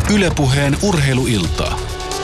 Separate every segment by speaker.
Speaker 1: Yle Puheen urheiluiltaa.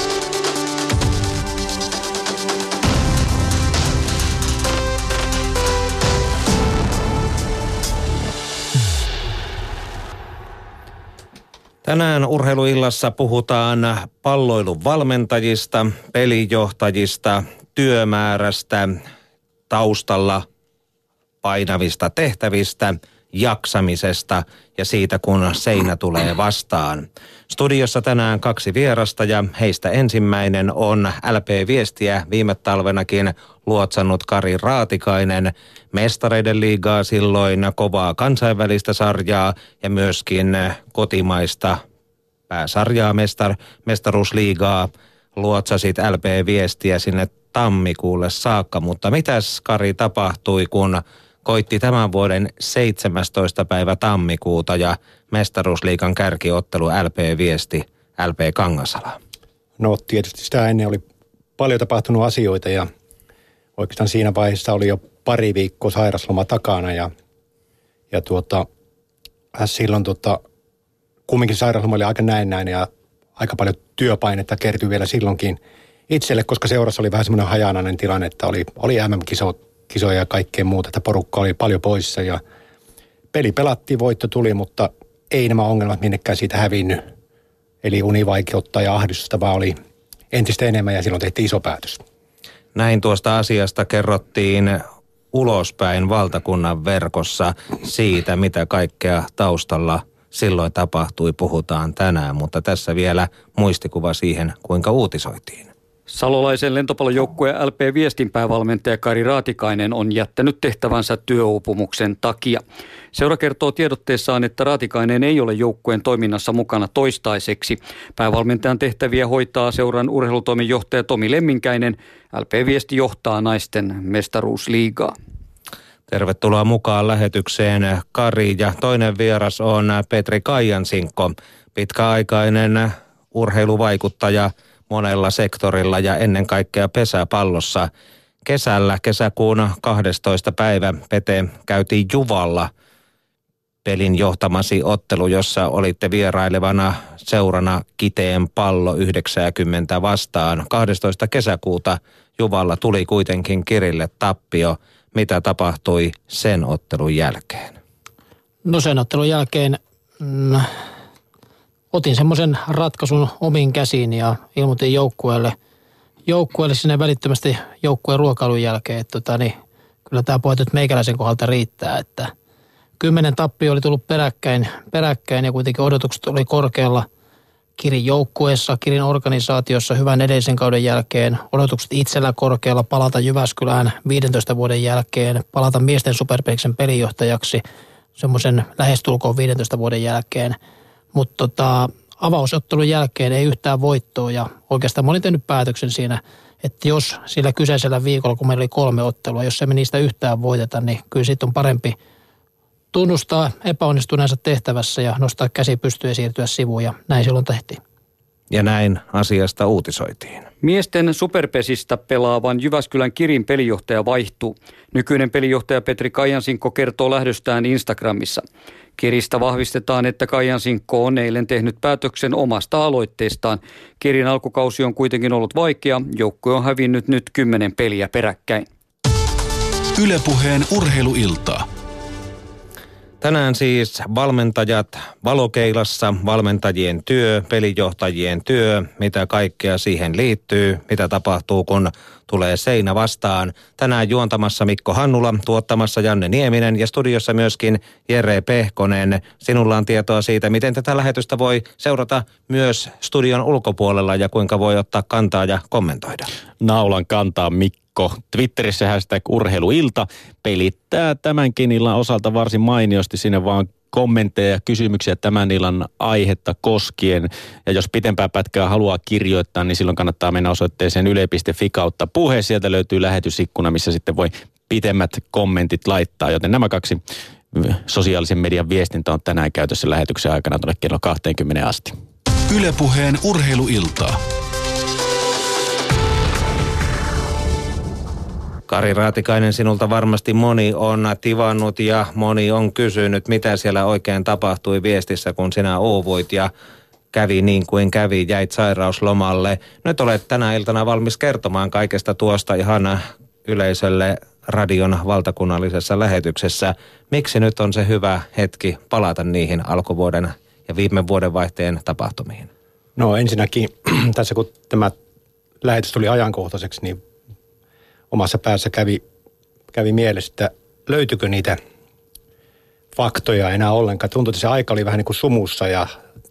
Speaker 2: Tänään urheiluillassa puhutaan palloilun valmentajista, pelijohtajista, työmäärästä, taustalla painavista tehtävistä, jaksamisesta ja siitä, kun seinä tulee vastaan. Studiossa tänään 2 vierasta ja heistä ensimmäinen on LP-viestiä viime talvenakin luotsannut Kari Raatikainen, Mestareiden liigaa silloin, kovaa kansainvälistä sarjaa ja myöskin kotimaista pääsarjaa, mestaruusliigaa. Luotsasit LP-viestiä sinne tammikuulle saakka, mutta mitäs Kari tapahtui, kun koitti tämän vuoden 17. päivä tammikuuta ja mestaruusliigan kärkiottelu LP-viesti, LP Kangasala? No
Speaker 3: tietysti sitä ennen oli paljon tapahtunut asioita ja oikeastaan siinä vaiheessa oli jo pari viikkoa sairasloma takana ja silloin kumminkin sairasloma oli aika näennäinen ja aika paljon työpainetta kertyi vielä silloinkin itselle, koska seurassa oli vähän semmoinen hajanainen tilanne, että oli MM-kisoja ja kaikkea muuta, että porukka oli paljon poissa ja peli pelattiin, voitto tuli, mutta ei nämä ongelmat minnekään siitä hävinnyt. Eli univaikeutta ja ahdistusta vaan oli entistä enemmän ja silloin tehtiin iso päätös.
Speaker 2: Näin tuosta asiasta kerrottiin ulospäin valtakunnan verkossa siitä, mitä kaikkea taustalla silloin tapahtui, puhutaan tänään, mutta tässä vielä muistikuva siihen, kuinka uutisoitiin.
Speaker 4: Salolaisen lentopallojoukkueen LP-viestin päävalmentaja Kari Raatikainen on jättänyt tehtävänsä työuupumuksen takia. Seura kertoo tiedotteessaan, että Raatikainen ei ole joukkueen toiminnassa mukana toistaiseksi. Päävalmentajan tehtäviä hoitaa seuran urheilutoimenjohtaja Tomi Lemminkäinen. LP-viesti johtaa naisten mestaruusliigaa.
Speaker 2: Tervetuloa mukaan lähetykseen, Kari, ja toinen vieras on Petri Kaijansinkko, pitkäaikainen urheiluvaikuttaja monella sektorilla ja ennen kaikkea pesäpallossa. Kesäkuun 12. päivä, Pete, käytiin Juvalla pelin johtamasi ottelu, jossa olitte vierailevana seurana Kiteen Pallo 90 vastaan. 12. kesäkuuta Juvalla tuli kuitenkin Kirille tappio. Mitä tapahtui sen ottelun jälkeen?
Speaker 5: No sen ottelun jälkeen otin semmoisen ratkaisun omiin käsiin ja ilmoitin joukkueelle sinne välittömästi joukkueen ruokailun jälkeen, että kyllä tämä pojat nyt meikäläisen kohdalta riittää, että 10 tappio oli tullut peräkkäin ja kuitenkin odotukset oli korkealla Kirin joukkueessa, Kirin organisaatiossa hyvän edellisen kauden jälkeen, odotukset itsellä korkealla palata Jyväskylään 15 vuoden jälkeen, palata miesten superpeliksen pelijohtajaksi semmoisen lähestulkoon 15 vuoden jälkeen. Mutta avausottelun jälkeen ei yhtään voittoa ja oikeastaan mä olin tehnyt päätöksen siinä, että jos sillä kyseisellä viikolla, kun meillä oli 3 ottelua, jos emme niistä yhtään voiteta, niin kyllä siitä on parempi tunnustaa epäonnistuneensa tehtävässä ja nostaa käsi pystyyn ja siirtyä sivuun ja näin silloin tehtiin.
Speaker 2: Ja näin asiasta uutisoitiin.
Speaker 4: Miesten superpesistä pelaavan Jyväskylän Kirin pelijohtaja vaihtuu. Nykyinen pelijohtaja Petri Kaijansinkko kertoo lähdöstään Instagramissa. Kiristä vahvistetaan, että Kaijansinkko on eilen tehnyt päätöksen omasta aloitteestaan. Kirin alkukausi on kuitenkin ollut vaikea. Joukkue on hävinnyt nyt 10 peliä peräkkäin.
Speaker 1: Yle Puheen urheiluiltaa.
Speaker 2: Tänään siis valmentajat valokeilassa, valmentajien työ, pelijohtajien työ, mitä kaikkea siihen liittyy, mitä tapahtuu, kun tulee seinä vastaan. Tänään juontamassa Mikko Hannula, tuottamassa Janne Nieminen ja studiossa myöskin Jere Pehkonen. Sinulla on tietoa siitä, miten tätä lähetystä voi seurata myös studion ulkopuolella ja kuinka voi ottaa kantaa ja kommentoida.
Speaker 6: Naulan kantaa Mikko. Twitterissä hashtag urheiluilta pelittää tämänkin illan osalta varsin mainiosti, sinne vaan kommentteja ja kysymyksiä tämän illan aihetta koskien. Ja jos pitempää pätkää haluaa kirjoittaa, niin silloin kannattaa mennä osoitteeseen yle.fi/puhe. Sieltä löytyy lähetysikkuna, missä sitten voi pitemmät kommentit laittaa, joten nämä 2 sosiaalisen median viestintä on tänään käytössä lähetyksen aikana tuonne kello 20 asti.
Speaker 1: Yle Puheen urheiluiltaa.
Speaker 2: Kari Raatikainen, sinulta varmasti moni on tivannut ja moni on kysynyt, mitä siellä oikein tapahtui viestissä, kun sinä uuvuit. Ja kävi niin kuin kävi, jäit sairauslomalle. Nyt olet tänä iltana valmis kertomaan kaikesta tuosta ihan yleisölle radion valtakunnallisessa lähetyksessä. Miksi nyt on se hyvä hetki palata niihin alkuvuoden ja viime vuodenvaihteen tapahtumiin?
Speaker 3: No ensinnäkin tässä kun tämä lähetys tuli ajankohtaiseksi, niin omassa päässä kävi mielessä, että löytyykö niitä faktoja enää ollenkaan. Tuntui, että se aika oli vähän niin kuin sumussa ja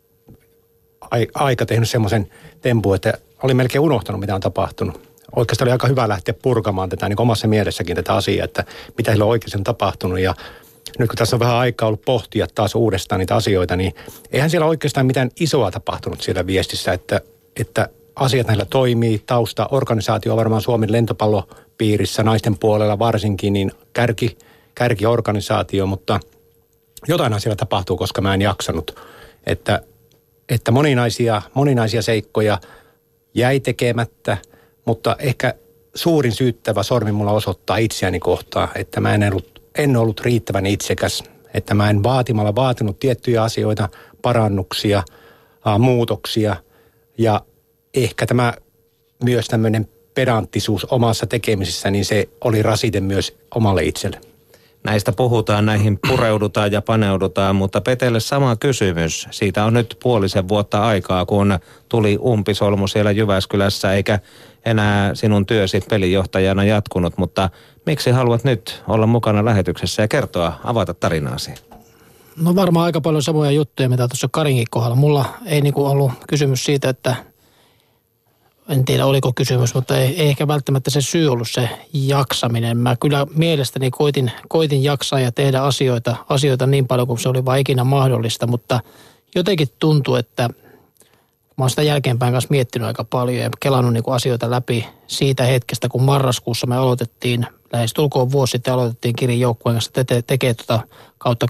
Speaker 3: aika tehnyt semmoisen tempun, että oli melkein unohtanut, mitä on tapahtunut. Oikeastaan oli aika hyvä lähteä purkamaan tätä niin omassa mielessäkin tätä asiaa, että mitä sillä on oikeasti tapahtunut. Ja nyt kun tässä on vähän aikaa ollut pohtia taas uudestaan niitä asioita, niin eihän siellä oikeastaan mitään isoa tapahtunut siellä viestissä, että asiat näillä toimii. Taustaorganisaatio on varmaan Suomen lentopallopiirissä, naisten puolella varsinkin, niin kärkiorganisaatio, mutta jotainhan siellä tapahtuu, koska mä en jaksanut, että moninaisia seikkoja jäi tekemättä, mutta ehkä suurin syyttävä sormi mulla osoittaa itseäni kohtaan, että mä en ollut riittävän itsekäs, että mä en vaatinut tiettyjä asioita, parannuksia, muutoksia ja ehkä tämä myös tämmöinen pedanttisuus omassa tekemisessä, niin se oli rasite myös omalle itselle.
Speaker 2: Näistä puhutaan, näihin pureudutaan ja paneudutaan, mutta Petelle sama kysymys. Siitä on nyt 5 vuotta aikaa, kun tuli umpisolmu siellä Jyväskylässä, eikä enää sinun työsi pelijohtajana jatkunut. Mutta miksi haluat nyt olla mukana lähetyksessä ja avata tarinaasi?
Speaker 5: No varmaan aika paljon samoja juttuja, mitä tuossa Karinkin kohdalla. Mulla ei ollut kysymys siitä, että en tiedä oliko kysymys, mutta ei ehkä välttämättä se syy ollut se jaksaminen. Mä kyllä mielestäni koitin jaksaa ja tehdä asioita niin paljon kuin se oli vaan ikinä mahdollista, mutta jotenkin tuntuu, että mä oon sitä jälkeenpäin kanssa miettinyt aika paljon ja kelannut asioita läpi siitä hetkestä, kun marraskuussa me aloitettiin, lähes tulkoon vuosi sitten aloitettiin Kirin joukkueen kanssa tekee kautta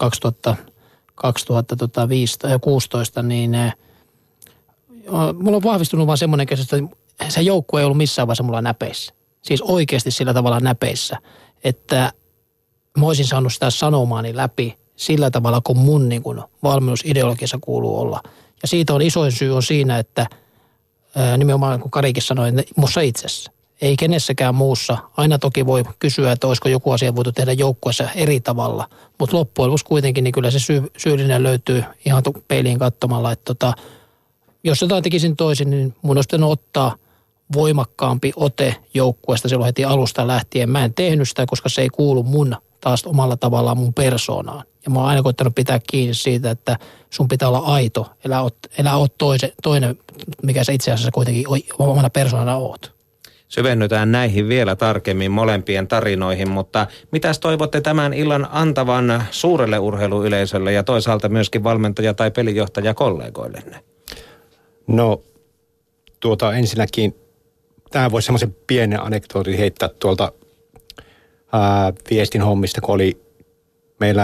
Speaker 5: 2016, niin mulla on vahvistunut vaan semmoinen käsitys, että se joukkue ei ollut missään vaiheessa mulla näpeissä. Siis oikeasti sillä tavalla näpeissä, että mä olisin saanut sitä sanomaani läpi sillä tavalla, kun mun valmennusideologiassa kuuluu olla. Ja siitä on isoin syy on siinä, että nimenomaan kun Karikin sanoi, että mussa itsessä. Ei kenessäkään muussa. Aina toki voi kysyä, että olisiko joku asia voitu tehdä joukkueessa eri tavalla. Mutta loppujen lopuksi kuitenkin niin kyllä se syyllinen löytyy ihan peiliin katsomalla, että jos jotain tekisin toisin, niin mun olisi pitänyt ottaa voimakkaampi ote joukkueesta silloin heti alusta lähtien. Mä en tehnyt sitä, koska se ei kuulu mun taas omalla tavallaan mun persoonaan. Ja mä oon aina koittanut pitää kiinni siitä, että sun pitää olla aito. Elää oot toinen, mikä sä itse asiassa kuitenkin omana persoonana oot.
Speaker 2: Syvennytään näihin vielä tarkemmin molempien tarinoihin, mutta mitäs toivotte tämän illan antavan suurelle urheiluyleisölle ja toisaalta myöskin valmentaja- tai pelijohtajakollegoillenne?
Speaker 3: No ensinnäkin tähän voisi semmoisen pienen anekdootin heittää tuolta viestin hommista, kun oli meillä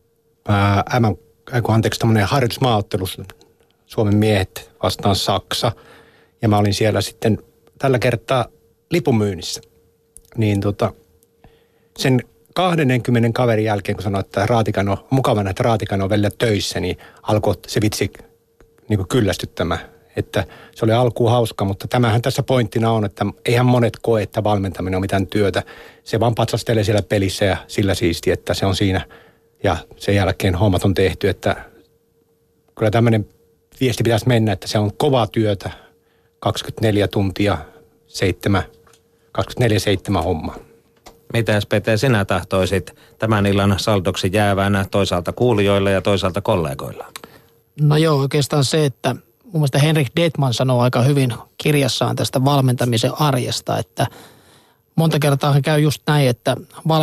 Speaker 3: tämmöinen harjoitusmaaottelu Suomen miehet vastaan Saksa. Ja mä olin siellä sitten tällä kertaa lipunmyynnissä. Niin sen 20 kaverin jälkeen, kun sanoin, että mukava nähdä, että Raatikainen on välillä töissä, niin alkoi se vitsi niin kyllästyttämään. Että se oli alkuun hauska, mutta tämähän tässä pointtina on, että eihän monet koe, että valmentaminen on mitään työtä. Se vaan patsastelee siellä pelissä ja sillä siisti, että se on siinä ja sen jälkeen hommat on tehty. Että kyllä tämmöinen viesti pitäisi mennä, että se on kovaa työtä, 24 tuntia, 24/7 homma.
Speaker 2: Mitäs Pete sinä tahtoisit tämän illan saldoksi jäävänä toisaalta kuulijoilla ja toisaalta kollegoilla?
Speaker 5: No joo, oikeastaan se, että mun mielestä Henrik Detman sanoo aika hyvin kirjassaan tästä valmentamisen arjesta, että monta kertaa käy just näin, että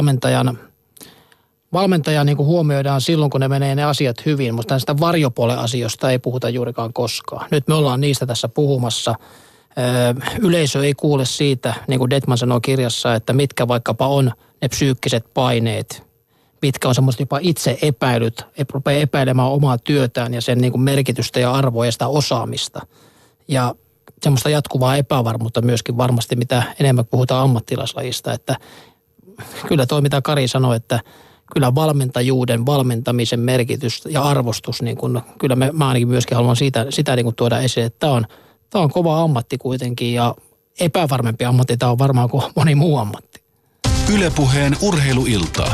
Speaker 5: valmentaja niin kuin huomioidaan silloin, kun ne menee ne asiat hyvin, mutta näistä varjopuolen asioista ei puhuta juurikaan koskaan. Nyt me ollaan niistä tässä puhumassa. Yleisö ei kuule siitä, niin kuin Detman sanoo kirjassa, että mitkä vaikkapa on ne psyykkiset paineet, mitkä on semmoista jopa itse epäilyt, rupeaa epäilemään omaa työtään ja sen niin kuin merkitystä ja arvoa ja sitä osaamista. Ja semmoista jatkuvaa epävarmuutta myöskin varmasti, mitä enemmän puhutaan ammattilaislajista, että kyllä toi mitä Kari sanoi, että kyllä valmentajuuden, valmentamisen merkitys ja arvostus, niin kun, kyllä mä ainakin myöskin haluan sitä niin kun tuoda esiin, että tämä on kova ammatti kuitenkin ja epävarmempi ammatti tämä on varmaan kuin moni muu ammatti.
Speaker 1: Yle Puheen urheiluiltaa.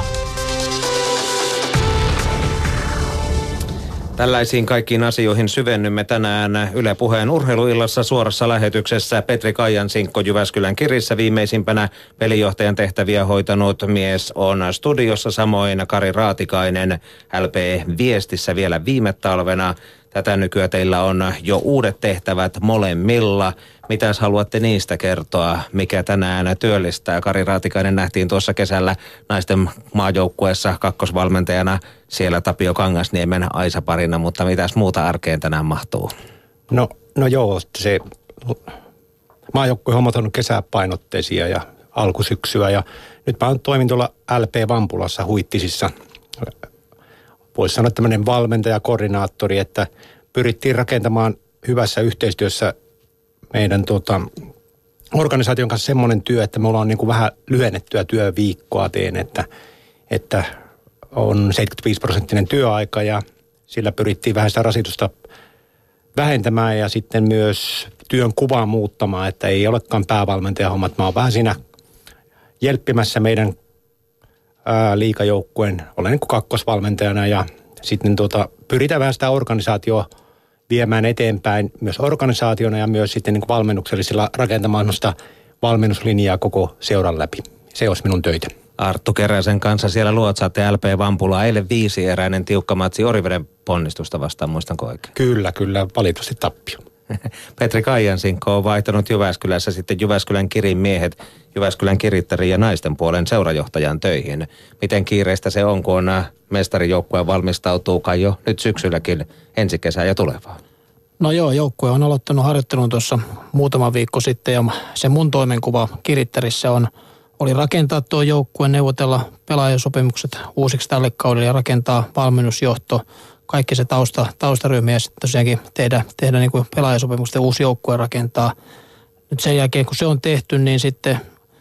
Speaker 2: Tällaisiin kaikkiin asioihin syvennymme tänään Yle Puheen urheiluillassa suorassa lähetyksessä. Petri Kaijansinkko Jyväskylän Kirissä viimeisimpänä pelijohtajan tehtäviä hoitanut mies on studiossa, samoin Kari Raatikainen LP Viestissä vielä viime talvena. Tätä nykyään teillä on jo uudet tehtävät molemmilla. Mitäs haluatte niistä kertoa? Mikä tänään työllistää? Kari Raatikainen nähtiin tuossa kesällä naisten maajoukkueessa kakkosvalmentajana siellä Tapio Kangasniemen Aisa-parina, mutta mitäs muuta arkeen tänään mahtuu?
Speaker 3: No joo, se maajoukkuehommat on kesäpainotteisia ja alkusyksyä ja nyt mä toimin tuolla LP Vampulassa Huittisissa. Voisi sanoa tämmöinen valmentaja-koordinaattori, että pyrittiin rakentamaan hyvässä yhteistyössä meidän organisaation kanssa semmoinen työ, että me ollaan niin kuin vähän lyhennettyä työviikkoa että on 75% työaika ja sillä pyrittiin vähän sitä rasitusta vähentämään ja sitten myös työn kuvaa muuttamaan, että ei olekaan päävalmentajahommat. Mä oon vähän siinä jelppimässä meidän liigajoukkueen, olen niin kuin kakkosvalmentajana ja sitten pyritään vähän sitä organisaatioa viemään eteenpäin myös organisaationa ja myös sitten niin kuin valmennuksellisilla rakentamaan sitä valmennuslinjaa koko seuran läpi. Se olisi minun töitä.
Speaker 2: Arttu Keräsen kanssa siellä luotsaatte LP Vampulaa. Eilen 5-eräinen tiukka matsi Oriveden ponnistusta vastaan, muistanko oikein?
Speaker 3: Kyllä, valitettavasti tappio.
Speaker 2: Petri Kaijansinkko on vaihtanut Jyväskylässä sitten Jyväskylän Kirin miehet Jyväskylän Kirittärin ja naisten puolen seurajohtajan töihin. Miten kiireistä se on, kun mestarijoukkue valmistautuu kai jo nyt syksylläkin ensi kesään ja tulevaan?
Speaker 5: No joo, joukkue on aloittanut harjoittelun tuossa muutama viikko sitten ja se mun toimenkuva Kirittärissä oli rakentaa tuo joukkue, neuvotella pelaajasopimukset uusiksi tälle kaudelle ja rakentaa valmennusjohto, kaikki se taustaryhmä ja sitten tosiaankin tehdä niin kuin pelaajasopimukset ja uusi joukkue rakentaa. Nyt sen jälkeen, kun se on tehty, niin sitten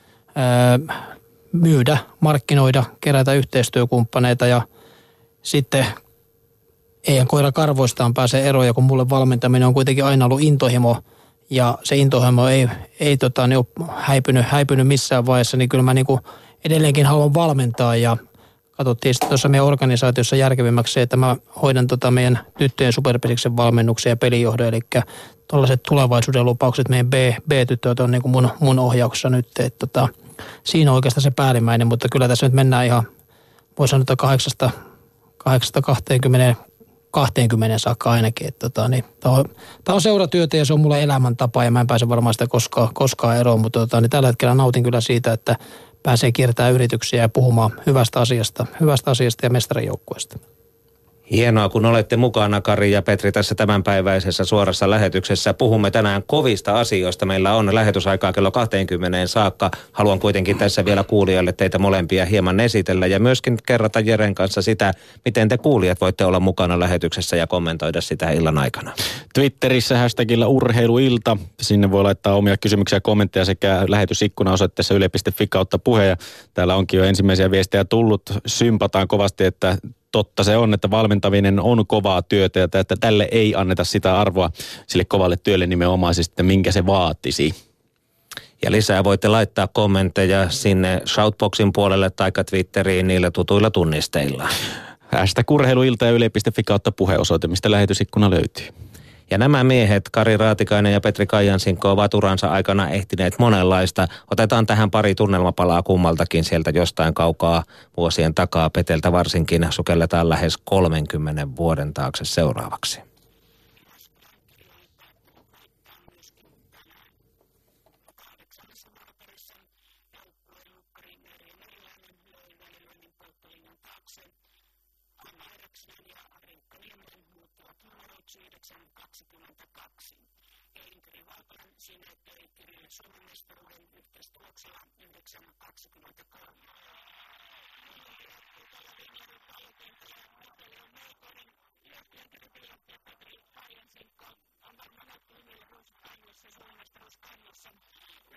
Speaker 5: myydä, markkinoida, kerätä yhteistyökumppaneita ja sitten eihän koira karvoistaan pääse eroon, kun mulle valmentaminen on kuitenkin aina ollut intohimo ja se intohimo ei ole häipynyt missään vaiheessa, niin kyllä mä niin kuin edelleenkin haluan valmentaa ja katsottiin sitten tuossa meidän organisaatiossa järkevimmäksi se, että mä hoidan meidän tyttöjen superpeliksen valmennuksen ja pelijohdon, eli tuollaiset tulevaisuuden lupaukset meidän B-tyttöt on niin kuin mun ohjauksessa nyt, että siinä on oikeastaan se päällimmäinen, mutta kyllä tässä nyt mennään ihan, voi sanoa, että 8-20 saakka ainakin, että tämä on seuratyötä ja se on mulle elämäntapa ja mä en pääse varmaan sitä koskaan eroon, mutta niin tällä hetkellä nautin kyllä siitä, että pääsee kiertämään yrityksiä ja puhumaan hyvästä asiasta ja mestarijoukkueesta.
Speaker 2: Hienoa, kun olette mukana, Kari ja Petri, tässä tämänpäiväisessä suorassa lähetyksessä. Puhumme tänään kovista asioista. Meillä on lähetysaikaa kello 20 saakka. Haluan kuitenkin tässä vielä kuulijoille teitä molempia hieman esitellä ja myöskin kerrata Jeren kanssa sitä, miten te kuulijat voitte olla mukana lähetyksessä ja kommentoida sitä illan aikana.
Speaker 6: Twitterissä hashtagillä urheiluilta. Sinne voi laittaa omia kysymyksiä ja kommentteja sekä lähetysikkuna osoitteessa yle.fi/puhe. Ja täällä onkin jo ensimmäisiä viestejä tullut. Sympataan kovasti, että totta se on, että valmentaminen on kovaa työtä ja että tälle ei anneta sitä arvoa sille kovalle työlle nimenomaisesti, minkä se vaatisi.
Speaker 2: Ja lisää voitte laittaa kommentteja sinne Shoutboxin puolelle tai Twitteriin niillä tutuilla tunnisteilla.
Speaker 6: #urheiluilta ja yle.fi/puhe osoite, mistä lähetysikkuna löytyy.
Speaker 2: Ja nämä miehet, Kari Raatikainen ja Petri Kaijansinkko, ovat uransa aikana ehtineet monenlaista. Otetaan tähän pari tunnelmapalaa kummaltakin sieltä jostain kaukaa vuosien takaa. Peteltä varsinkin sukelletaan lähes 30 vuoden taakse seuraavaksi.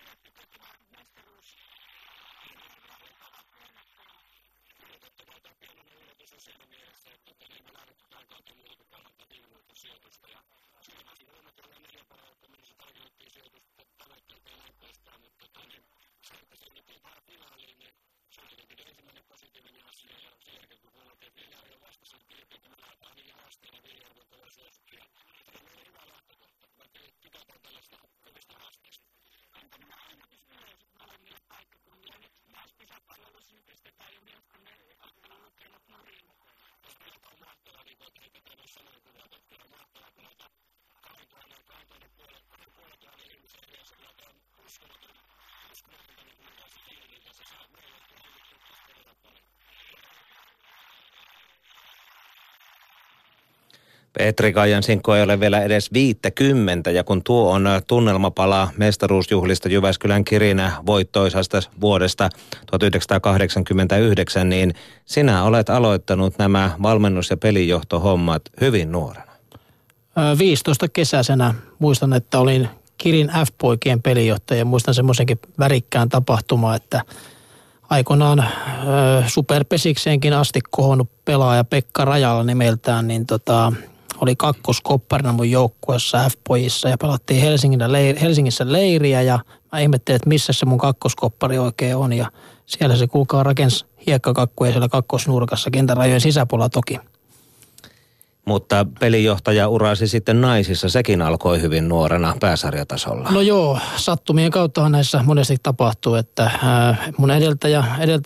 Speaker 7: Mestaruus.
Speaker 2: Petri Kaijansinko ei ole vielä edes 50, ja kun tuo on tunnelmapala mestaruusjuhlista Jyväskylän Kirinä voittoisasta vuodesta 1989, niin sinä olet aloittanut nämä valmennus- ja pelijohtohommat hyvin nuorena.
Speaker 5: 15 kesäisenä muistan, että olin Kirin F-poikien pelijohtaja. Muistan semmoisenkin värikkään tapahtumaa, että aikoinaan superpesikseenkin asti kohonnut pelaaja Pekka Rajala nimeltään, niin oli kakkoskopparina mun joukkueessa F-pojissa ja pelattiin Helsingissä leiriä ja mä ihmettelin, että missä se mun kakkoskoppari oikein on ja siellä se kuulkaa rakensi hiekkakakkuja siellä kakkosnurkassa kentän rajojen sisäpuolella toki.
Speaker 2: Mutta pelijohtaja urasi sitten naisissa, sekin alkoi hyvin nuorena pääsarjatasolla.
Speaker 5: No joo, sattumien kauttahan näissä monesti tapahtuu, että mun edeltäjä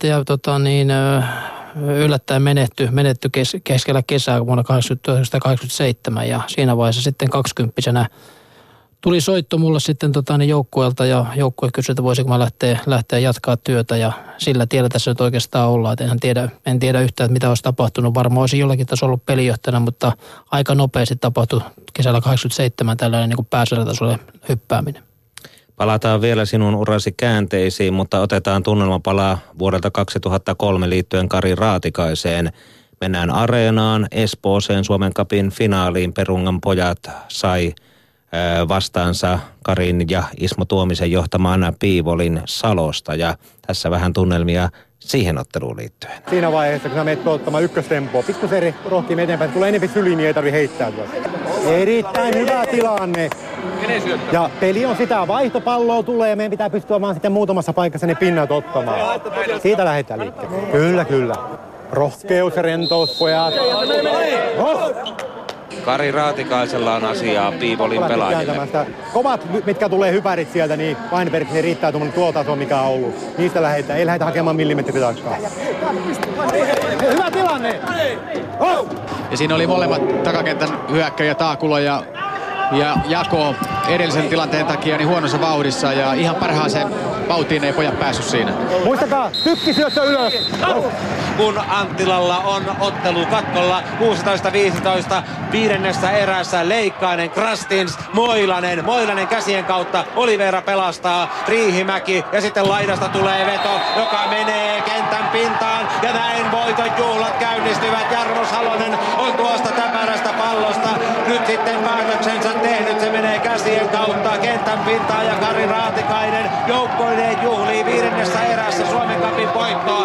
Speaker 5: yllättäen menetty keskellä kesää vuonna 1987 ja siinä vaiheessa sitten 20-vuotiaana tuli soitto mulle sitten joukkueelta ja joukkue kysyi, että voisinko mä lähteä jatkaa työtä ja sillä tiellä tässä nyt oikeastaan ollaan. En tiedä yhtään, että mitä olisi tapahtunut. Varmaan olisi jollakin tasolla ollut pelijohtajana, mutta aika nopeasti tapahtui kesällä 87 tällainen niin kuin pääsarjatasolle hyppääminen.
Speaker 2: Palataan vielä sinun urasi käänteisiin, mutta otetaan tunnelmapalaa vuodelta 2003 liittyen Kari Raatikaiseen. Mennään Areenaan, Espooseen, Suomen Cupin finaaliin. Perungan pojat sai vastaansa Karin ja Ismo Tuomisen johtamaan Piivolin Salosta. Ja tässä vähän tunnelmia siihen otteluun liittyen.
Speaker 3: Siinä vaiheessa, kun sä menet ottamaan ykköstempoa, pikkusen rohkein eteenpäin, tulee enemmän syliin, niin ei tarvitse heittää. Erittäin hyvä tilanne. Ja peli on sitä, vaihtopalloa tulee ja meidän pitää pystyä vaan sitten muutamassa paikassa ne pinnat ottamaan. Siitä lähdetään liikkeelle. Kyllä. Rohkeus ja rentous, pojat.
Speaker 2: Kari Raatikaisella on asiaa Piivolin pelaajille.
Speaker 3: Kovat, mitkä tulee hypärit sieltä, niin Weinbergille riittää tuo taso, mikä on ollut. Niistä lähdetään. Ei lähdetä hakemaan millimetritarkkaa. Hyvä tilanne!
Speaker 7: Ja siinä oli molemmat takakentän hyökkäjä Taakula ja Jako edellisen tilanteen takia niin huonossa vauhdissa ja ihan parhaaseen vauhtiin ei pojat päässyt siinä.
Speaker 3: Muistakaa, tykkisyöttö ylös!
Speaker 2: Kun Anttilalla on ottelu katkolla 16-15 viidennessä erässä Leikkainen, Krastins, Moilanen käsien kautta, Olivera pelastaa, Riihimäki ja sitten laidasta tulee veto, joka menee kentän pintaan ja näin voiton juhlat käynnistyvät. Jarmo Salonen on tuosta täpärästä pallosta nyt sitten päätöksensä tehnyt, se menee käsien kautta kentän pintaan ja Kari Raatikainen joukkoineen juhlii viidennessä erässä Suomen Cupin voittoa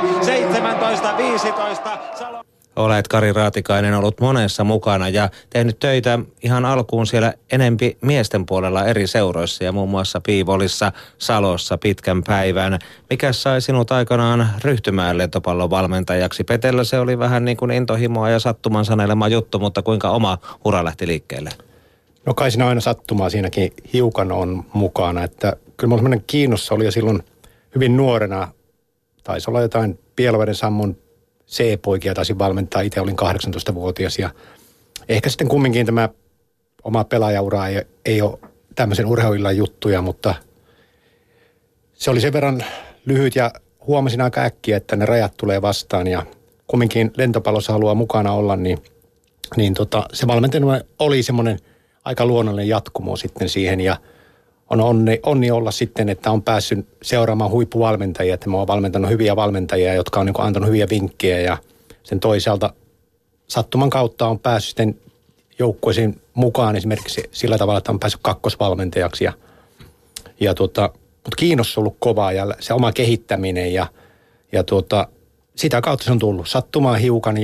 Speaker 2: 17-15. Olet Kari Raatikainen ollut monessa mukana ja tehnyt töitä ihan alkuun siellä enempi miesten puolella eri seuroissa ja muun muassa Piivolissa, Salossa pitkän päivän. Mikä sai sinut aikanaan ryhtymään lentopallon valmentajaksi? Petellä se oli vähän niin kuin intohimoa ja sattuman sanelema juttu, mutta kuinka oma ura lähti liikkeelle?
Speaker 3: No kai siinä aina sattumaa siinäkin hiukan on mukana, että kyllä mulla sellainen kiinnossa oli jo silloin hyvin nuorena. Taisi olla jotain Pielaveden Sammon C-poikia taisin valmentaa, itse olin 18-vuotias ja ehkä sitten kumminkin tämä oma pelaajaura ei ole tämmöisen urheiluillan juttuja, mutta se oli sen verran lyhyt ja huomasin aika äkkiä, että ne rajat tulee vastaan ja kumminkin lentopallossa haluaa mukana olla, niin se valmentaminen oli semmoinen aika luonnollinen jatkumo sitten siihen ja on onni olla sitten, että on päässyt seuraamaan huippuvalmentajia, että mä oon valmentanut hyviä valmentajia, jotka on niin kuin antanut hyviä vinkkejä ja sen toisaalta sattuman kautta on päässyt sitten joukkueisiin mukaan esimerkiksi sillä tavalla, että on päässyt kakkosvalmentajaksi mutta kiinnostus on ollut kovaa ja se oma kehittäminen ja sitä kautta se on tullut sattumaan hiukan ja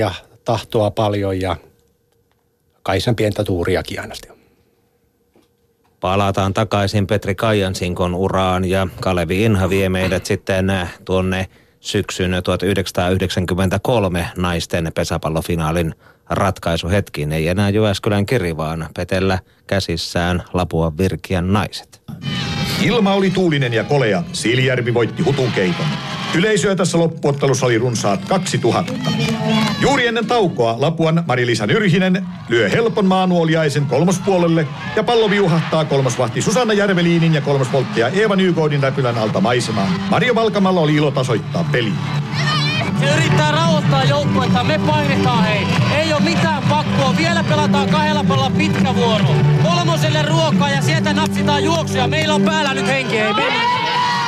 Speaker 3: tahtoa paljon ja kai sen pientä tuuriakin aina.
Speaker 2: Palataan takaisin Petri Kaijansinkon uraan ja Kalevi Inha vie meidät sitten tuonne syksyn 1993 naisten pesäpallofinaalin ratkaisuhetkiin. Ei enää Jyväskylän Kiri, vaan Petellä käsissään Lapuan Virkiän naiset.
Speaker 8: Ilma oli tuulinen ja kolea. Siilijärvi voitti hutukeiton. Yleisöä tässä loppuottelussa oli runsaat 2000. Juuri ennen taukoa Lapuan Mari-Liisa Nyrhinen lyö helpon maanuoliaisen kolmospuolelle ja pallo viuhahtaa kolmosvahti Susanna Järveliinin ja kolmosvoltteja Eeva Nykodin räpylän alta maisemaan. Mario Valkamalla oli ilo tasoittaa peliä.
Speaker 9: Se yrittää rauhoittaa joukkuetta, me painetaan hei. Ei oo mitään pakkoa, vielä pelataan 2 pallolla pitkä vuoro. 3 ruokaa ja sieltä napsitaan juoksuja, meillä on päällä nyt henki, ei mennä.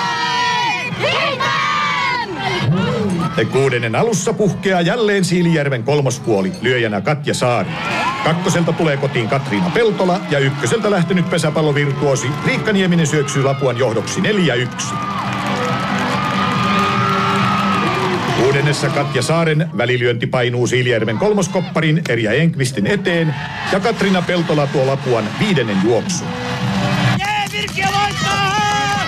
Speaker 8: Kuudennen alussa puhkeaa jälleen Siilijärven kolmospuoli, lyöjänä Katja Saari. Kakkoselta tulee kotiin Katriina Peltola ja ykköseltä lähtenyt pesäpallovirtuosi Riikka Nieminen syöksyy Lapuan johdoksi 4-1. Kuudennessa Katja Saaren välilyönti painuu Siilijärven kolmoskopparin Erja Enqvistin eteen ja Katriina Peltola tuo Lapuan 5. juoksun.
Speaker 9: Virkiä voittaa!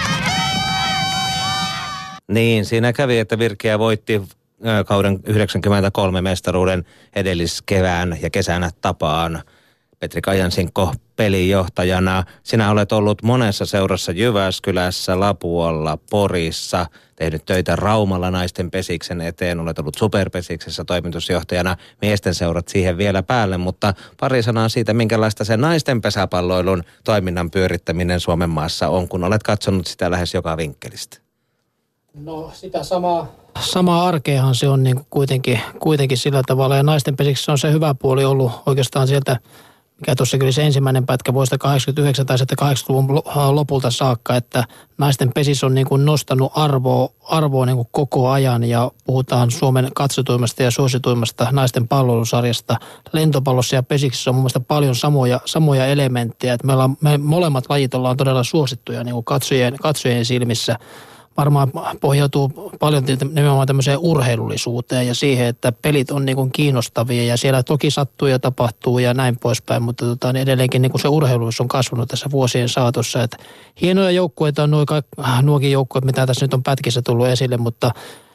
Speaker 2: Niin, siinä kävi, että Virkiä voitti kauden 93 mestaruuden edelliskevään ja kesänä tapaan. Petri Kaijansinkko pelijohtajana. Sinä olet ollut monessa seurassa Jyväskylässä, Lapualla, Porissa, tehnyt töitä Raumalla naisten pesiksen eteen. Olet ollut Superpesiksessä toimitusjohtajana, miesten seurat siihen vielä päälle, mutta pari sanaa siitä, minkälaista se naisten pesäpalloilun toiminnan pyörittäminen Suomen maassa on, kun olet katsonut sitä lähes joka vinkkelistä.
Speaker 5: No sitä samaa arkeahan se on niin kuitenkin sillä tavalla. Ja naisten pesiksessä on se hyvä puoli ollut oikeastaan sieltä, mikä tuossa oli se ensimmäinen pätkä vuodesta 89 tai 80-luvun lopulta saakka, että naisten pesis on niin kuin nostanut arvoa niin kuin koko ajan ja puhutaan Suomen katsotuimmasta ja suosituimmasta naisten palloilusarjasta. Lentopallossa ja pesiksessä on mun mielestä paljon samoja elementtejä, että me molemmat lajit ollaan todella suosittuja niin kuin katsojien silmissä. Varmaan pohjautuu paljon nimenomaan tämmöiseen urheilullisuuteen ja siihen, että pelit on niin kuin kiinnostavia ja siellä toki sattuu ja tapahtuu ja näin poispäin, mutta niin edelleenkin niin kuin se urheilullisuus on kasvanut tässä vuosien saatossa. Että hienoja joukkueita on nuokin joukkueet, mitä tässä nyt on pätkissä tullut esille, mutta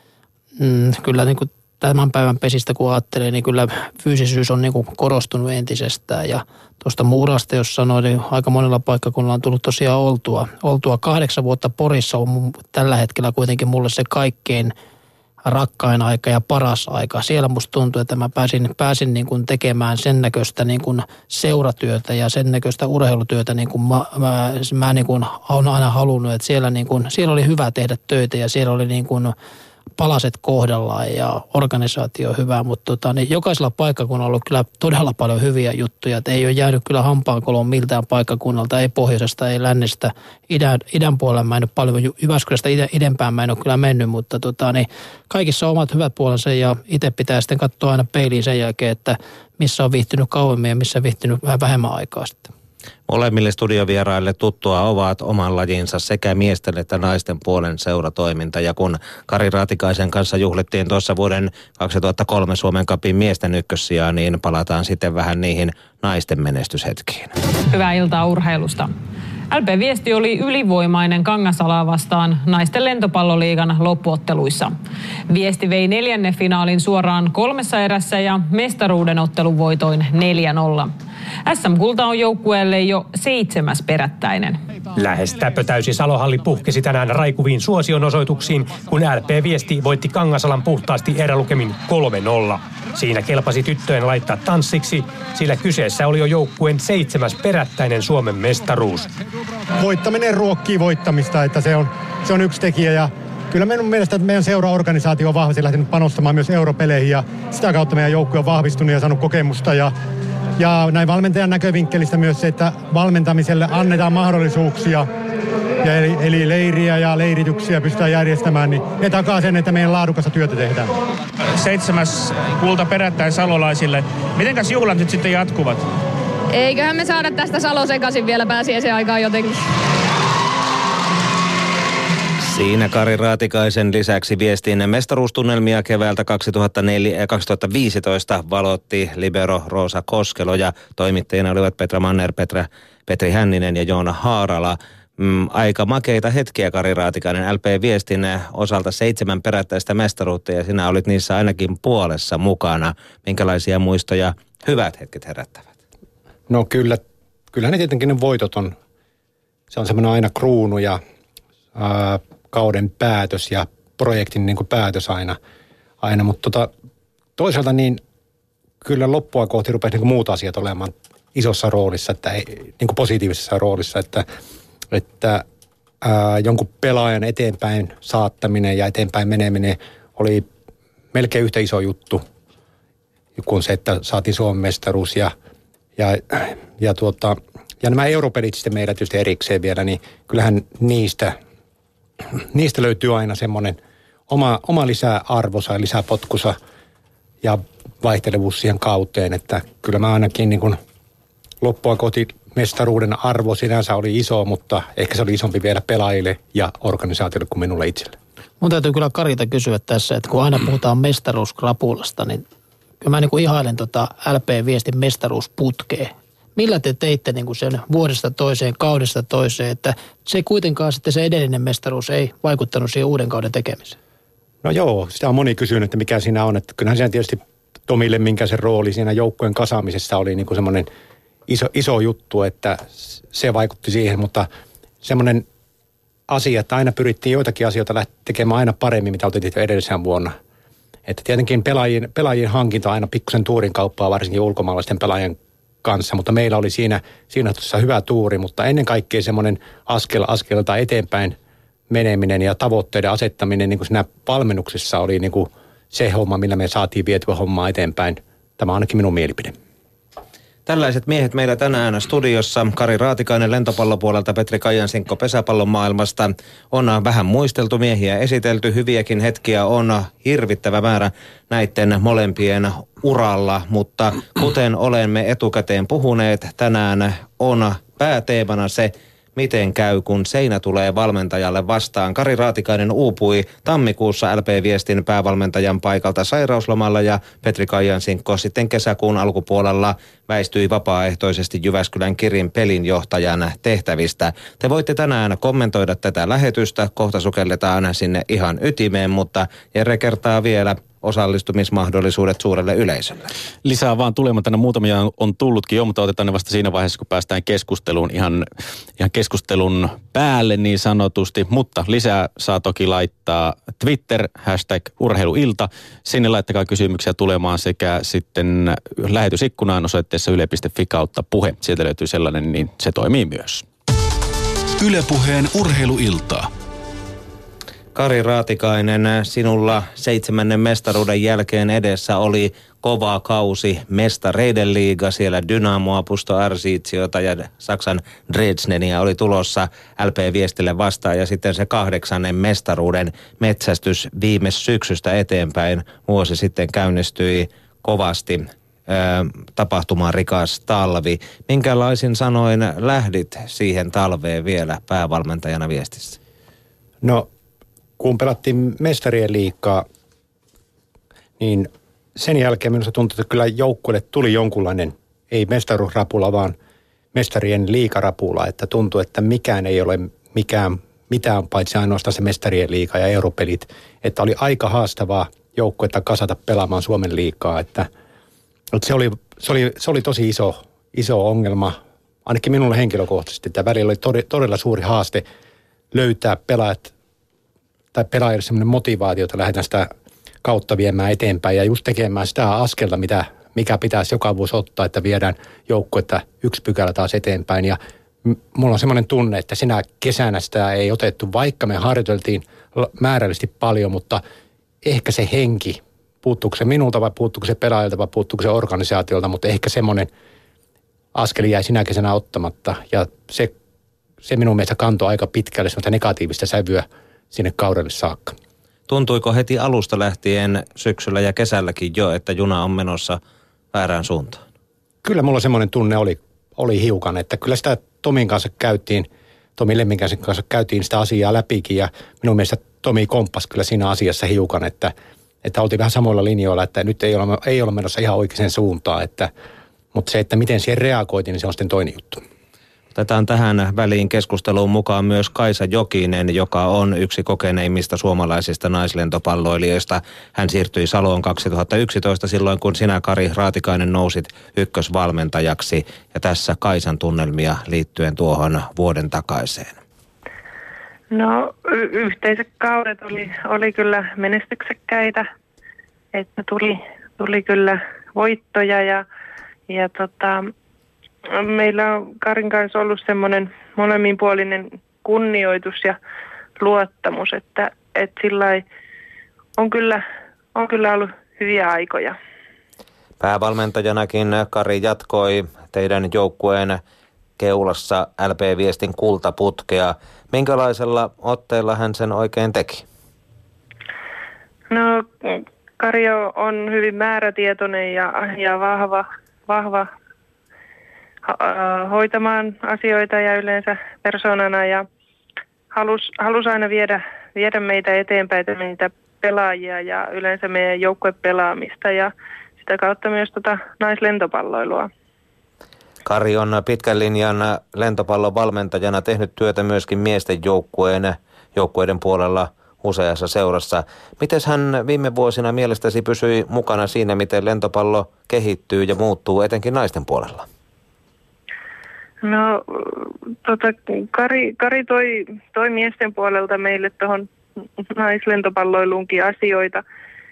Speaker 5: kyllä niin kuin tämän päivän pesistä kun ajattelee, niin kyllä fyysisyys on niin kuin korostunut entisestään ja tuosta mun urasta, jos sanoin, niin aika monella paikkakunnalla on tullut tosiaan oltua 8 vuotta Porissa on tällä hetkellä kuitenkin mulle se kaikkein rakkain aika ja paras aika. Siellä musta tuntuu, että mä pääsin niin kuin tekemään sen näköistä niin kuin seuratyötä ja sen näköistä urheilutyötä, niin kuin mä niin kuin olen aina halunnut, että siellä oli hyvä tehdä töitä ja siellä oli niin kuin palaset kohdallaan ja organisaatio hyvä, mutta niin jokaisella paikkakunnalla on ollut kyllä todella paljon hyviä juttuja, että ei ole jäänyt kyllä hampaankoloon miltään paikkakunnalta, ei pohjoisesta, ei lännestä, idän puolella mä en ole paljon, Jyväskylästä idempään mä en ole kyllä mennyt, mutta niin kaikissa on omat hyvät puolensa ja itse pitää sitten katsoa aina peiliin sen jälkeen, että missä on viihtynyt kauemmin ja missä on viihtynyt vähän vähemmän aikaa sitten.
Speaker 2: Molemmille studiovieraille tuttua ovat oman lajinsa sekä miesten että naisten puolen seuratoiminta. Ja kun Kari Raatikaisen kanssa juhlittiin tuossa vuoden 2003 Suomen Cupin miesten ykkössijaa, niin palataan sitten vähän niihin naisten menestyshetkiin.
Speaker 10: Hyvää iltaa urheilusta. LP Viesti oli ylivoimainen Kangasalaa vastaan naisten lentopalloliigan loppuotteluissa. Viesti vei 4. finaalin suoraan 3 erässä ja mestaruuden ottelun voitoin 4-0. SM-kulta on joukkueelle jo 7. perättäinen.
Speaker 11: Lähes täpötäysi Salohalli puhkesi tänään raikuviin suosionosoituksiin, kun LP Viesti voitti Kangasalan puhtaasti erälukemin 3-0. Siinä kelpasi tyttöjen laittaa tanssiksi, sillä kyseessä oli jo joukkueen 7. perättäinen Suomen mestaruus.
Speaker 3: Voittaminen ruokkii voittamista, että se on yksi tekijä ja kyllä minun mielestä meidän seuraorganisaatio on vahvasti lähtenyt panostamaan myös europeleihin ja sitä kautta meidän joukkue on vahvistunut ja saanut kokemusta ja näin valmentajan näkövinkkelistä myös se, että valmentamiselle annetaan mahdollisuuksia, eli leiriä ja leirityksiä pystytään järjestämään, niin ne takaa sen, että meidän laadukasta työtä tehdään.
Speaker 12: 7. kulta perättäin salolaisille. Mitenkäs juhlat nyt sitten jatkuvat?
Speaker 13: Eiköhän me saada tästä Salo sekaisin vielä pääsiäisen aikaan jotenkin.
Speaker 2: Siinä Kari Raatikaisen lisäksi viestin mestaruustunnelmia keväältä 2004 ja 2015 valotti libero Roosa Koskelo ja toimittajina olivat Petra Manner, Petri Hänninen ja Joona Haarala. Aika makeita hetkiä, Kari Raatikainen, LP-viestin osalta 7 perättäistä mestaruutta ja sinä olit niissä ainakin puolessa mukana. Minkälaisia muistoja hyvät hetket herättävät?
Speaker 3: No kyllä ne tietenkin ne voitot on, se on semmoinen aina kruunu ja kauden päätös ja projektin niin kuin päätös aina. Mutta toisaalta niin kyllä loppua kohti rupesi niin kuin muut asiat olemaan isossa roolissa, että ei, niin kuin positiivisessa roolissa, että jonkun pelaajan eteenpäin saattaminen ja eteenpäin meneminen oli melkein yhtä iso juttu kuin se, että saatiin Suomen mestaruus ja nämä europelit sitten meillä tietysti erikseen vielä, niin kyllähän niistä löytyy aina semmoinen oma lisäarvonsa ja lisäpotkusa ja vaihtelevuus siihen kauteen, että kyllä mä ainakin niin kuin loppua kohti mestaruuden arvo sinänsä oli iso, mutta ehkä se oli isompi vielä pelaajille ja organisaatioille kuin minulle itselle.
Speaker 5: Mun täytyy kyllä Karilta kysyä tässä, että kun aina puhutaan mestaruuskrapulasta, niin kyllä mä niin kuin ihailen LP-viestin mestaruusputkea. Millä te teitte niin kuin sen vuodesta toiseen, kaudesta toiseen, että se kuitenkaan sitten se edellinen mestaruus ei vaikuttanut siihen uuden kauden tekemiseen?
Speaker 3: No joo, sitä on moni kysynyt, että mikä siinä on. Että kyllähän siinä tietysti Tomille, minkä se rooli siinä joukkueen kasaamisessa oli niin kuin semmoinen iso juttu, että se vaikutti siihen, mutta semmoinen asia, että aina pyrittiin joitakin asioita lähteä tekemään aina paremmin, mitä oltiin tehty edellisenä vuonna. Että tietenkin pelaajien hankinta aina pikkusen tuurin kauppaa, varsinkin ulkomaalaisten pelaajien kanssa, mutta meillä oli siinä hyvä tuuri, mutta ennen kaikkea semmoinen askelta eteenpäin meneminen ja tavoitteiden asettaminen niin kuin siinä valmennuksessa oli niin kuin se homma, millä me saatiin vietyä hommaa eteenpäin. Tämä on ainakin minun mielipide.
Speaker 2: Tällaiset miehet meillä tänään studiossa. Kari Raatikainen lentopallopuolelta, Petri Kajansinkko pesäpallon maailmasta. On vähän muisteltu miehiä, esitelty, hyviäkin hetkiä on hirvittävä määrä näiden molempien uralla, mutta kuten olemme etukäteen puhuneet, tänään on pääteemana se, miten käy, kun seinä tulee valmentajalle vastaan. Kari Raatikainen uupui tammikuussa LP-viestin päävalmentajan paikalta sairauslomalla ja Petri Kajansinkko sitten kesäkuun alkupuolella väistyi vapaaehtoisesti Jyväskylän Kirin pelinjohtajan tehtävistä. Te voitte tänään kommentoida tätä lähetystä, kohta sukelletaan sinne ihan ytimeen, mutta Jere kertaa vielä osallistumismahdollisuudet suurelle yleisölle.
Speaker 6: Lisää vaan tulemaan, tänne muutamia on tullutkin jo, mutta otetaan ne vasta siinä vaiheessa, kun päästään keskusteluun ihan keskustelun päälle niin sanotusti. Mutta lisää saa toki laittaa Twitter, #urheiluilta. Sinne laittakaa kysymyksiä tulemaan sekä sitten lähetysikkunaan osoitteessa yle.fi/puhe. Sieltä löytyy sellainen, niin se toimii myös.
Speaker 1: Yle Puheen urheiluilta.
Speaker 2: Kari Raatikainen, sinulla 7. mestaruuden jälkeen edessä oli kova kausi mestareiden liiga. Siellä Dynamoa, Pusto Arsiitsiota ja Saksan Dresdenia oli tulossa LP-viestille vastaan. Ja sitten se 8. mestaruuden metsästys viime syksystä eteenpäin. Vuosi sitten käynnistyi kovasti tapahtumaan rikas talvi. Minkälaisin sanoin lähdit siihen talveen vielä päävalmentajana Viestissä?
Speaker 3: No, kun pelattiin mestarien liigaa, niin sen jälkeen minusta tuntui, että kyllä joukkueelle tuli jonkunlainen, ei mestaruusrapula, vaan mestarien liigarapula, että tuntui, että mikään ei ole mitään paitsi ainoastaan se mestarien liiga ja europelit, että oli aika haastavaa joukkuetta kasata pelaamaan Suomen liigaa, että se oli tosi iso ongelma, ainakin minulle henkilökohtaisesti, että välillä oli todella suuri haaste löytää pelaajille semmoinen motivaatio, että lähdetään sitä kautta viemään eteenpäin ja just tekemään sitä askelta, mikä pitäisi joka vuosi ottaa, että viedään joukkuetta 1 pykälä taas eteenpäin. Ja mulla on semmoinen tunne, että sinä kesänä sitä ei otettu, vaikka me harjoiteltiin määrällisesti paljon, mutta ehkä se henki, puuttuuko se minulta vai puuttuuko se pelaajilta vai puuttuuko se organisaatiolta, mutta ehkä semmoinen askeli jäi sinä kesänä ottamatta ja se minun mielestä kantoi aika pitkälle semmoista negatiivista sävyä sinne kaudelle saakka.
Speaker 2: Tuntuiko heti alusta lähtien syksyllä ja kesälläkin jo, että juna on menossa väärään suuntaan?
Speaker 3: Kyllä mulla semmoinen tunne oli hiukan, että kyllä sitä Tomin kanssa käytiin Tomi Lemminkäisen kanssa käytiin sitä asiaa läpikin ja minun mielestä Tomi komppasi kyllä siinä asiassa hiukan, että oltiin vähän samoilla linjoilla, että nyt ei ole menossa ihan oikeaan suuntaan, mutta se, että miten siihen reagoitiin, niin se on sitten toinen juttu.
Speaker 2: Otetaan tähän väliin keskusteluun mukaan myös Kaisa Jokinen, joka on yksi kokeneimmista suomalaisista naislentopalloilijoista. Hän siirtyi Saloon 2011 silloin, kun sinä, Kari Raatikainen, nousit ykkösvalmentajaksi. Ja tässä Kaisan tunnelmia liittyen tuohon vuoden takaiseen.
Speaker 14: No yhteiset kaudet oli kyllä menestyksekkäitä, että tuli kyllä voittoja ja meillä on Karin kanssa ollut semmoinen molemminpuolinen kunnioitus ja luottamus, että sillai on kyllä ollut hyviä aikoja.
Speaker 2: Päävalmentajanakin Kari jatkoi teidän joukkueen keulassa LP Viestin kultaputkea. Minkälaisella otteella hän sen oikein teki?
Speaker 14: No Kari on hyvin määrätietoinen ja vahva hoitamaan asioita ja yleensä persoonana ja halusi aina viedä meitä eteenpäin, meitä pelaajia ja yleensä meidän joukkuepelaamista ja sitä kautta myös naislentopalloilua.
Speaker 2: Kari on pitkän linjan lentopallon valmentajana tehnyt työtä myöskin miesten joukkueiden puolella useassa seurassa. Miten hän viime vuosina mielestäsi pysyi mukana siinä, miten lentopallo kehittyy ja muuttuu etenkin naisten puolella?
Speaker 14: No, Kari toi miesten puolelta meille tuohon naislentopalloiluunkin asioita,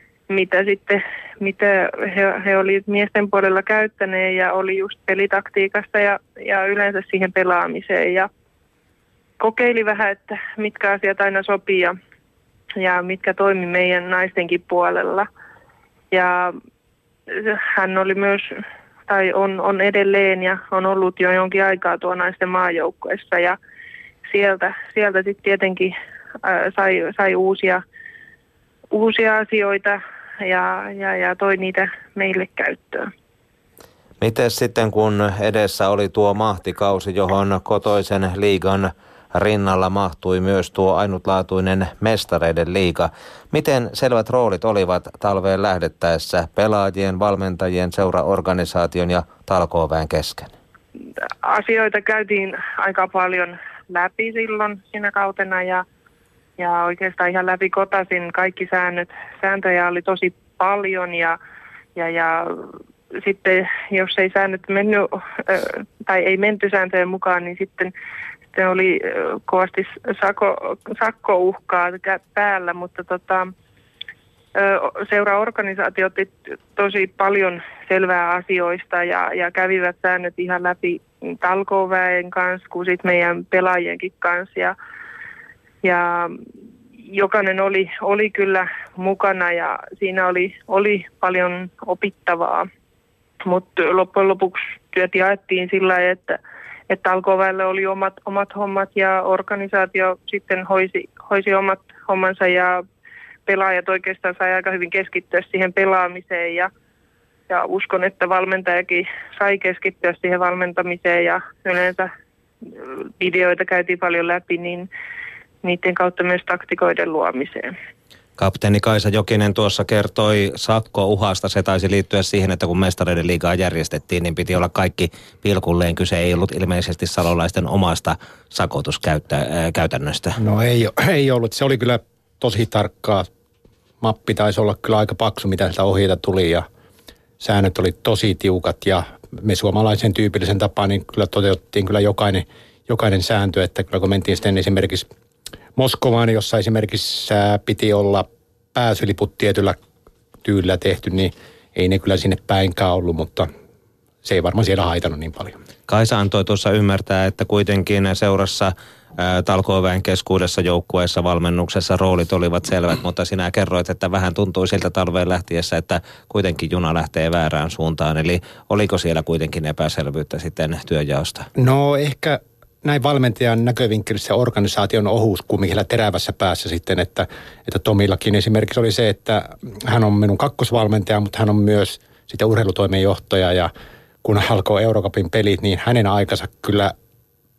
Speaker 14: mitä he oli miesten puolella käyttäneet ja oli just pelitaktiikasta ja yleensä siihen pelaamiseen ja kokeili vähän, että mitkä asiat aina sopii ja mitkä toimi meidän naistenkin puolella. Ja hän oli myös tai on edelleen ja on ollut jo jonkin aikaa tuo naisten maajoukkueessa ja sieltä sitten tietenkin sai uusia asioita ja toi niitä meille käyttöön.
Speaker 2: Miten sitten kun edessä oli tuo mahtikausi, johon kotoisen liigan rinnalla mahtui myös tuo ainutlaatuinen mestareiden liiga. Miten selvät roolit olivat talveen lähdettäessä pelaajien, valmentajien, seuraorganisaation ja talkooväen kesken?
Speaker 14: Asioita käytiin aika paljon läpi silloin siinä kautena ja oikeastaan ihan läpi kotasin kaikki sääntöjä oli tosi paljon ja sitten jos ei säännöt mennyt tai ei menty sääntöjen mukaan, niin sitten oli kovasti sakkouhkaa päällä, mutta seuraorganisaatio otti tosi paljon selvää asioista ja kävivät säännöt ihan läpi talkooväen kanssa kuin sitten meidän pelaajienkin kanssa ja jokainen oli kyllä mukana ja siinä oli paljon opittavaa, mutta loppujen lopuksi työt jaettiin sillä lailla, että talkooväelle oli omat hommat ja organisaatio sitten hoisi omat hommansa ja pelaajat oikeastaan sai aika hyvin keskittyä siihen pelaamiseen ja uskon, että valmentajakin sai keskittyä siihen valmentamiseen ja yleensä videoita käytiin paljon läpi, niin niiden kautta myös taktikoiden luomiseen.
Speaker 2: Kapteeni Kaisa Jokinen tuossa kertoi sakkouhasta. Se taisi liittyä siihen, että kun mestareiden liigaa järjestettiin, niin piti olla kaikki pilkulleen. Kyse ei ollut ilmeisesti salolaisten omasta sakotuskäytännöstä.
Speaker 3: No ei ollut. Se oli kyllä tosi tarkkaa. Mappi taisi olla kyllä aika paksu, mitä sieltä ohjeita tuli ja säännöt oli tosi tiukat ja me suomalaisen tyypillisen tapaan niin kyllä toteutettiin kyllä jokainen sääntö, että kyllä kun mentiin sitten esimerkiksi Moskovaan, jossa esimerkiksi piti olla pääsyliput tietyllä tyylillä tehty, niin ei ne kyllä sinne päinkään ollut, mutta se ei varmaan siellä haitannut niin paljon.
Speaker 2: Kaisa antoi tuossa ymmärtää, että kuitenkin seurassa talkooväen keskuudessa, joukkueessa, valmennuksessa roolit olivat selvät, mutta sinä kerroit, että vähän tuntui siltä talveen lähtiessä, että kuitenkin juna lähtee väärään suuntaan. Eli oliko siellä kuitenkin epäselvyyttä sitten työnjaosta?
Speaker 3: No ehkä näin valmentajan näkövinkkelissä organisaation ohuus kumminkin terävässä päässä sitten, että Tomillakin esimerkiksi oli se, että hän on minun kakkosvalmentaja, mutta hän on myös sitten urheilutoimenjohtaja ja kun alkoi Eurocupin pelit, niin hänen aikansa kyllä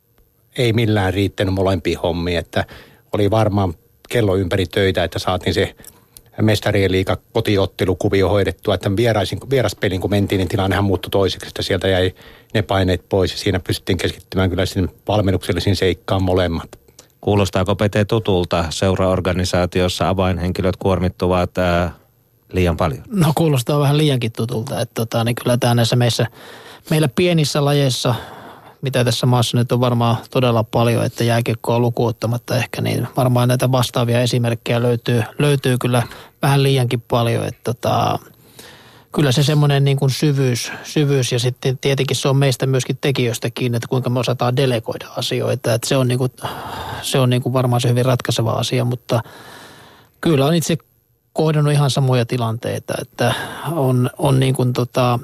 Speaker 3: ei millään riittänyt molempiin hommiin, että oli varmaan kello ympäri töitä, että saatiin se mestarien liiga kotiottelukuvio hoidettua, että vieraspeliin kun mentiin, niin tilannehan muuttui toiseksi, että sieltä jäi ne paineet pois ja siinä pystyttiin keskittymään kyllä sinne valmennuksellisiin seikkaan molemmat.
Speaker 2: Kuulostaako Pete tutulta seuraorganisaatiossa avainhenkilöt kuormittuvat liian paljon?
Speaker 5: No kuulostaa vähän liiankin tutulta, että niin kyllä tämä näissä meillä pienissä lajeissa, mitä tässä maassa nyt on varmaan todella paljon, että jääkiekkoa lukuun ottamatta ehkä, niin varmaan näitä vastaavia esimerkkejä löytyy kyllä vähän liiankin paljon, että kyllä se semmoinen niin kuin syvyys ja sitten tietenkin se on meistä myöskin tekijöistä kiinni, että kuinka me osataan delegoida asioita, että se on niin kuin varmaan se hyvin ratkaiseva asia, mutta kyllä on itse kohdannut ihan samoja tilanteita, että on niin kuin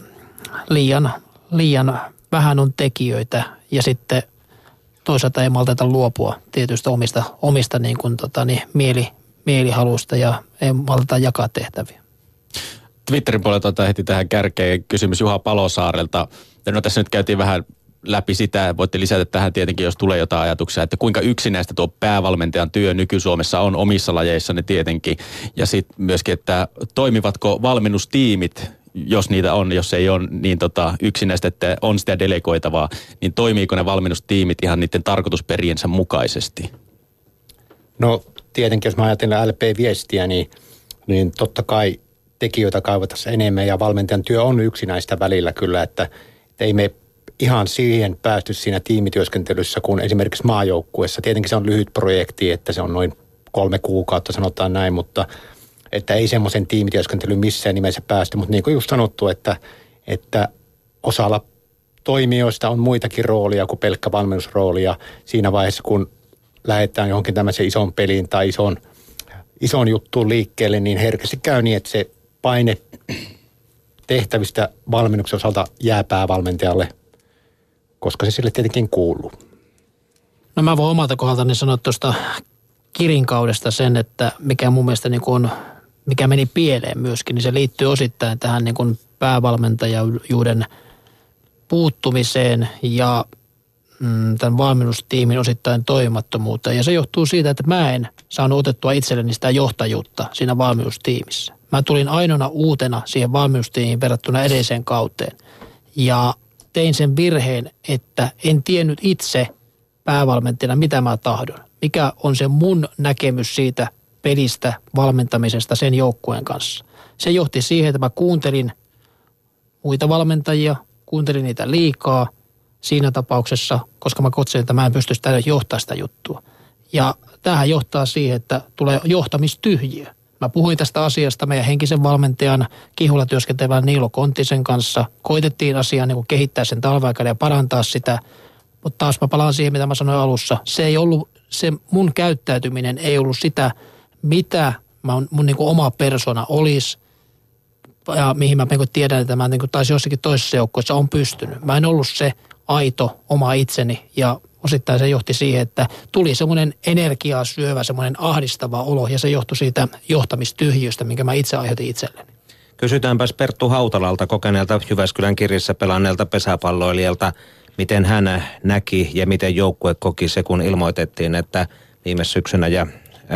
Speaker 5: liian vähän on tekijöitä ja toisaalta ei malteta luopua tietystä omista niin kuin mielihalusta ja ei malteta jakaa tehtäviä.
Speaker 6: Twitterin puolelta otetaan heti tähän kärkeen kysymys Juha Palosaarelta. No tässä nyt käytiin vähän läpi sitä, voitte lisätä tähän tietenkin, jos tulee jotain ajatuksia, että kuinka yksinäistä tuo päävalmentajan työ nyky-Suomessa on omissa lajeissani tietenkin. Ja sitten myöskin, että toimivatko valmennustiimit, jos niitä on, jos ei ole niin yksinäistä, että on sitä delegoitavaa, niin toimiiko ne valmennustiimit ihan niiden tarkoitusperiensä mukaisesti? No
Speaker 3: tietenkin, jos mä ajattelen LP-viestiä, niin totta kai tekijöitä kaivataan enemmän ja valmentajan työ on yksinäistä välillä kyllä, että ei me ihan siihen päästy siinä tiimityöskentelyssä kuin esimerkiksi maajoukkuessa. Tietenkin se on lyhyt projekti, että se on noin 3 kuukautta, sanotaan näin, mutta että ei semmoisen tiimityöskentelyyn missään nimessä päästy. Mutta niin kuin just sanottu, että osalla toimijoista on muitakin roolia kuin pelkkä valmennusrooli. Ja siinä vaiheessa, kun lähdetään johonkin tämmöiseen ison peliin tai ison juttuun liikkeelle, niin herkästi käy niin, että se paine tehtävistä valmennuksen osalta jää päävalmentajalle, koska se sille tietenkin kuuluu.
Speaker 5: No mä voin omalta kohdaltani sanoa tuosta Kirin kaudesta sen, että mikä mun mielestä niin on, mikä meni pieleen myöskin, niin se liittyy osittain tähän niin kuin päävalmentajuuden puuttumiseen ja tämän valmennustiimin osittain toimimattomuuteen. Ja se johtuu siitä, että mä en saanut otettua itselleni sitä johtajuutta siinä valmennustiimissä. Mä tulin ainoana uutena siihen valmennustiimiin verrattuna edelliseen kauteen. Ja tein sen virheen, että en tiennyt itse päävalmentajana, mitä mä tahdon. Mikä on se mun näkemys siitä pelistä, valmentamisesta sen joukkueen kanssa. Se johti siihen, että mä kuuntelin muita valmentajia, kuuntelin niitä liikaa siinä tapauksessa, koska mä kotsin, että mä en pysty sitä johtaa sitä juttua. Ja tämähän johtaa siihen, että tulee johtamistyhjiö. Mä puhuin tästä asiasta meidän henkisen valmentajan Kihulla työskentelevän Niilo Kontisen kanssa. Koitettiin asiaa niin kuin kehittää sen talveaikana ja parantaa sitä. Mutta taas mä palaan siihen, mitä mä sanoin alussa. Se mun käyttäytyminen ei ollut sitä, mitä mun niin kuin oma persona olisi. Ja mihin mä tiedän, että mä niin kuin taisi jossakin toisessa joukkueessa on pystynyt. Mä en ollut se aito oma itseni ja osittain se johti siihen, että tuli semmoinen energiaa syövä, semmoinen ahdistava olo ja se johtui siitä johtamistyhjiöstä, minkä mä itse aiheutin itselleni.
Speaker 2: Kysytäänpäs Perttu Hautalalta, kokeneelta Jyväskylän Kirissä pelanneelta pesäpalloilijalta, miten hän näki ja miten joukkue koki se, kun ilmoitettiin, että viime syksynä ja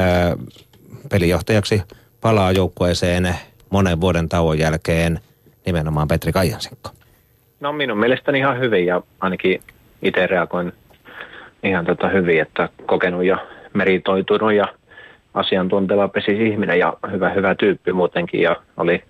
Speaker 2: pelijohtajaksi palaa joukkueeseen monen vuoden tauon jälkeen nimenomaan Petri Kaijansikko.
Speaker 15: No minun mielestäni ihan hyvin ja ainakin itse reagoin ihan hyvin, että kokenut ja meritoitunut ja asiantunteva pesisihminen ja hyvä tyyppi muutenkin ja oli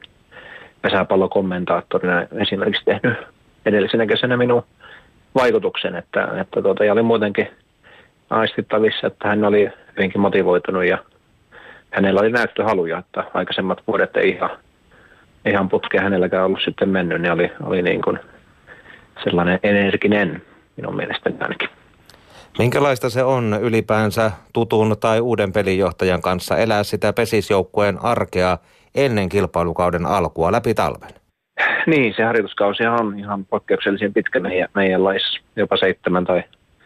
Speaker 15: pesäpallokommentaattorina esimerkiksi tehnyt edellisenä kesänä minun vaikutuksen, että ja oli muutenkin aistittavissa, että hän oli hyvinkin motivoitunut ja hänellä oli näyttöhaluja, että aikaisemmat vuodet ei ihan putkeen hänelläkään ollut sitten mennyt, niin oli niin kuin sellainen energinen minun mielestäni ainakin.
Speaker 2: Minkälaista se on ylipäänsä tutun tai uuden pelinjohtajan kanssa elää sitä pesisjoukkueen arkea ennen kilpailukauden alkua läpi talven?
Speaker 15: Niin, se harjoituskausi on ihan poikkeuksellisen pitkä meidän laissa, jopa 7 tai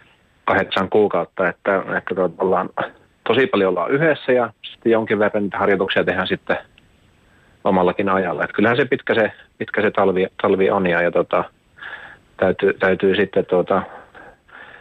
Speaker 15: 8 kuukautta, että tosi paljon ollaan yhdessä ja sitten jonkin verran niitä harjoituksia tehdään sitten omallakin ajalla. Että kyllähän se pitkä se talvi on ja täytyy sitten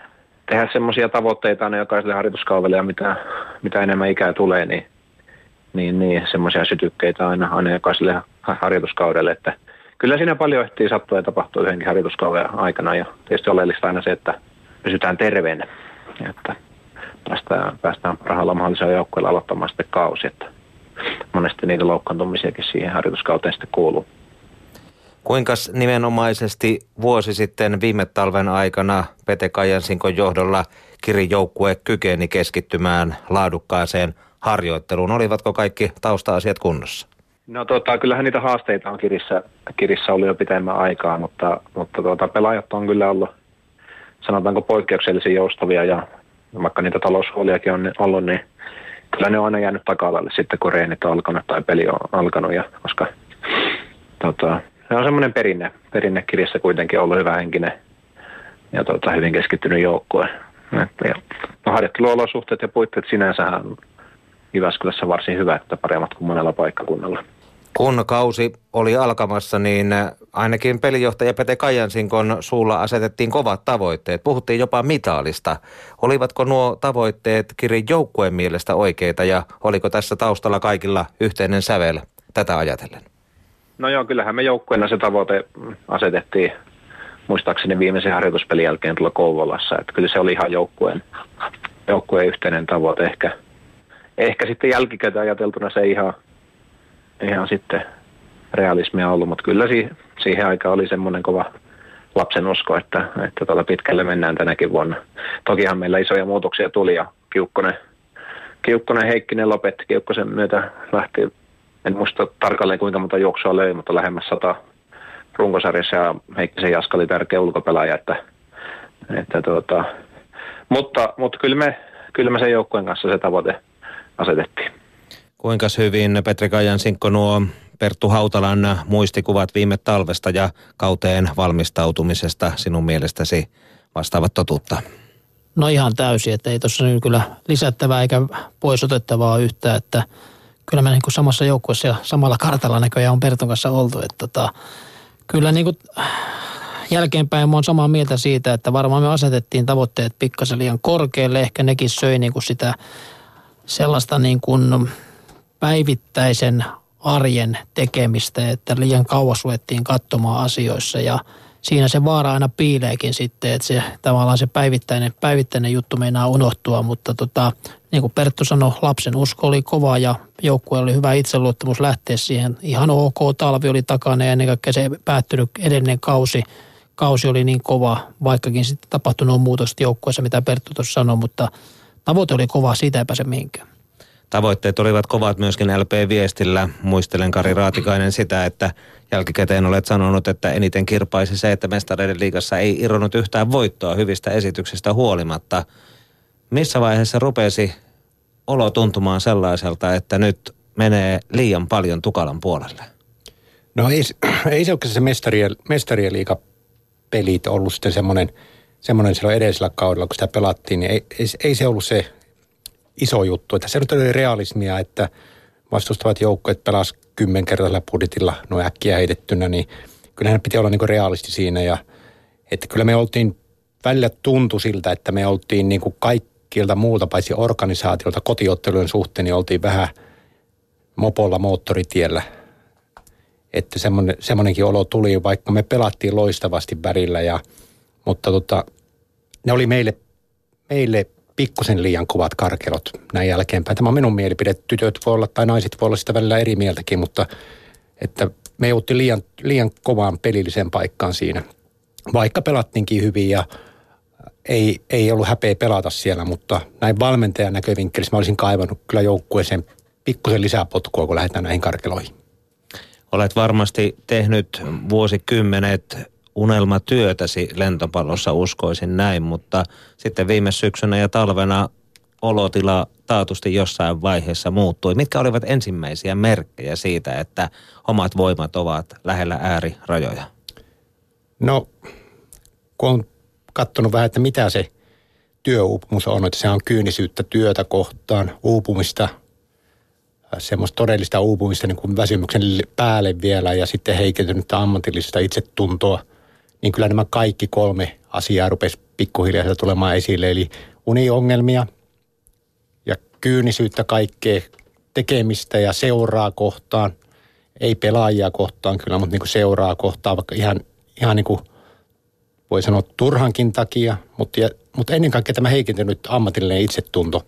Speaker 15: tehdä semmoisia tavoitteita aina jokaiselle harjoituskaudelle ja mitä enemmän ikää tulee, niin semmoisia sytykkeitä aina jokaiselle harjoituskaudelle, että kyllä siinä paljon ehtii sattua ja tapahtuu yhdenkin harjoituskauden aikana ja tietysti oleellista aina se, että pysytään terveenä ja että päästään parhaalla mahdollisella joukkueella aloittamaan sitten kausi, että monesti niitä loukkaantumisiakin siihen harjoituskauteen sitten kuuluu.
Speaker 2: Kuinka nimenomaisesti vuosi sitten viime talven aikana Pete Kajansinkon johdolla Kirin joukkue kykeni keskittymään laadukkaaseen harjoitteluun? Olivatko kaikki tausta-asiat kunnossa?
Speaker 15: No kyllähän niitä haasteita on Kirissä ollut jo pitemmän aikaa, mutta pelaajat on kyllä ollut, sanotaanko poikkeuksellisen joustavia ja vaikka niitä taloushuoliakin on ollut, niin kyllä ne on aina jäänyt taka-alalle sitten, kun reenit on alkanut tai peli on alkanut, koska se on semmoinen perinne Kirissä kuitenkin ollut hyvähenkinen ja hyvin keskittynyt joukkue. Harjoitteluolosuhteet ja puitteet sinänsä on Jyväskylässä varsin hyvä, että paremmat kuin monella paikkakunnalla.
Speaker 2: Kun kausi oli alkamassa, niin ainakin pelijohtaja Pete Kajansinkon suulla asetettiin kovat tavoitteet. Puhuttiin jopa mitaalista. Olivatko nuo tavoitteet Kirin joukkueen mielestä oikeita ja oliko tässä taustalla kaikilla yhteinen sävel tätä ajatellen?
Speaker 15: No joo, kyllähän me joukkueena se tavoite asetettiin muistaakseni viimeisen harjoituspelin jälkeen tuolla Kouvolassa. Että kyllä se oli ihan joukkueen yhteinen tavoite. Ehkä sitten jälkikäteen ajateltuna se ei ihan sitten realismia ollut, mutta kyllä siihen aikaan oli semmoinen kova lapsen usko, että pitkälle mennään tänäkin vuonna. Tokihan meillä isoja muutoksia tuli ja Kiukkonen Heikkinen lopetti. Kiukkosen myötä lähti, en muista tarkalleen kuinka monta juoksua löi, mutta lähemmäs 100 runkosarjassa ja Heikkisen Jaska oli tärkeä ulkopelaaja. Mutta kyllä me sen joukkueen kanssa se tavoite asetettiin.
Speaker 2: Kuinka hyvin, Petri Kajansinkko, nuo Perttu Hautalan muistikuvat viime talvesta ja kauteen valmistautumisesta sinun mielestäsi vastaavat totuutta?
Speaker 5: No ihan täysin, että ei tuossa nyt kyllä lisättävää eikä pois otettavaa yhtään, että kyllä me niin kuin samassa joukkueessa ja samalla kartalla näköjään on Pertun kanssa oltu, että kyllä niin kuin jälkeenpäin mä oon samaa mieltä siitä, että varmaan me asetettiin tavoitteet pikkasen liian korkealle, ehkä nekin söi niin kuin sitä sellaista niin kuin päivittäisen arjen tekemistä, että liian kauas ruvettiin katsomaan asioissa ja siinä se vaara aina piileekin sitten, että se tavallaan se päivittäinen juttu meinaa unohtua, mutta niin kuin Perttu sanoi, lapsen usko oli kova ja joukkueella oli hyvä itseluottamus lähteä siihen. Ihan ok, talvi oli takana ja ennen kaikkea se päättynyt edellinen kausi oli niin kova, vaikkakin sitten tapahtunut muutokset joukkueessa, mitä Perttu tuossa sanoi, mutta tavoite oli kova, siitä ei pääse mihinkään.
Speaker 2: Tavoitteet olivat kovat myöskin LP-viestillä. Muistelen, Kari Raatikainen, sitä, että jälkikäteen olet sanonut, että eniten kirpaisi se, että Mestareiden liigassa ei irronnut yhtään voittoa hyvistä esityksistä huolimatta. Missä vaiheessa rupesi olo tuntumaan sellaiselta, että nyt menee liian paljon tukalan puolelle?
Speaker 3: No ei se oikeastaan se Mestarien liigapelit ollut sitten semmoinen silloin edellisellä kaudella, kun sitä pelattiin, niin ei se ollut se iso juttu. Että se nyt oli realismia, että vastustavat joukkueet pelasi 10-kertaisella budjetilla noin äkkiä heitettynä, niin kyllähän piti olla niinku realisti siinä. Ja, että kyllä me oltiin, välillä tuntui siltä, että me oltiin niinku kaikilta muulta paitsi organisaatiolta kotiottelujen suhteen, niin oltiin vähän mopolla moottoritiellä. Että semmoinenkin olo tuli, vaikka me pelattiin loistavasti välillä. Mutta ne oli meille pikkusen liian kovat karkelot näin jälkeenpäin. Tämä on minun mielipide. Tytöt voi olla tai naiset voi olla sitä välillä eri mieltäkin, mutta että me jouttiin liian kovaan pelilliseen paikkaan siinä. Vaikka pelattiinkin hyvin ja ei ollut häpeä pelata siellä, mutta näin valmentajan näkövinkkelissä mä olisin kaivannut kyllä joukkueeseen pikkusen lisää potkua, kun lähdetään näihin karkeloihin.
Speaker 2: Olet varmasti tehnyt vuosikymmenet unelmatyötäsi lentopallossa, uskoisin näin, mutta sitten viime syksynä ja talvena olotila taatusti jossain vaiheessa muuttui. Mitkä olivat ensimmäisiä merkkejä siitä, että omat voimat ovat lähellä äärirajoja? No, kun on katsonut vähän, että mitä se työuupumus on, että se on kyynisyyttä työtä kohtaan, uupumista, semmoista todellista uupumista niin kuin väsymyksen päälle vielä ja sitten heikentynyttä ammatillista itsetuntoa,
Speaker 3: niin kyllä nämä kaikki 3 asiaa rupesi pikkuhiljaa tulemaan esille. Eli uniongelmia ja kyynisyyttä kaikkea tekemistä ja seuraa kohtaan. Ei pelaajia kohtaan kyllä, mutta niin kuin seuraa kohtaan, vaikka ihan niin kuin voi sanoa turhankin takia, mutta ennen kaikkea tämä heikentynyt ammatillinen itsetunto.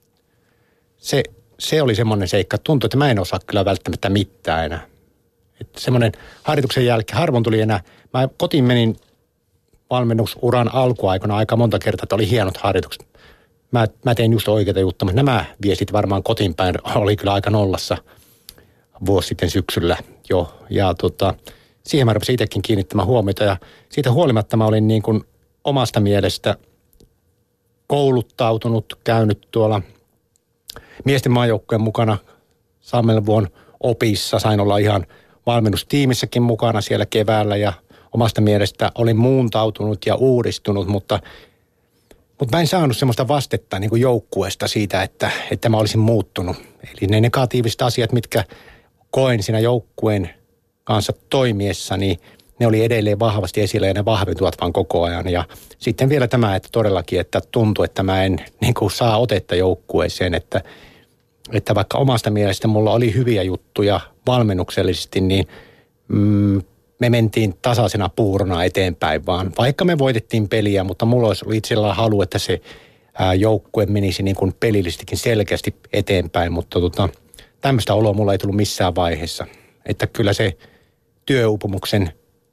Speaker 3: Se oli semmoinen seikka, tuntui, että mä en osaa kyllä välttämättä mitään enää. Että semmoinen harjoituksen jälkeen harvoin tuli enää. Mä kotiin menin valmennusuran alkuaikana aika monta kertaa, että oli hienot harjoitukset. Mä tein just oikeita juttuja, mutta nämä viestit varmaan kotiin päin oli kyllä aika nollassa vuosi sitten syksyllä jo. Ja siihen mä rupesin itsekin kiinnittämään huomiota ja siitä huolimatta mä olin niin kuin omasta mielestä kouluttautunut, käynyt tuolla miesten maajoukkueen mukana Sammelvuon opissa. Sain olla ihan valmennustiimissäkin mukana siellä keväällä ja omasta mielestä olin muuntautunut ja uudistunut, mutta mä en saanut semmoista vastetta niin kuin joukkueesta siitä, että mä olisin muuttunut. Eli ne negatiiviset asiat, mitkä koen siinä joukkueen kanssa toimiessa, niin ne oli edelleen vahvasti esillä ja ne vahventuvat vaan koko ajan. Ja sitten vielä tämä, että todellakin, että tuntuu, että mä en niin kuin saa otetta joukkueeseen, että vaikka omasta mielestä mulla oli hyviä juttuja valmennuksellisesti, niin me mentiin tasaisena puurona eteenpäin vaan. Vaikka me voitettiin peliä, mutta mulla oli itsellä halu, että se joukkue menisi niin kuin pelillistikin selkeästi eteenpäin, mutta tämmöistä oloa mulla ei tullut missään vaiheessa. Että kyllä se työuupumuksen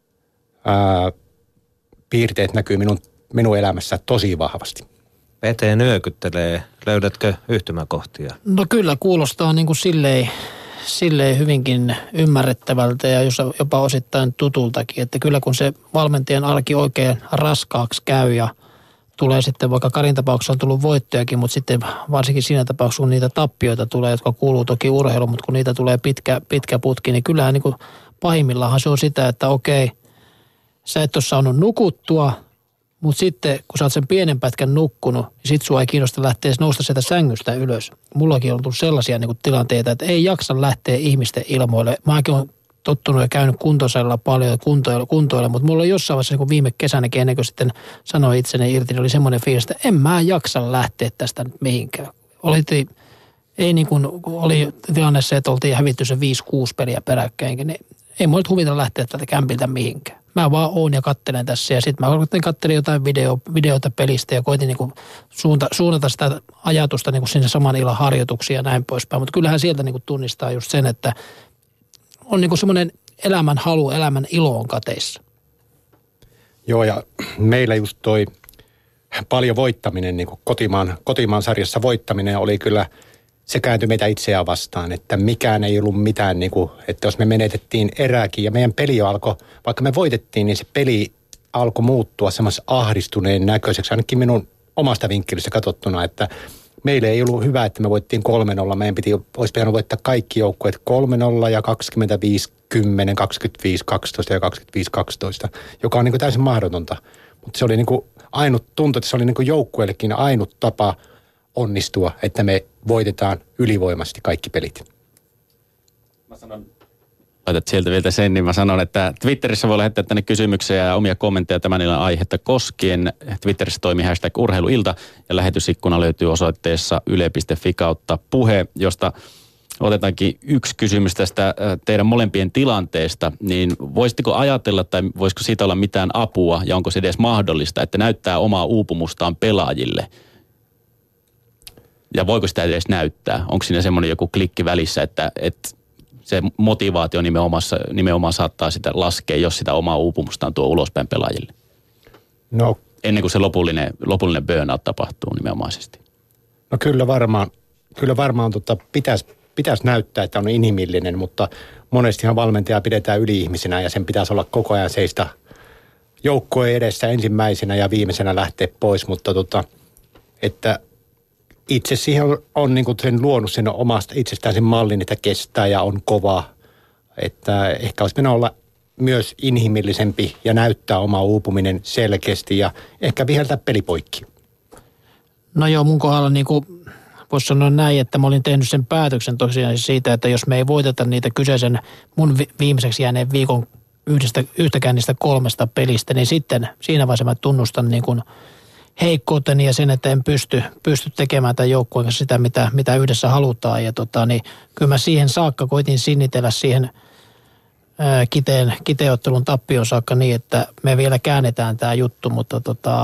Speaker 3: piirteet näkyy minun elämässä tosi vahvasti.
Speaker 2: Pete nyökyttelee. Löydätkö yhtymäkohtia?
Speaker 5: No kyllä kuulostaa niin kuin silleen hyvinkin ymmärrettävältä ja jopa osittain tutultakin. Että kyllä kun se valmentajan arki oikein raskaaksi käy ja tulee sitten, vaikka Karin tapauksessa on tullut voittojakin, mutta sitten varsinkin siinä tapauksessa, kun niitä tappioita tulee, jotka kuuluu toki urheiluun, mutta kun niitä tulee pitkä putki, niin kyllähän niin kuin pahimmillaan se on sitä, että okei, sä et ole saanut nukuttua, mutta sitten kun sä oot sen pienen pätkän nukkunut, niin sit sua ei kiinnosta lähteä nousta sieltä sängystä ylös. Mullakin on tullut sellaisia niin kuin tilanteita, että ei jaksa lähteä ihmisten ilmoille. Mäkin olen tottunut ja käynyt kuntosalilla paljon kuntoilla, mutta mulla on jossain vaiheessa niin viime kesänäkin ennen kuin sitten sanoi itseni irti, niin oli semmoinen fiilis, että en mä jaksa lähteä tästä mihinkään. Ei niin kuin oli tilanne se, että oltiin hävitty se 5-6 peliä peräkkäinkin, niin ei mulla nyt huvita lähteä tältä kämpiltä mihinkään. Mä vaan oon ja kattelen tässä ja sitten mä kattelin jotain videota pelistä ja koitin niin kuin suunnata sitä ajatusta niin kuin sinne saman illan harjoituksia ja näin poispäin. Mutta kyllähän sieltä niin kuin tunnistaa just sen, että on niin kuin semmoinen elämän halu, elämän ilo on kateissa.
Speaker 3: Joo ja meillä just toi paljon voittaminen, niin kuin kotimaan sarjassa voittaminen oli kyllä, se kääntyi meitä itseään vastaan, että mikään ei ollut mitään, niin kuin, että jos me menetettiin erääkin ja meidän peli alkoi, vaikka me voitettiin, niin se peli alkoi muuttua semmoisen ahdistuneen näköiseksi, ainakin minun omasta vinkkelistä katsottuna, että meille ei ollut hyvä, että me voittiin 3-0, meidän olisi pitänyt voittaa kaikki joukkueet 3-0 ja 25-10, 25-12 ja 25-12, joka on niin kuin täysin mahdotonta, mutta se oli niin kuin ainut, tuntui, että se oli niin kuin joukkueellekin ainut tapa onnistua, että me voitetaan ylivoimaisesti kaikki pelit.
Speaker 6: Laitat sieltä vielä sen, niin mä sanon, että Twitterissä voi lähettää tänne kysymyksiä ja omia kommentteja tämän illan aihetta koskien. Twitterissä toimii #urheiluilta ja lähetysikkuna löytyy osoitteessa yle.fi/puhe, josta otetaankin yksi kysymys tästä teidän molempien tilanteesta. Niin voisitteko ajatella tai voisiko siitä olla mitään apua ja onko se edes mahdollista, että näyttää omaa uupumustaan pelaajille? Ja voiko sitä edes näyttää? Onko siinä semmoinen joku klikki välissä, että se motivaatio nimenomaan saattaa sitä laskea, jos sitä omaa uupumustaan tuo ulospäin pelaajille?
Speaker 3: No,
Speaker 6: ennen kuin se lopullinen burnout tapahtuu nimenomaisesti.
Speaker 3: No kyllä varmaan pitäisi näyttää, että on inhimillinen, mutta monestihan valmentaja pidetään yli-ihmisenä ja sen pitäisi olla koko ajan seistä joukkojen edessä ensimmäisenä ja viimeisenä lähteä pois, mutta että itse siihen on niin kuin sen luonut sen omasta itsestään sen mallin, että kestää ja on kova. Että ehkä olisi pitänyt olla myös inhimillisempi ja näyttää oma uupuminen selkeästi ja ehkä viheltää pelipoikki.
Speaker 5: No joo, mun kohdalla niin kuin voisi sanoa näin, että mä olin tehnyt sen päätöksen tosiaan siitä, että jos me ei voiteta niitä kyseisen mun viimeiseksi jääneen viikon yhtäkään niistä 3 pelistä, niin sitten siinä vaiheessa mä tunnustan niin kuin heikkouteni ja sen, että en pysty tekemään tämän joukkueen kanssa sitä, mitä yhdessä halutaan. Ja niin kyllä mä siihen saakka koitin sinnitellä siihen kiteottelun tappion saakka niin, että me vielä käännetään tämä juttu, mutta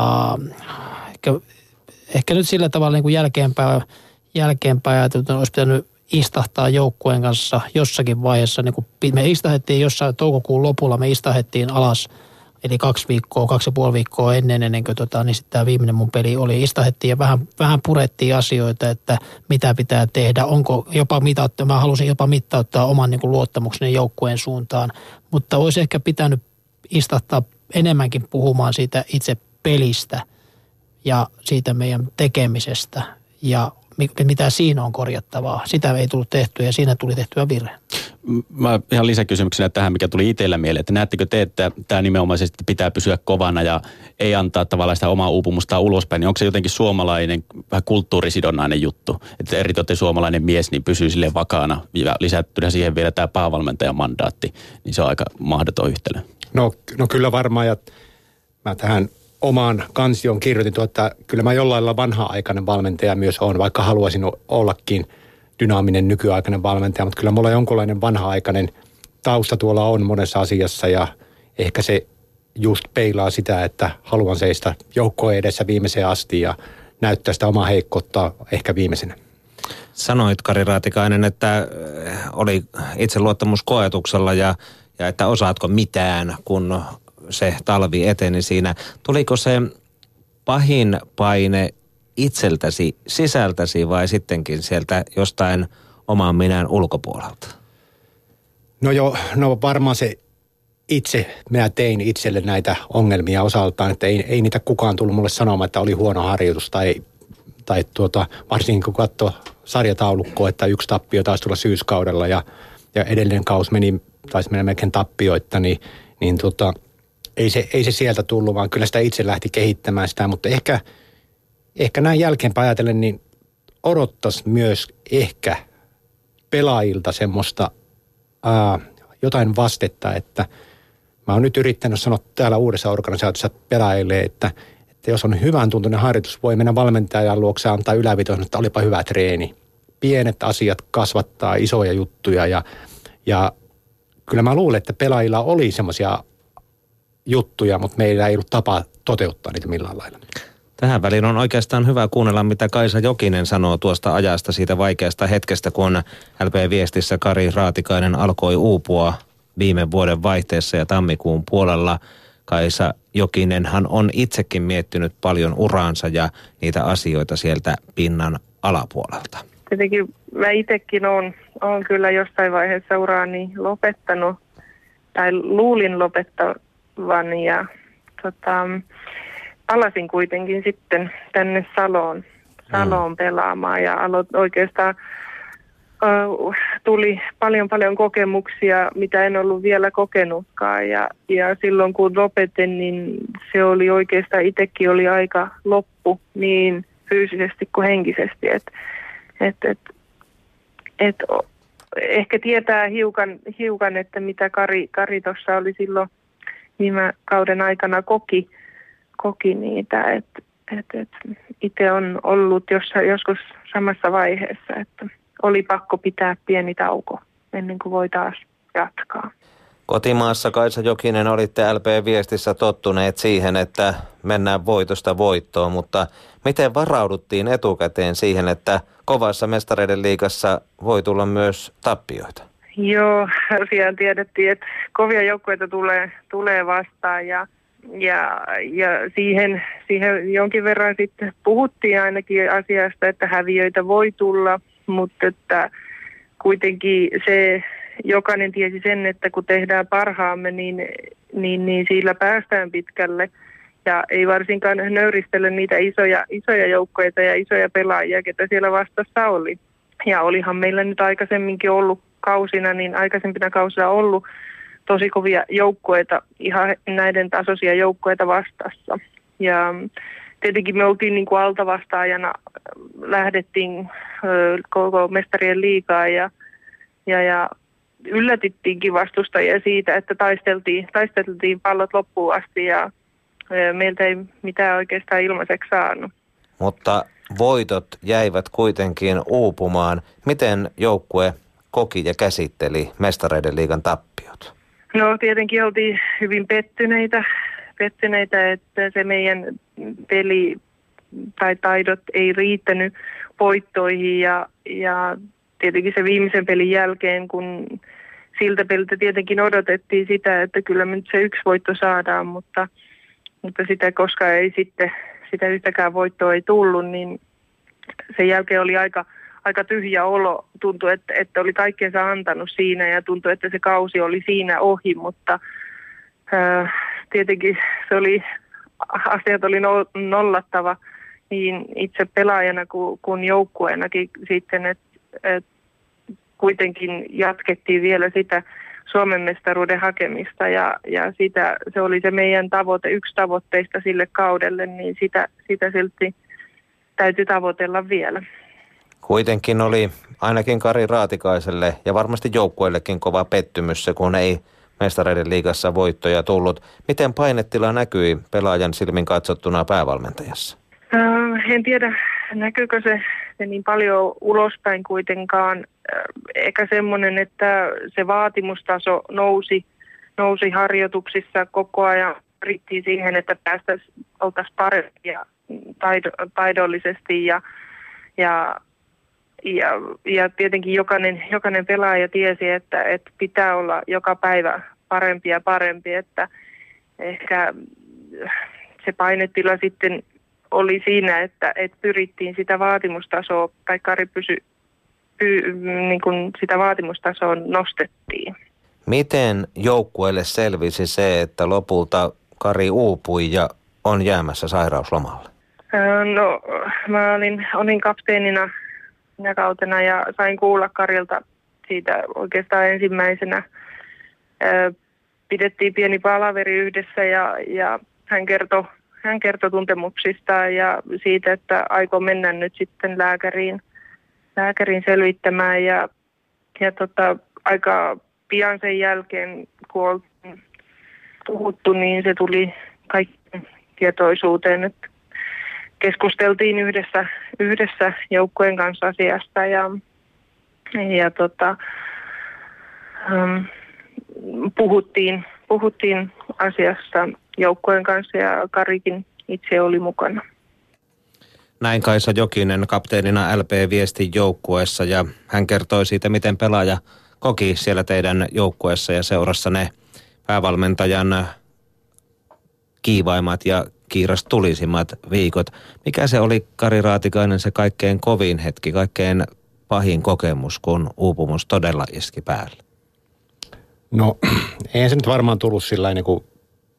Speaker 5: ehkä nyt sillä tavalla niin kuin jälkeenpäin ajateltu, olisi pitänyt istahtaa joukkueen kanssa jossakin vaiheessa. Niin kuin me istahettiin jossain toukokuun lopulla, me istahettiin alas, eli 2,5 viikkoa ennen kuin niin sitten tämä viimeinen mun peli oli. Istahettiin ja vähän purettiin asioita, että mitä pitää tehdä. Onko jopa mä halusin jopa mittauttaa oman niin kuin luottamukseni joukkueen suuntaan, mutta olisi ehkä pitänyt istahtaa enemmänkin puhumaan siitä itse pelistä ja siitä meidän tekemisestä ja mitä siinä on korjattavaa. Sitä ei tullut tehtyä ja siinä tuli tehtyä virhe.
Speaker 6: Mä ihan lisäkysymyksenä tähän, mikä tuli itsellä mieleen, että näettekö te, että tämä nimenomaisesti pitää pysyä kovana ja ei antaa tavallaan sitä omaa uupumustaan ulospäin, niin onko se jotenkin suomalainen, vähän kulttuurisidonnainen juttu, että eritoten suomalainen mies niin pysyy silleen vakaana ja lisättynä siihen vielä tämä päävalmentajan mandaatti, niin se on aika mahdoton yhtälö.
Speaker 3: No kyllä varmaan, ja mä tähän omaan kansioon kirjoitin, että kyllä mä jollain lailla vanha-aikainen valmentaja myös on, vaikka haluaisin ollakin dynaaminen nykyaikainen valmentaja, mutta kyllä mulla jonkunlainen vanha-aikainen tausta tuolla on monessa asiassa ja ehkä se just peilaa sitä, että haluan seistä joukkojen edessä viimeiseen asti ja näyttää sitä omaa heikkoutta ehkä viimeisenä.
Speaker 2: Sanoit, Kari Raatikainen, että oli itseluottamus koetuksella ja että osaatko mitään, kun se talvi eteni siinä. Tuliko se pahin paine itseltäsi, sisältäsi vai sittenkin sieltä jostain oman minän ulkopuolelta?
Speaker 3: No varmaan se minä tein itselle näitä ongelmia osaltaan, että ei niitä kukaan tullut mulle sanomaan, että oli huono harjoitus tai varsinkin kun katsoi sarjataulukkoa, että 1 tappio taisi tulla syyskaudella ja edellinen kausi taisi mennä melkein tappioita, niin ei se sieltä tullut, vaan kyllä sitä itse lähti kehittämään sitä, mutta ehkä näin jälkeenpäin ajatellen, niin odottaisi myös ehkä pelaajilta semmoista jotain vastetta, että mä oon nyt yrittänyt sanoa täällä uudessa organisaatiossa pelaajille, että jos on hyvän tuntuinen harjoitus, voi mennä valmentajan luokse antaa ylävitoisen, että olipa hyvä treeni. Pienet asiat kasvattaa isoja juttuja ja kyllä mä luulen, että pelaajilla oli semmoisia juttuja, mutta meillä ei ollut tapa toteuttaa niitä millään lailla.
Speaker 2: Tähän väliin on oikeastaan hyvä kuunnella, mitä Kaisa Jokinen sanoo tuosta ajasta, siitä vaikeasta hetkestä, kun LP-viestissä Kari Raatikainen alkoi uupua viime vuoden vaihteessa ja tammikuun puolella. Kaisa Jokinenhan on itsekin miettinyt paljon uraansa ja niitä asioita sieltä pinnan alapuolelta.
Speaker 14: Tietenkin mä itsekin olen kyllä jossain vaiheessa uraani lopettanut tai luulin lopettavan ja palasin kuitenkin sitten tänne Saloon pelaamaan ja oikeastaan tuli paljon kokemuksia, mitä en ollut vielä kokenutkaan ja silloin kun lopetin, niin se oli oikeastaan itsekin oli aika loppu niin fyysisesti kuin henkisesti, että ehkä tietää hiukan, että mitä Kari tuossa oli silloin viime kauden aikana koki niitä, että itse on ollut joskus samassa vaiheessa, että oli pakko pitää pieni tauko ennen kuin voi taas jatkaa.
Speaker 2: Kotimaassa, Kaisa Jokinen, olitte LP-viestissä tottuneet siihen, että mennään voitosta voittoon, mutta miten varauduttiin etukäteen siihen, että kovassa mestareiden liigassa voi tulla myös tappioita?
Speaker 14: Joo, tosiaan tiedettiin, että kovia joukkueita tulee vastaan ja siihen jonkin verran sitten puhuttiin ainakin asiasta, että häviöitä voi tulla, mutta että kuitenkin se jokainen tiesi sen, että kun tehdään parhaamme, niin sillä päästään pitkälle. Ja ei varsinkaan nöyristellä niitä isoja joukkoja ja isoja pelaajia, ketä siellä vastassa oli. Ja olihan meillä nyt aikaisemminkin ollut aikaisempina kausina ollut tosi kovia joukkueita, ihan näiden tasoisia joukkueita vastassa. Ja tietenkin me oltiin niin kuin altavastaajana, lähdettiin koko mestarien liigaan ja yllätittiinkin vastustajia siitä, että taisteltiin pallot loppuun asti ja meiltä ei mitään oikeastaan ilmaiseksi saanut.
Speaker 2: Mutta voitot jäivät kuitenkin uupumaan. Miten joukkue koki ja käsitteli Mestareiden liigan tappiot?
Speaker 14: No tietenkin oltiin hyvin pettyneitä, että se meidän peli tai taidot ei riittänyt voittoihin ja tietenkin se viimeisen pelin jälkeen, kun siltä peliltä tietenkin odotettiin sitä, että kyllä me nyt se yksi voitto saadaan, mutta sitä koska ei sitten sitä yhtäkään voittoa ei tullut, niin sen jälkeen oli aika tyhjä olo. Tuntui, että oli kaikkeensa antanut siinä ja tuntui, että se kausi oli siinä ohi, mutta tietenkin asiat oli nollattava niin itse pelaajana kuin joukkueenakin sitten, että kuitenkin jatkettiin vielä sitä Suomen mestaruuden hakemista ja se oli se meidän tavoite, yksi tavoitteista sille kaudelle, niin sitä silti täytyy tavoitella vielä.
Speaker 2: Kuitenkin oli ainakin Kari Raatikaiselle ja varmasti joukkueellekin kova pettymys se, kun ei Mestareiden liigassa voittoja tullut. Miten painetila näkyi pelaajan silmin katsottuna päävalmentajassa?
Speaker 14: En tiedä, näkyykö se niin paljon ulospäin kuitenkaan. Eikä semmoinen, että se vaatimustaso nousi harjoituksissa koko ajan. Pyrittiin siihen, että oltaisiin parempia taidollisesti ja tietenkin jokainen pelaaja tiesi, että pitää olla joka päivä parempi ja parempi, että ehkä se painetila sitten oli siinä, että pyrittiin sitä vaatimustasoa, tai Kari niin kuin sitä vaatimustasoa nostettiin.
Speaker 2: Miten joukkueelle selvisi se, että lopulta Kari uupui ja on jäämässä sairauslomalle?
Speaker 14: No, mä olin kapteenina minä kautena ja sain kuulla Karilta siitä oikeastaan ensimmäisenä. Pidettiin pieni palaveri yhdessä ja hän kertoi tuntemuksistaan ja siitä, että aikoo mennä nyt sitten lääkäriin selvittämään ja aika pian sen jälkeen, kun oltiin puhuttu, niin se tuli kaikkien tietoisuuteen, että keskusteltiin yhdessä joukkueen kanssa asiasta ja puhuttiin asiasta joukkueen kanssa ja Karikin itse oli mukana.
Speaker 2: Näin Kaisa Jokinen kapteenina LP Viestin joukkueessa ja hän kertoi siitä, miten pelaaja koki siellä teidän joukkueessa ja seurassa ne päävalmentajan kiivaimmat ja kiirastulisimmat viikot. Mikä se oli, Kari Raatikainen, se kaikkein kovin hetki, kaikkein pahin kokemus, kun uupumus todella iski päälle?
Speaker 3: No, ei se nyt varmaan tullut sillä niin kuin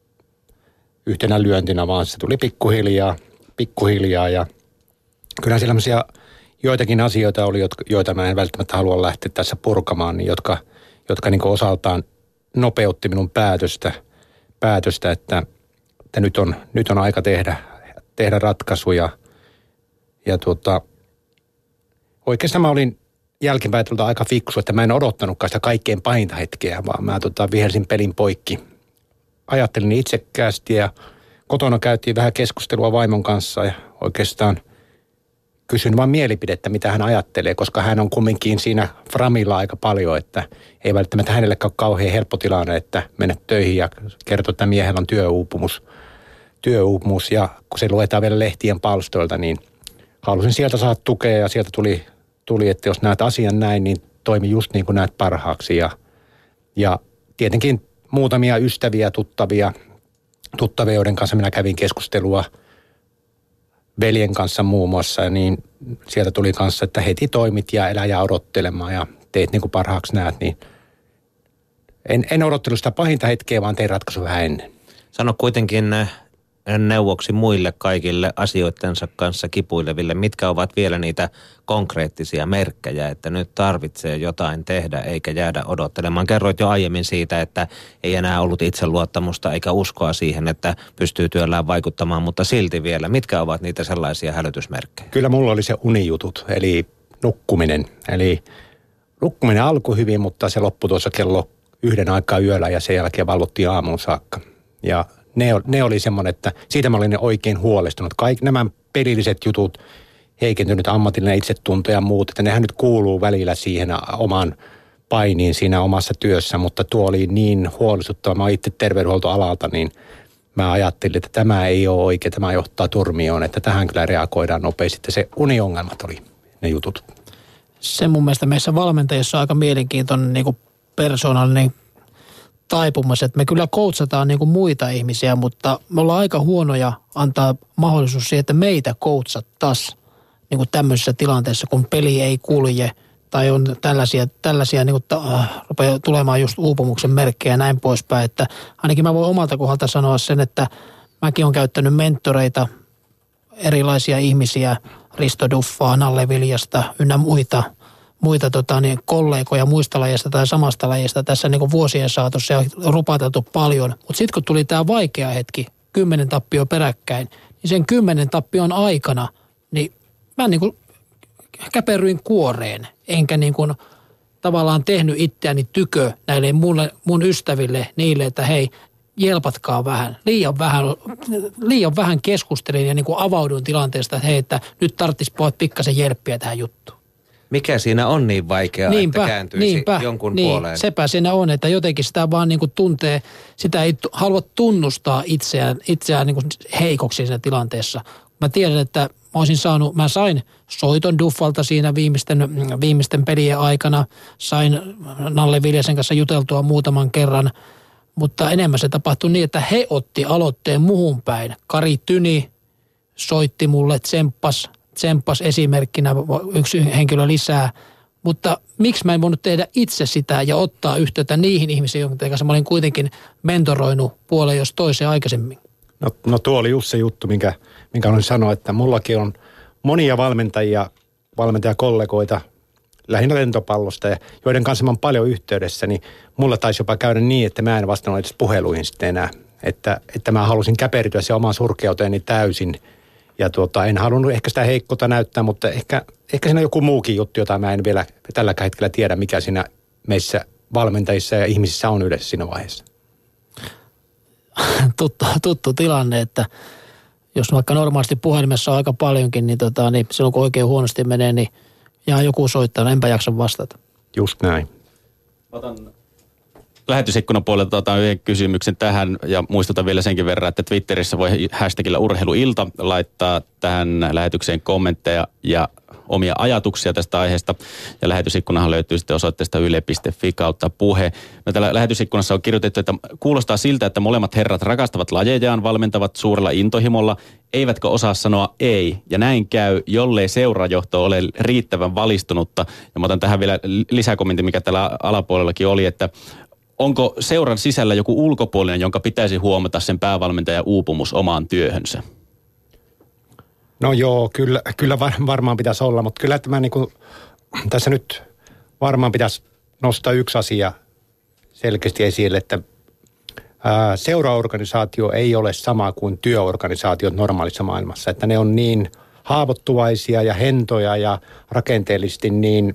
Speaker 3: yhtenä lyöntinä, vaan se tuli pikkuhiljaa ja kyllä sellaisia joitakin asioita oli, joita mä en välttämättä halua lähteä tässä purkamaan, niin jotka niin kuin osaltaan nopeutti minun päätöstä, että nyt on aika tehdä ratkaisuja. Ja oikeastaan mä olin jälkeenpäin aika fiksu, että mä en odottanutkaan sitä kaikkein pahinta hetkeä, vaan mä vihelsin pelin poikki. Ajattelin itsekkäästi ja kotona käytiin vähän keskustelua vaimon kanssa ja oikeastaan kysyn vaan mielipidettä, mitä hän ajattelee, koska hän on kumminkin siinä framilla aika paljon, että ei välttämättä hänellekään ole kauhean helppo tilanne, että mennä töihin ja kertoa, että miehellä on työuupumus ja kun se luetaan vielä lehtien palstoilta, niin halusin sieltä saada tukea ja sieltä tuli, että jos näet asian näin, niin toimi just niin kuin näet parhaaksi ja tietenkin muutamia ystäviä, tuttavia, joiden kanssa minä kävin keskustelua veljen kanssa muun muassa, niin sieltä tuli kanssa, että heti toimit ja elä jää odottelemaan ja teet niin kuin parhaaksi näet, niin en odottanut sitä pahinta hetkeä, vaan tein ratkaisu vähän ennen.
Speaker 2: Sano kuitenkin neuvoksi muille kaikille asioittensa kanssa kipuileville, mitkä ovat vielä niitä konkreettisia merkkejä, että nyt tarvitsee jotain tehdä eikä jäädä odottelemaan. Kerroit jo aiemmin siitä, että ei enää ollut itseluottamusta eikä uskoa siihen, että pystyy työllään vaikuttamaan, mutta silti vielä. Mitkä ovat niitä sellaisia hälytysmerkkejä?
Speaker 3: Kyllä mulla oli se unijutut, eli nukkuminen. Eli nukkuminen alkoi hyvin, mutta se loppui tuossa kello 1 aikaa yöllä ja sen jälkeen valvottiin aamuun saakka. Ja ne oli semmoinen, että siitä mä olin oikein huolestunut. Kaikki nämä pelilliset jutut, heikentynyt ammatillinen itsetunto ja muut, että nehän nyt kuuluu välillä siihen omaan painiin siinä omassa työssä, mutta tuo oli niin huolestuttava. Mä oon itse terveydenhuoltoalalta, niin mä ajattelin, että tämä ei ole oikein, tämä johtaa turmioon, että tähän kyllä reagoidaan nopeasti. Että se uniongelmat oli ne jutut.
Speaker 5: Se mun mielestä meissä valmentajissa on aika mielenkiintoinen niin kuin persoonallinen taipumus, että me kyllä coachataan niin kuin muita ihmisiä, mutta me ollaan aika huonoja antaa mahdollisuus siihen, että meitä coachattaisiin niin kuin tämmöisessä tilanteessa, kun peli ei kulje tai on tällaisia niin kuin rupeaa tulemaan just uupumuksen merkkejä ja näin poispäin, että ainakin mä voin omalta kohdalta sanoa sen, että mäkin olen käyttänyt mentoreita, erilaisia ihmisiä, Risto Duffaa, Nalle Viljasta ynnä muita kollegoja muista lajeista tai samasta lajista tässä niin kuin vuosien saatossa ja rupateltu paljon. Mutta sitten kun tuli tämä vaikea hetki, 10 tappio peräkkäin, niin sen 10 tappion aikana, niin mä niin kuin käperryin kuoreen, enkä niin kuin tavallaan tehnyt itseäni tykö näille mun ystäville, niille, että hei, jelpatkaa vähän. Liian vähän keskustelin ja niin kuin avaudun tilanteesta, että hei, että nyt tarvitsisi pikkasen jelppiä tähän juttuun.
Speaker 2: Mikä siinä on niin vaikeaa, että kääntyisi jonkun puoleen?
Speaker 5: Sepä siinä on, että jotenkin sitä vaan niin kuin tuntee, sitä ei halua tunnustaa itseään niin kuin heikoksi siinä tilanteessa. Mä tiedän, että mä sain soiton Duffalta siinä viimeisten pelien aikana, sain Nalle Viljasen kanssa juteltua muutaman kerran, mutta enemmän se tapahtui niin, että he otti aloitteen muhun päin. Kari Tyni soitti mulle, tsemppas esimerkkinä yksi henkilö lisää, mutta miksi mä en voinut tehdä itse sitä ja ottaa yhteyttä niihin ihmisiin, joiden kanssa mä olin kuitenkin mentoroinut puoleen jos toiseen aikaisemmin?
Speaker 3: No tuo oli just se juttu, minkä haluan sanoa, että mullakin on monia valmentajakollegoita lähinnä lentopallosta, joiden kanssa mä oon paljon yhteydessä, niin mulla taisi jopa käydä niin, että mä en vastannut edes puheluihin sitten enää. Että mä halusin käpertyä se omaan surkeuteeni täysin. Ja en halunnut ehkä sitä heikkoutta näyttää, mutta ehkä siinä on joku muukin juttu, jota mä en vielä tällä hetkellä tiedä, mikä siinä meissä valmentajissa ja ihmisissä on yleensä siinä vaiheessa.
Speaker 5: Tuttu tilanne, että jos vaikka normaalisti puhelimessa on aika paljonkin, niin, niin silloin kun oikein huonosti menee, niin jää joku soittaa, enpä jaksa vastata.
Speaker 3: Just näin.
Speaker 6: Otan lähetysikkunan puolelta otan yhden kysymyksen tähän ja muistutan vielä senkin verran, että Twitterissä voi hashtagillä urheiluilta laittaa tähän lähetykseen kommentteja ja omia ajatuksia tästä aiheesta. Ja lähetysikkunahan löytyy sitten osoitteesta yle.fi/puhe. No täällä lähetysikkunassa on kirjoitettu, että kuulostaa siltä, että molemmat herrat rakastavat lajejaan, valmentavat suurella intohimolla, eivätkö osaa sanoa ei. Ja näin käy, jollei seurajohto ole riittävän valistunutta. Ja mä otan tähän vielä lisäkommentin, mikä täällä alapuolellakin oli, että onko seuran sisällä joku ulkopuolinen, jonka pitäisi huomata sen päävalmentajan uupumus omaan työhönsä?
Speaker 3: No joo, kyllä varmaan pitäisi olla, mutta kyllä tämä niin kuin, tässä nyt varmaan pitäisi nostaa yksi asia selkeästi esille, että seuraorganisaatio ei ole sama kuin työorganisaatiot normaalissa maailmassa, että ne on niin haavoittuvaisia ja hentoja ja rakenteellisesti niin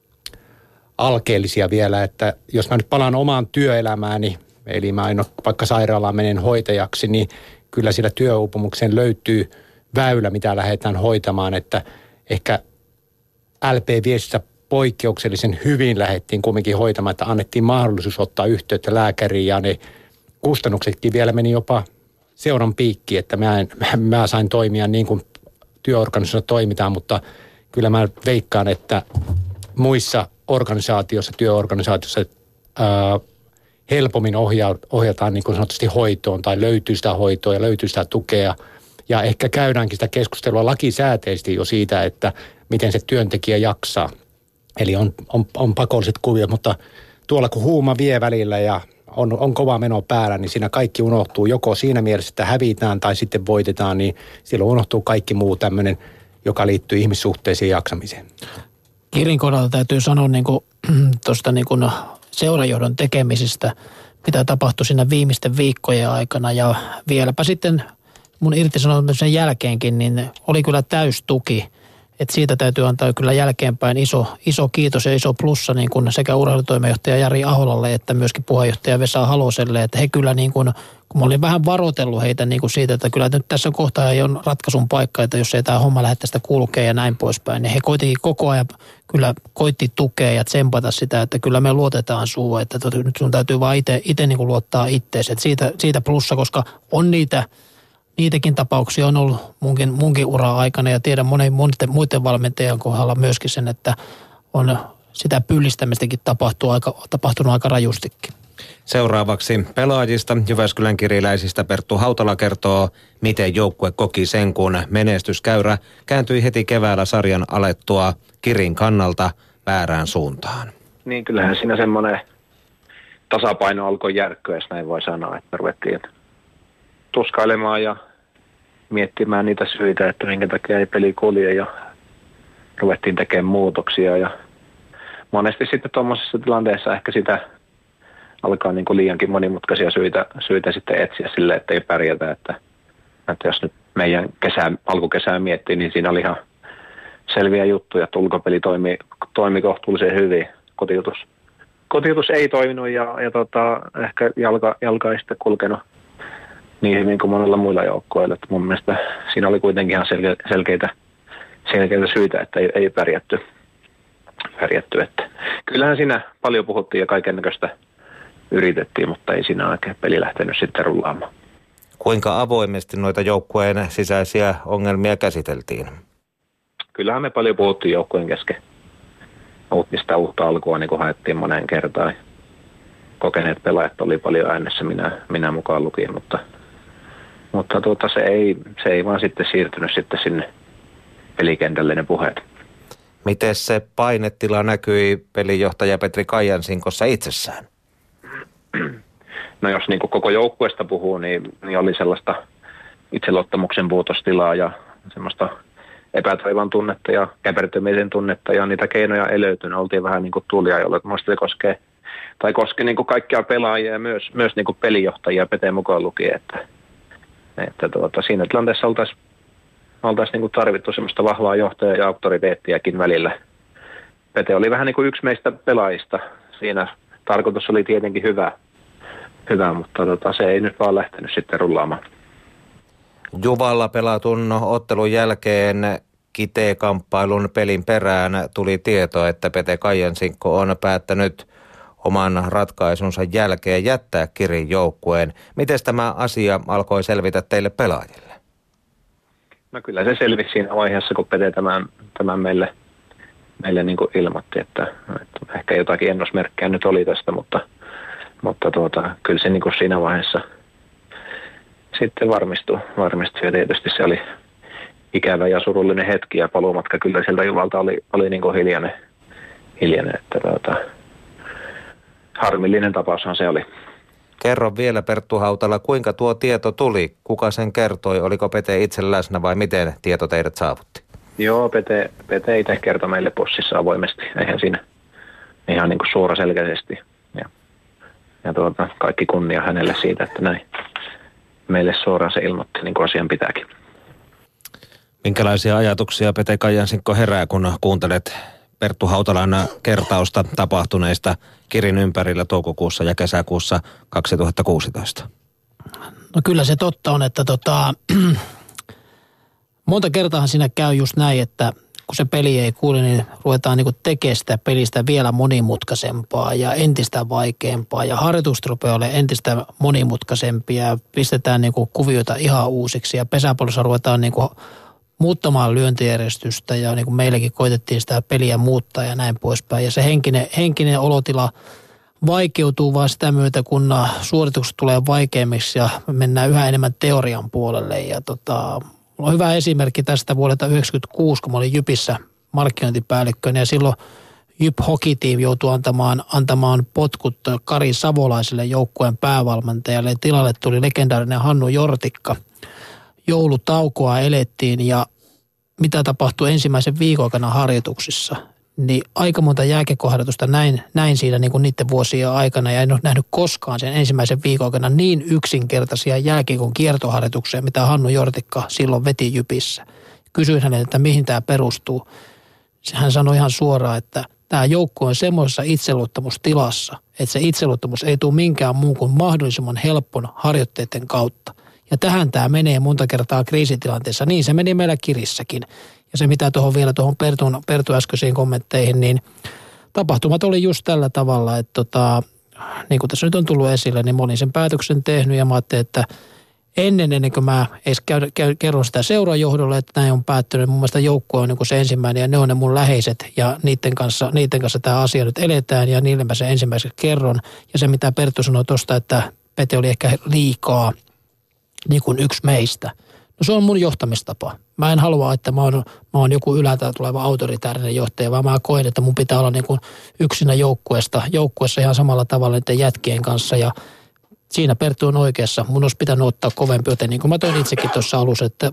Speaker 3: alkeellisia vielä, että jos mä nyt palaan omaan työelämääni, eli mä en ole vaikka sairaalaan menen hoitajaksi, niin kyllä sillä työuupumukseen löytyy väylä, mitä lähdetään hoitamaan, että ehkä LP-viestissä poikkeuksellisen hyvin lähdettiin kumminkin hoitamaan, että annettiin mahdollisuus ottaa yhteyttä lääkäriin ja ne kustannuksetkin vielä meni jopa seuran piikkiin, että mä sain toimia niin kuin työorganisaatiossa toimitaan, mutta kyllä mä veikkaan, että muissa organisaatioissa, työorganisaatioissa helpommin ohjataan niin kuin sanotusti hoitoon tai löytyy sitä hoitoa ja löytyy sitä tukea. Ja ehkä käydäänkin sitä keskustelua lakisääteisesti jo siitä, että miten se työntekijä jaksaa. Eli on pakolliset kuviot, mutta tuolla kun huuma vie välillä ja on kova meno päällä, niin siinä kaikki unohtuu. Joko siinä mielessä, että hävitään tai sitten voitetaan, niin silloin unohtuu kaikki muu tämmöinen, joka liittyy ihmissuhteisiin ja jaksamiseen.
Speaker 5: Kirin kohdalta täytyy sanoa tuosta seurajohdon tekemisistä, mitä tapahtui siinä viimeisten viikkojen aikana ja vieläpä sitten mun irtisanomisen jälkeenkin, niin oli kyllä täystuki että siitä täytyy antaa kyllä jälkeenpäin iso kiitos ja iso plussa niin kuin sekä urheilutoimenjohtaja Jari Aholalle että myöskin puheenjohtaja Vesa Haloselle, että he kyllä niin kuin, kun mä olin vähän varoitellut heitä niin kuin siitä, että kyllä nyt tässä kohtaa ei ole ratkaisun paikka, että jos ei tämä homma lähde tästä kulkea ja näin poispäin, niin he koitti koko ajan kyllä koitti tukea ja tsempata sitä, että kyllä me luotetaan suun, että nyt sun täytyy vaan itse niin kuin luottaa itteesi, että siitä plussa, koska on niitäkin tapauksia on ollut munkin ura aikana ja tiedän muiden valmentajien kohdalla myöskin sen, että on sitä pyllistämistäkin tapahtunut aika rajustikin.
Speaker 2: Seuraavaksi pelaajista Jyväskylän kiriläisistä Perttu Hautala kertoo, miten joukkue koki sen, kun menestyskäyrä kääntyi heti keväällä sarjan alettua Kirin kannalta väärään suuntaan.
Speaker 15: Niin kyllähän siinä semmoinen tasapaino alkoi järkkyä, jos näin voi sanoa, että ruvettiin tuskailemaan ja miettimään niitä syitä, että minkä takia ei peli kulje ja ruvettiin tekemään muutoksia ja monesti sitten tuommoisessa tilanteessa ehkä sitä alkaa niin kuin liiankin monimutkaisia syitä sitten etsiä sille, että ei pärjätä, että jos nyt meidän alkukesää miettii, niin siinä oli ihan selviä juttuja, että ulkopeli toimi kohtuullisen hyvin, kotiutus ei toiminut ja ehkä jalka ei sitten kulkenut niin hyvin kuin monella muilla joukkueilla. Mun mielestä siinä oli kuitenkin ihan selkeitä syitä, että ei pärjätty. Että kyllähän siinä paljon puhuttiin ja kaikennäköistä yritettiin, mutta ei siinä oikein peli lähtenyt sitten rullaamaan.
Speaker 2: Kuinka avoimesti noita joukkueen sisäisiä ongelmia käsiteltiin? Kyllähän
Speaker 15: me paljon puhuttiin joukkueen kesken. Sitä uutta alkua niin kuin haettiin moneen kertaan. Kokeneet pelaajat oli paljon äänessä, minä mukaan lukin, mutta se ei vaan sitten siirtynyt sitten sinne pelikentälle ne puheet.
Speaker 2: Miten se painetila näkyi pelinjohtaja Petri Kaijansinkossa itsessään?
Speaker 15: No jos niin kuin koko joukkueesta puhuu, niin oli sellaista itseluottamuksen puutostilaa ja semmoista epätoivon tunnetta ja käpertymisen tunnetta ja niitä keinoja ei löytynyt. Oltiin vähän niin kuin tuliajolla, että muista koskee niin kuin kaikkia pelaajia ja myös niin kuin pelijohtajia Pete mukaan lukien, että siinä tilanteessa oltaisiin niin kuin tarvittu semmoista vahvaa johtajaa ja auktoriteettiakin välillä. Pete oli vähän niin kuin yksi meistä pelaajista. Siinä tarkoitus oli tietenkin hyvä, mutta se ei nyt vaan lähtenyt sitten rullaamaan.
Speaker 2: Juvalla pelatun ottelun jälkeen Kitee-kamppailun pelin perään tuli tieto, että Pete Kaijansinkko on päättänyt oman ratkaisunsa jälkeen jättää Kirin joukkueen. Miten tämä asia alkoi selvitä teille pelaajille?
Speaker 15: No kyllä se selvisi siinä vaiheessa, kun Pete tämän meille niin kuin ilmoitti, että ehkä jotakin ennusmerkkejä nyt oli tästä, mutta kyllä se niin kuin siinä vaiheessa sitten varmistui ja tietysti se oli ikävä ja surullinen hetki ja paluumatka kyllä sieltä Juvalta oli niin kuin hiljainen, että harmillinen tapaushan se oli.
Speaker 2: Kerro vielä Perttu Hautala, kuinka tuo tieto tuli? Kuka sen kertoi? Oliko Pete itse läsnä vai miten tieto teidät saavutti?
Speaker 15: Joo, Pete itse kertoi meille bussissa avoimesti. Eihän siinä ihan niin kuin suoraselkäisesti. Ja kaikki kunnia hänelle siitä, että näin meille suoraan se ilmoitti, niin kuin asian pitääkin.
Speaker 2: Minkälaisia ajatuksia Pete Kaijansinkko herää, kun kuuntelet Perttu Hautalan kertausta tapahtuneista Kirin ympärillä toukokuussa ja kesäkuussa 2016?
Speaker 5: No kyllä se totta on, että monta kertaa siinä käy just näin, että kun se peli ei kuule, niin ruvetaan niin tekemään sitä pelistä vielä monimutkaisempaa ja entistä vaikeampaa. Ja harjoitukset rupeaa olemaan entistä monimutkaisempia ja pistetään niin kuvioita ihan uusiksi. Ja pesäpallossa ruvetaan niin muuttamaan lyöntijärjestystä ja niin kuin meilläkin koitettiin sitä peliä muuttaa ja näin poispäin. Ja se henkinen olotila vaikeutuu vaan sitä myötä, kun suoritukset tulee vaikeimmiksi ja mennään yhä enemmän teorian puolelle. Ja on hyvä esimerkki tästä vuodelta 1996, kun mä olin Jypissä markkinointipäällikkönä ja silloin Jyp Hockey Team joutui antamaan potkut Kari Savolaiselle joukkueen päävalmentajalle. Tilalle tuli legendaarinen Hannu Jortikka. Joulutaukoa elettiin ja mitä tapahtui ensimmäisen viikon aikana harjoituksissa, niin aika monta jääkiekkoharjoitusta näin siinä niin kuin niiden vuosien aikana ja en ole nähnyt koskaan sen ensimmäisen viikon aikana niin yksinkertaisia jääkiekon kiertoharjoituksia, mitä Hannu Jortikka silloin veti Jypissä. kysyin hänelle, että mihin tämä perustuu. Hän sanoi ihan suoraan, että tämä joukkue on semmoisessa itseluottamustilassa, että se itseluottamus ei tule minkään muun kuin mahdollisimman helppon harjoitteiden kautta. Ja tähän tämä menee monta kertaa kriisitilanteessa. Niin se meni meillä Kirissäkin. Ja se mitä vielä tuohon Pertun äskeisiin kommentteihin, niin tapahtumat oli just tällä tavalla, että niin kuin tässä nyt on tullut esille, niin mä olin sen päätöksen tehnyt ja mä ajattelin, että ennen kuin mä edes kerron sitä seurajohdolle, että näin on päättynyt, mun mielestä joukkue on niin kuin se ensimmäinen ja ne on ne mun läheiset ja niiden kanssa tämä asia nyt eletään ja niille mä sen ensimmäiseksi kerron. Ja se mitä Perttu sanoi tuosta, että Pete oli ehkä liikaa niin kuin yksi meistä. No se on mun johtamistapa. Mä en halua, että mä oon joku ylältä tuleva autoritäärinen johtaja, vaan mä koen, että mun pitää olla niin kuin yksinä joukkueessa ihan samalla tavalla niiden jätkien kanssa. Ja siinä Perttu on oikeassa. Mun olisi pitänyt ottaa kovempi, joten niin kuin mä toin itsekin tuossa alussa, että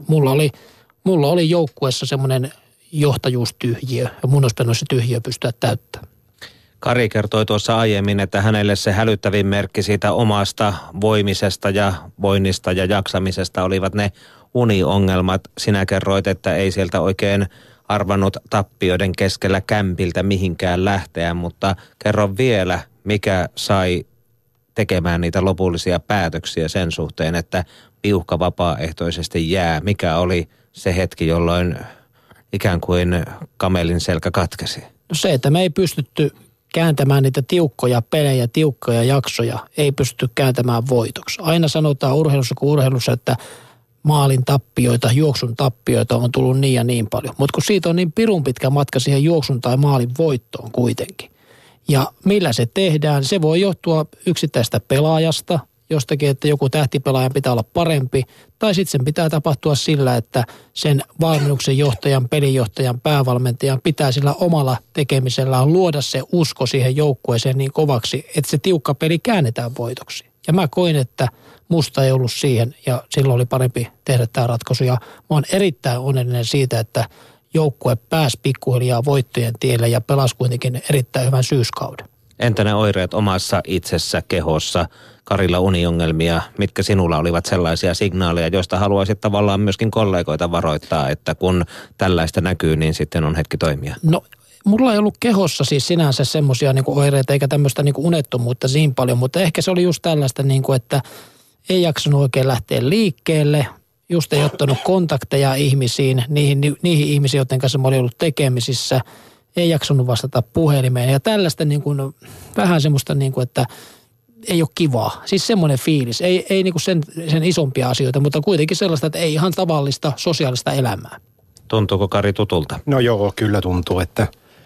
Speaker 5: mulla oli joukkueessa semmoinen johtajuustyhjiö ja mun olisi pitänyt se tyhjiö pystyä täyttämään.
Speaker 2: Kari kertoi tuossa aiemmin, että hänelle se hälyttävin merkki siitä omasta voimisesta ja voinnista ja jaksamisesta olivat ne uniongelmat. Sinä kerroit, että ei sieltä oikein arvannut tappioiden keskellä kämpiltä mihinkään lähteä, mutta kerro vielä, mikä sai tekemään niitä lopullisia päätöksiä sen suhteen, että piuhka vapaaehtoisesti jää. Mikä oli se hetki, jolloin ikään kuin kamelin selkä katkesi?
Speaker 5: No se, että me ei pystytty kääntämään niitä tiukkoja pelejä, tiukkoja jaksoja, ei pysty kääntämään voitoksi. Aina sanotaan urheilussa kuin urheilussa, että maalin tappioita, juoksun tappioita on tullut niin ja niin paljon. Mutta kun siitä on niin pirun pitkä matka siihen juoksun tai maalin voittoon kuitenkin. Ja millä se tehdään, se voi johtua yksittäistä pelaajasta, jostakin, että joku tähtipelaajan pitää olla parempi, tai sitten sen pitää tapahtua sillä, että sen valmennuksen johtajan, pelinjohtajan, päävalmentajan pitää sillä omalla tekemisellään luoda se usko siihen joukkueeseen niin kovaksi, että se tiukka peli käännetään voitoksi. Ja mä koin, että musta ei ollut siihen, ja silloin oli parempi tehdä tämä ratkaisu. Ja mä oon erittäin onnellinen siitä, että joukkue pääsi pikkuhiljaa voittojen tielle ja pelasi kuitenkin erittäin hyvän syyskauden.
Speaker 2: Entä ne oireet omassa itsessä, kehossa, Karilla uniongelmia, mitkä sinulla olivat sellaisia signaaleja, joista haluaisit tavallaan myöskin kollegoita varoittaa, että kun tällaista näkyy, niin sitten on hetki toimia?
Speaker 5: No, mulla ei ollut kehossa siis sinänsä semmoisia niin kuin oireita eikä tämmöistä niin kuin unettomuutta siinä paljon, mutta ehkä se oli just tällaista, niin kuin, että ei jaksanut oikein lähteä liikkeelle, just ei ottanut kontakteja ihmisiin, niihin ihmisiin, joiden kanssa mä olin ollut tekemisissä, ei jaksanut vastata puhelimeen ja tällaista niin kuin, vähän semmoista, niin kuin, että ei ole kivaa. Siis semmoinen fiilis, ei niin kuin sen isompia asioita, mutta kuitenkin sellaista, että ei ihan tavallista sosiaalista elämää.
Speaker 2: Tuntuuko Kari tutulta?
Speaker 3: No joo, kyllä tuntuu, että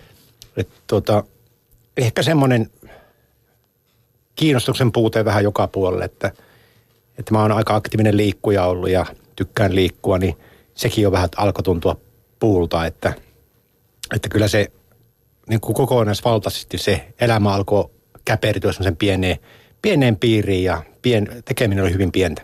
Speaker 3: ehkä semmoinen kiinnostuksen puute vähän joka puolelle, että mä oon aika aktiivinen liikkuja ollut ja tykkään liikkua, niin sekin jo vähän alkoi tuntua puulta, että kyllä se niin kuin kokonaisvaltaisesti se elämä alkoi käpertyä semmoisen pieneen piiriin ja tekeminen oli hyvin pientä.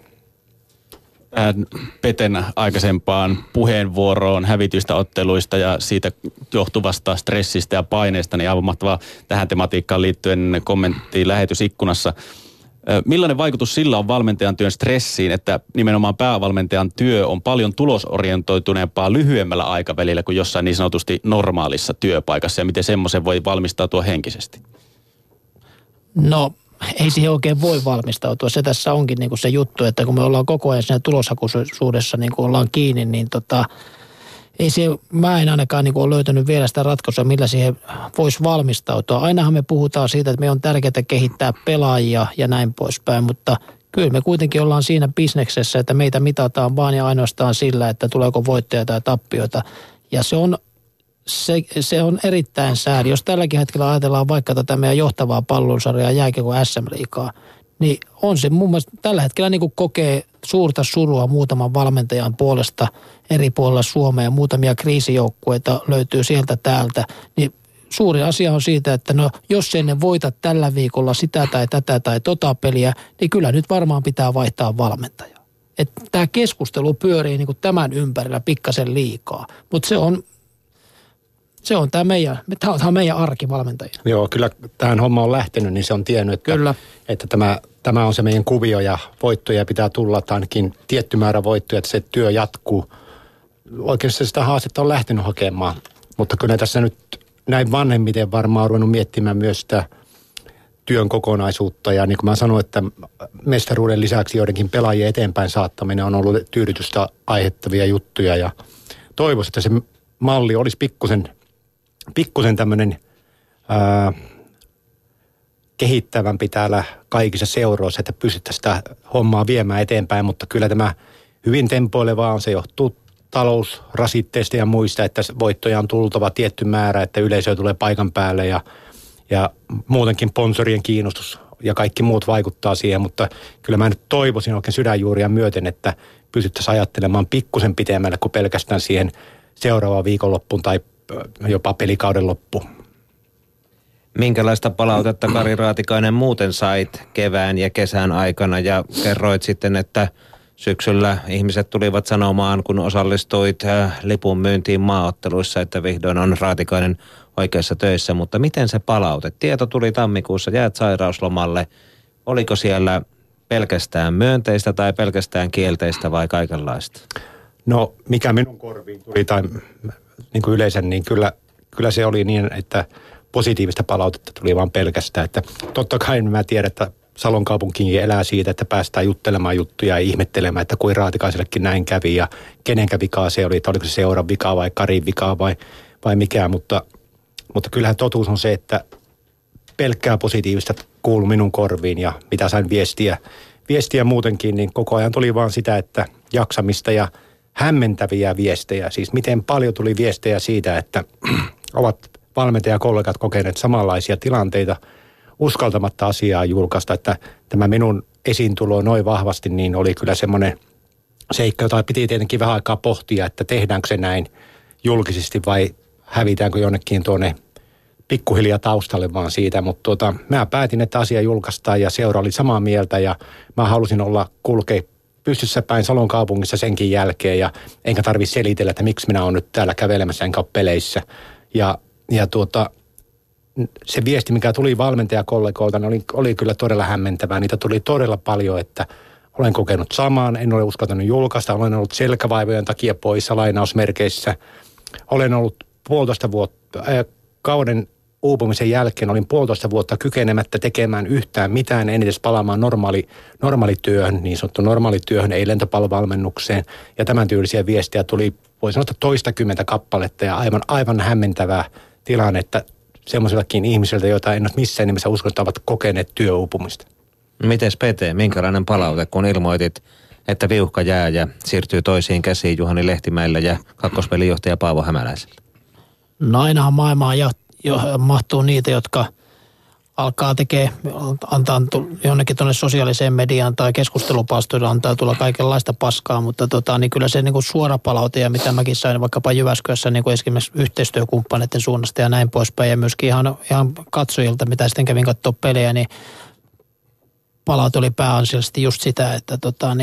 Speaker 6: Peten aikaisempaan puheenvuoroon hävityistä otteluista ja siitä johtuvasta stressistä ja paineesta, niin aivan mahtavaa tähän tematiikkaan liittyen kommentti lähetysikkunassa. Millainen vaikutus sillä on valmentajan työn stressiin, että nimenomaan päävalmentajan työ on paljon tulosorientoituneempaa lyhyemmällä aikavälillä kuin jossain niin sanotusti normaalissa työpaikassa ja miten semmoisen voi valmistautua henkisesti?
Speaker 5: No ei siihen oikein voi valmistautua. Se tässä onkin niin kuin se juttu, että kun me ollaan koko ajan siinä tuloshakuisuudessa niin kuin ollaan kiinni, niin mä en ainakaan niin kuin ole löytänyt vielä sitä ratkaisua, millä siihen voisi valmistautua. Ainahan me puhutaan siitä, että me on tärkeää kehittää pelaajia ja näin poispäin, mutta kyllä me kuitenkin ollaan siinä bisneksessä, että meitä mitataan vaan ja ainoastaan sillä, että tuleeko voittoja tai tappioita. Ja se on erittäin sääli. Jos tälläkin hetkellä ajatellaan vaikka tätä meidän johtavaa palloilusarjaa jääkiekon SM-liigaa, niin on se mun mielestä tällä hetkellä niin kuin kokee suurta surua muutaman valmentajan puolesta eri puolilla Suomea ja muutamia kriisijoukkueita löytyy sieltä täältä, niin suuri asia on siitä, että no jos ei ne voita tällä viikolla sitä tai tätä tai tota peliä, niin kyllä nyt varmaan pitää vaihtaa valmentajaa. Että tämä keskustelu pyörii niin kuin tämän ympärillä pikkasen liikaa, mutta se on tämä meidän arkivalmentajia.
Speaker 3: Joo, kyllä tähän homma on lähtenyt, niin se on tiennyt, että tämä on se meidän kuvio ja voittoja pitää tulla, tai ainakin tietty määrä voittoja, että se työ jatkuu oikeastaan sitä haastetta on lähtenyt hakemaan. Mutta kyllä tässä nyt näin vanhemmiten varmaan on ruvennut miettimään myös sitä työn kokonaisuutta. Ja niin kuin mä sanoin, että mestaruuden lisäksi joidenkin pelaajien eteenpäin saattaminen on ollut tyydytystä aiheuttavia juttuja. Ja toivoisin, että se malli olisi pikkusen tämmöinen kehittävämpi täällä kaikissa seuroissa, että pystyttäisiin sitä hommaa viemään eteenpäin, mutta kyllä tämä hyvin tempoilevaa on, se johtuu talousrasitteista ja muista, että voittoja on tultava tietty määrä, että yleisö tulee paikan päälle ja muutenkin sponsorien kiinnostus ja kaikki muut vaikuttaa siihen, mutta kyllä mä nyt toivoisin oikein sydänjuuria myöten, että pystyttäisiin ajattelemaan pikkusen pitemmälle kuin pelkästään siihen seuraavaan viikonloppuun tai jopa pelikauden loppuun.
Speaker 2: Minkälaista palautetta Kari Raatikainen muuten sait kevään ja kesän aikana ja kerroit sitten, että syksyllä ihmiset tulivat sanomaan, kun osallistuit lipun myyntiin maaotteluissa, että vihdoin on Raatikainen oikeassa töissä, mutta miten se palaute? Tieto tuli tammikuussa, jäät sairauslomalle. Oliko siellä pelkästään myönteistä tai pelkästään kielteistä vai kaikenlaista?
Speaker 3: No mikä minun korviin tuli tai niin kuin yleensä, niin kyllä se oli niin, että positiivista palautetta tuli vaan pelkästään. Että totta kai mä tiedän, että Salon kaupunki elää siitä, että päästään juttelemaan juttuja ja ihmettelemään, että kuin Raatikaisellekin näin kävi ja kenenkä vikaa se oli, että oliko se seuran vikaa vai Karin vikaa vai mikään. Mutta kyllähän totuus on se, että pelkkää positiivista kuului minun korviin ja mitä sain viestiä muutenkin, niin koko ajan tuli vaan sitä, että jaksamista ja hämmentäviä viestejä. Siis miten paljon tuli viestejä siitä, että ovat valmentajakollegat kokeneet samanlaisia tilanteita uskaltamatta asiaa julkaista, että tämä minun esiintulo noin vahvasti, niin oli kyllä semmoinen seikka, jota piti tietenkin vähän aikaa pohtia, että tehdäänkö se näin julkisesti vai hävitäänkö jonnekin tuonne pikkuhiljaa taustalle vaan siitä, mutta mä päätin, että asia julkaistaan ja seura oli samaa mieltä ja mä halusin kulkea pystyssä päin Salon kaupungissa senkin jälkeen ja enkä tarvitse selitellä, että miksi minä olen nyt täällä kävelemässä enkä ole peleissä. Ja se viesti, mikä tuli valmentajakollegoilta, niin oli kyllä todella hämmentävää. Niitä tuli todella paljon, että olen kokenut samaan, en ole uskaltanut julkaista, olen ollut selkävaivojen takia poissa lainausmerkeissä. Olen ollut kauden uupumisen jälkeen olin 1,5 vuotta kykenemättä tekemään yhtään mitään, en edes palaamaan normaalityöhön, niin sanottu normaalityöhön, ei lentopallovalmennukseen. Ja tämän tyylisiä viestejä tuli, voi sanoa, 20 kappaletta ja aivan hämmentävää tilanne, että semmoisellakin ihmisiltä, joita en ole missään nimessä usko, että ovat kokeneet työuupumista.
Speaker 2: Mites Pete, minkälainen palaute, kun ilmoitit, että viuhka jää ja siirtyy toisiin käsiin Juhani Lehtimäellä ja kakkospelijohtaja Paavo Hämäläisellä?
Speaker 5: No ainahan maailmaan mahtuu niitä, jotka alkaa antaa jonnekin tuonne sosiaaliseen mediaan tai keskustelupalstoille antaa tulla kaikenlaista paskaa, mutta niin kyllä se niin kuin suora palaute ja mitä mäkin sain vaikkapa Jyväskylässä niin kuin esimerkiksi yhteistyökumppaneiden suunnasta ja näin poispäin ja myöskin ihan katsojilta, mitä sitten kävin katsoa pelejä, niin palaute oli pääasiallisesti just sitä, että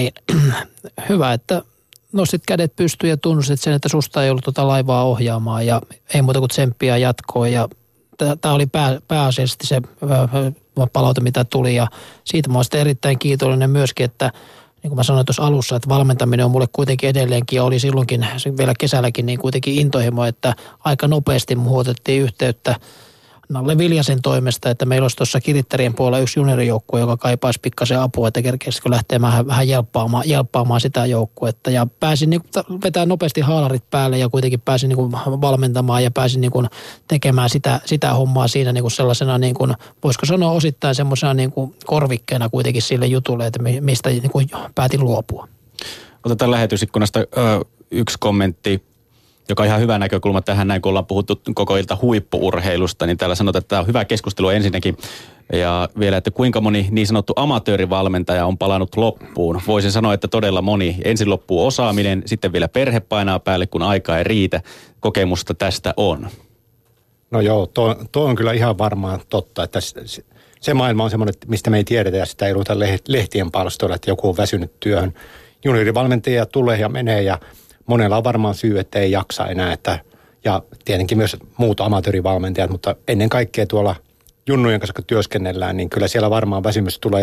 Speaker 5: hyvä, että nostit kädet pystyyn ja tunnustit sen, että susta ei ollut laivaa ohjaamaan ja ei muuta kuin tsemppiä jatkoon ja tämä oli pääasiallisesti se palaute, mitä tuli ja siitä mä olen sitten erittäin kiitollinen myöskin, että niin kuin mä sanoin tuossa alussa, että valmentaminen on mulle kuitenkin edelleenkin ja oli silloinkin vielä kesälläkin niin kuitenkin intohimo, että aika nopeasti muuhun otettiin yhteyttä Nalle Viljasen toimesta, että meillä olisi tuossa Kirittärien puolella yksi juniorijoukkue, joka kaipaisi pikkasen apua, että kerkeisikö lähtee vähän jelppaamaan sitä joukkuetta. Ja pääsin niin vetää nopeasti haalarit päälle ja kuitenkin pääsin niin valmentamaan ja pääsin niin tekemään sitä hommaa siinä niin sellaisena, niin kuin, voisiko sanoa osittain semmoisena niin korvikkeena kuitenkin sille jutulle, että mistä niin päätin luopua.
Speaker 6: Otetaan lähetysikkunasta yksi kommentti, joka on ihan hyvä näkökulma tähän näin, kun ollaan puhuttu koko ilta huippu-urheilusta, niin täällä sanotaan, että tämä on hyvä keskustelu ensinnäkin. Ja vielä, että kuinka moni niin sanottu amatöörivalmentaja on palannut loppuun. Voisin sanoa, että todella moni. Ensin loppuu osaaminen, sitten vielä perhe painaa päälle, kun aika ei riitä. Kokemusta tästä on. No joo, tuo on kyllä ihan varmaan totta, että se maailma on semmoinen, mistä me ei tiedetä ja sitä ei ruveta lehtien palstoilla, että joku on väsynyt työhön. Juniorivalmentajia tulee ja menee ja monella on varmaan syy, että ei jaksa enää, ja tietenkin myös muut amatöörivalmentajat, mutta ennen kaikkea tuolla junnujen kanssa kun työskennellään, niin kyllä siellä varmaan väsymys tulee ja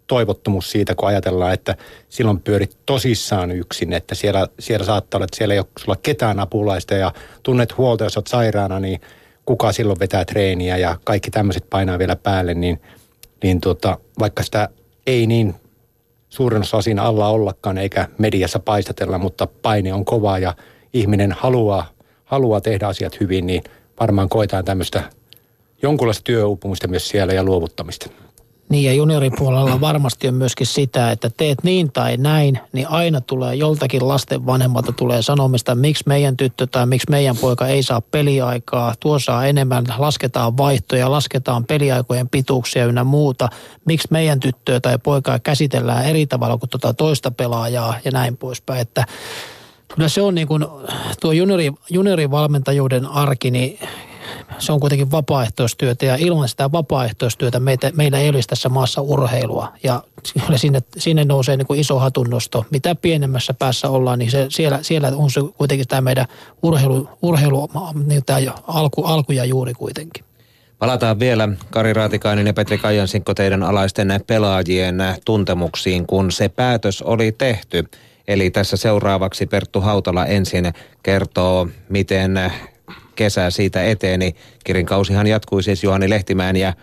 Speaker 3: toivottomuus siitä, kun ajatellaan, että silloin pyörit tosissaan yksin, että siellä saattaa olla, että siellä ei ole sulla ketään apulaista ja tunnet huolta, jos olet sairaana, niin kuka silloin vetää treeniä ja kaikki tämmöiset painaa vielä päälle, niin vaikka sitä ei niin suurin osa siinä alla ollakaan eikä mediassa paistatella, mutta paine on kova ja ihminen haluaa tehdä asiat hyvin, niin varmaan koetaan tämmöistä jonkunlaista työuupumusta myös siellä ja luovuttamista.
Speaker 5: Niin ja junioripuolella varmasti on myöskin sitä, että teet niin tai näin, niin aina tulee joltakin lasten vanhemmalta tulee sanomista, miksi meidän tyttö tai miksi meidän poika ei saa peliaikaa, tuo saa enemmän, lasketaan vaihtoja, lasketaan peliaikojen pituuksia ynnä muuta, miksi meidän tyttöä tai poikaa käsitellään eri tavalla kuin toista pelaajaa ja näin poispäin, että kyllä se on niin kuin tuo juniorivalmentajuuden arki, niin se on kuitenkin vapaaehtoistyötä ja ilman sitä vapaaehtoistyötä meillä ei olisi tässä maassa urheilua. Ja sinne nousee niin kuin iso hatunnosto. Mitä pienemmässä päässä ollaan, niin siellä on se kuitenkin tämä meidän urheilu niin tämä alku ja juuri kuitenkin.
Speaker 2: Palataan vielä Kari Raatikainen ja Petri Kajansinkko teidän alaisten pelaajien tuntemuksiin, kun se päätös oli tehty. Eli tässä seuraavaksi Perttu Hautala ensin kertoo, miten kesä siitä eteni. Kirin kausihan jatkui siis Juhani Lehtimäen ja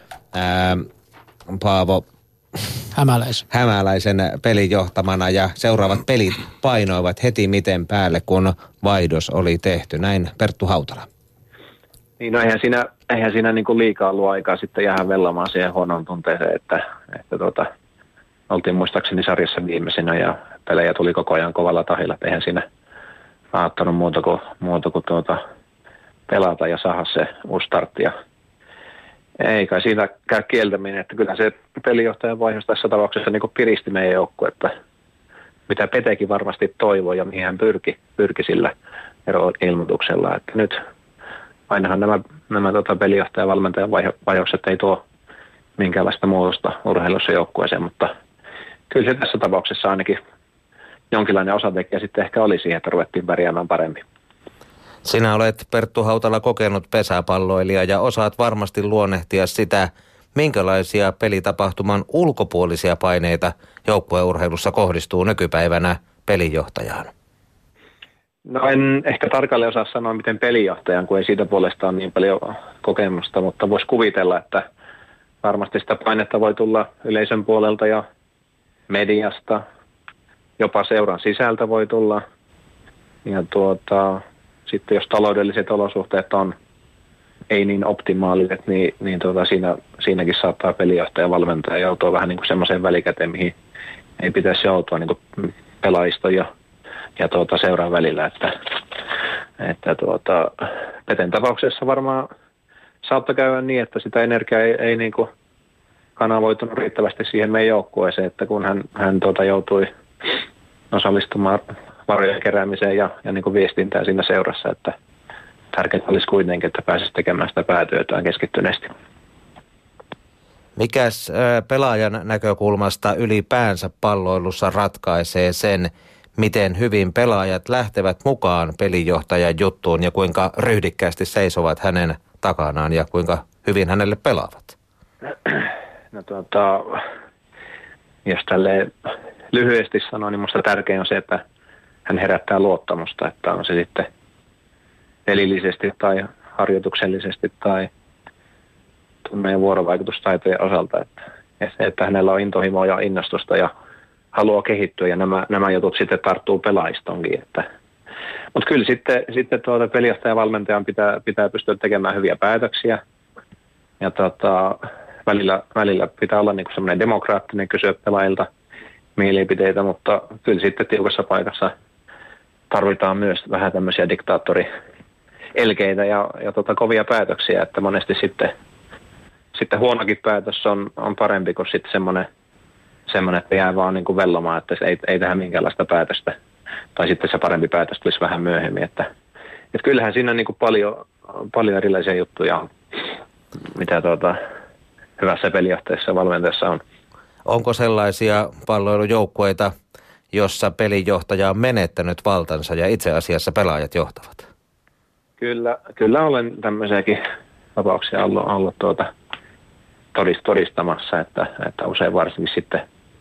Speaker 2: Paavo Hämäläisen pelin johtamana ja seuraavat pelit painoivat heti miten päälle, kun vaihdos oli tehty. Näin Perttu Hautala.
Speaker 15: Niin, no eihän siinä niin kuin liikaa ollut aikaa sitten jäädä vellamaan siihen huonoon tunteeseen, että oltiin muistaakseni sarjassa viimeisenä ja pelejä tuli koko ajan kovalla tahilla, että eihän siinä aattanut muuta kuin pelata ja saada se uusi startti. Ei kai siinä käy kieltäminen, että kyllä se pelijohtajan vaihdos tässä tapauksessa niin kuin piristi meidän joukkuetta, mitä Petekin varmasti toivoi ja mihin hän pyrki sillä ero-ilmoituksella. Että nyt ainahan nämä pelijohtajan ja valmentajan vaihdokset ei tuo minkäänlaista muutosta urheilussa joukkueeseen, mutta kyllä se tässä tapauksessa ainakin jonkinlainen osatekijä sitten ehkä oli siihen, että ruvettiin pärjäämään paremmin.
Speaker 2: Sinä olet, Perttu Hautala, kokenut pesäpalloilija ja osaat varmasti luonnehtia sitä, minkälaisia pelitapahtuman ulkopuolisia paineita joukkueurheilussa kohdistuu nykypäivänä pelinjohtajaan.
Speaker 15: No en ehkä tarkalleen osaa sanoa, miten pelinjohtajan, kun ei siitä puolestaan niin paljon kokemusta, mutta voisi kuvitella, että varmasti sitä painetta voi tulla yleisön puolelta ja mediasta, jopa seuran sisältä voi tulla. Ja sitten jos taloudelliset olosuhteet ei niin optimaaliset, niin siinäkin saattaa pelijohtaja ja valmentaja joutua vähän niin kuin semmoiseen välikäteen, mihin ei pitäisi joutua niin kuin pelaajiston ja seuran välillä. Että Peten tapauksessa varmaan saattaa käydä niin, että sitä energiaa ei niin kuin kanavoitunut riittävästi siihen meidän joukkueeseen, että kun hän joutui osallistumaan varojen keräämiseen ja niin kuin viestintään siinä seurassa, että tärkeintä olisi kuitenkin, että pääsisi tekemään sitä päätyötään keskittyneesti.
Speaker 2: Mikäs pelaajan näkökulmasta ylipäänsä palloilussa ratkaisee sen, miten hyvin pelaajat lähtevät mukaan pelinjohtajan juttuun ja kuinka ryhdikkäästi seisovat hänen takanaan ja kuinka hyvin hänelle pelaavat?
Speaker 15: No jos tälleen lyhyesti sanoo, niin minusta tärkein on se, että hän herättää luottamusta, että on se sitten pelillisesti tai harjoituksellisesti tai tunne- ja vuorovaikutustaitojen osalta. Ja se, että hänellä on intohimoa ja innostusta ja haluaa kehittyä ja nämä jutut sitten tarttuu pelaajistonkin. Mutta kyllä sitten pelijohtajan ja valmentajan pitää pystyä tekemään hyviä päätöksiä ja välillä pitää olla niinku semmoinen demokraattinen, kysyä pelaajilta mielipiteitä, mutta kyllä sitten tiukassa paikassa tarvitaan myös vähän tämmöisiä diktaattorielkeitä ja kovia päätöksiä, että monesti sitten huonokin päätös on parempi kuin sitten semmoinen, että jää vaan niin kuin vellomaan, että ei tehdä minkäänlaista päätöstä. Tai sitten se parempi päätös tulisi vähän myöhemmin. Että kyllähän siinä niin kuin paljon erilaisia juttuja on, mitä hyvässä pelijohtajassa ja valmentajassa on.
Speaker 2: Onko sellaisia palloilujoukkueita, jossa pelinjohtaja on menettänyt valtansa ja itse asiassa pelaajat johtavat?
Speaker 15: Kyllä olen tämmöisiäkin tapauksia ollut todistamassa, että usein varsinkin sitten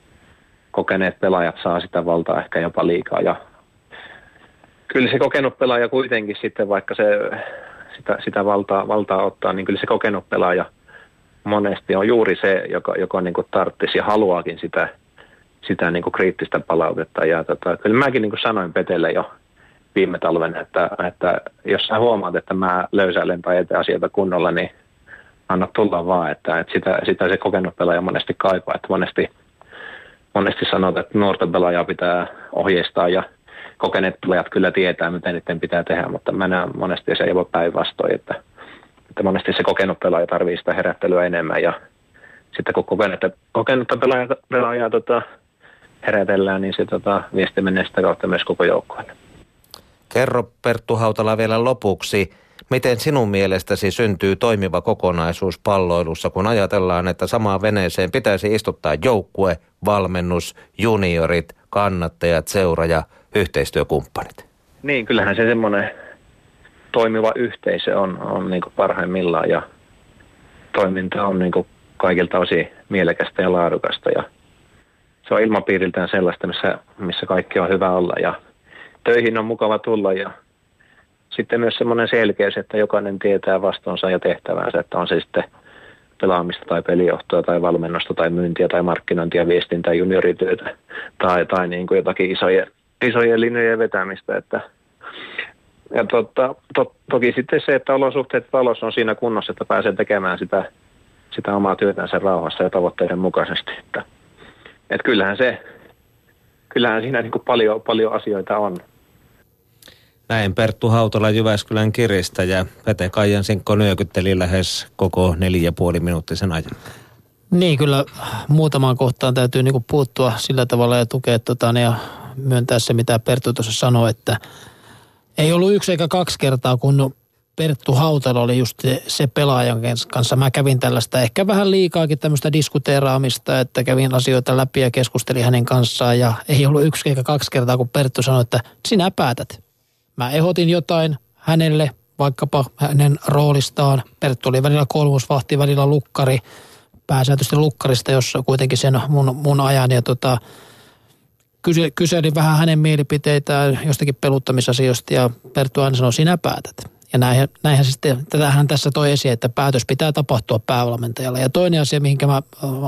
Speaker 15: kokeneet pelaajat saa sitä valtaa ehkä jopa liikaa. Ja kyllä se kokenut pelaaja kuitenkin sitten, vaikka se sitä valtaa ottaa, niin kyllä se kokenut pelaaja monesti on juuri se, joka niin kuin tarttisi ja haluaakin sitä niin kuin kriittistä palautetta. Ja kyllä mäkin niin kuin sanoin Petelle jo viime talven, että jos sä huomaat, että mä löysäilen tai eteen asioita kunnolla, niin anna tulla vaan, että sitä se kokenut pelaaja monesti kaipaa. Että monesti sanotaan, että nuorten pelaajaa pitää ohjeistaa ja kokeneet pelaajat kyllä tietää, mitä niiden pitää tehdä, mutta mä näen monesti se ei voi päinvastoin, että monesti se kokenut pelaaja tarvitsee sitä herättelyä enemmän ja sitten kun kokenutta pelaajaa herätellään, niin se viesti menee sitä kautta myös koko joukkueelle.
Speaker 2: Kerro Perttu Hautala vielä lopuksi, miten sinun mielestäsi syntyy toimiva kokonaisuus palloilussa, kun ajatellaan, että samaan veneeseen pitäisi istuttaa joukkue, valmennus, juniorit, kannattajat, seura ja yhteistyökumppanit? Niin,
Speaker 15: kyllähän se semmoinen toimiva yhteisö on niin kuin parhaimmillaan ja toiminta on niin kuin kaikilta osin mielekästä ja laadukasta ja se on ilmapiiriltään sellaista, missä kaikki on hyvä olla ja töihin on mukava tulla ja sitten myös semmoinen selkeys, että jokainen tietää vastuunsa ja tehtävänsä, että on se sitten pelaamista tai pelijohtoa tai valmennosta tai myyntiä tai markkinointia, viestintää, juniorityötä tai niin kuin jotakin isojen linjojen vetämistä. Ja toki sitten se, että olosuhteet talossa on siinä kunnossa, että pääsee tekemään sitä omaa työtänsä rauhassa ja tavoitteiden mukaisesti. Että kyllähän siinä niin kuin paljon asioita on.
Speaker 2: Näin Perttu Hautala Jyväskylän Kiristä ja Pete Kaijansinkko nyökytteli lähes koko 4,5 minuuttisen ajan.
Speaker 5: Niin, kyllä muutamaan kohtaan täytyy niinku puuttua sillä tavalla ja tukea ja myöntää se, mitä Perttu tuossa sanoi, että ei ollut 1 eikä 2 kertaa, kun Perttu Hautala oli just se pelaajan kanssa. Mä kävin tällaista ehkä vähän liikaakin tämmöistä diskuteeraamista, että kävin asioita läpi ja keskustelin hänen kanssaan ja ei ollut 1 eikä 2 kertaa, kun Perttu sanoi, että sinä päätät. Mä ehdotin jotain hänelle, vaikkapa hänen roolistaan. Perttu oli välillä kolmosvahti, välillä lukkari, pääsääntöisesti lukkarista, jossa kuitenkin sen mun ajan. Ja kyselin vähän hänen mielipiteitään jostakin peluttamisasioista ja Perttu aina sanoi, sinä päätät. Ja näinhän sitten, tätähän tässä toi esiin, että päätös pitää tapahtua päävalmentajalla. Ja toinen asia, mihinkä mä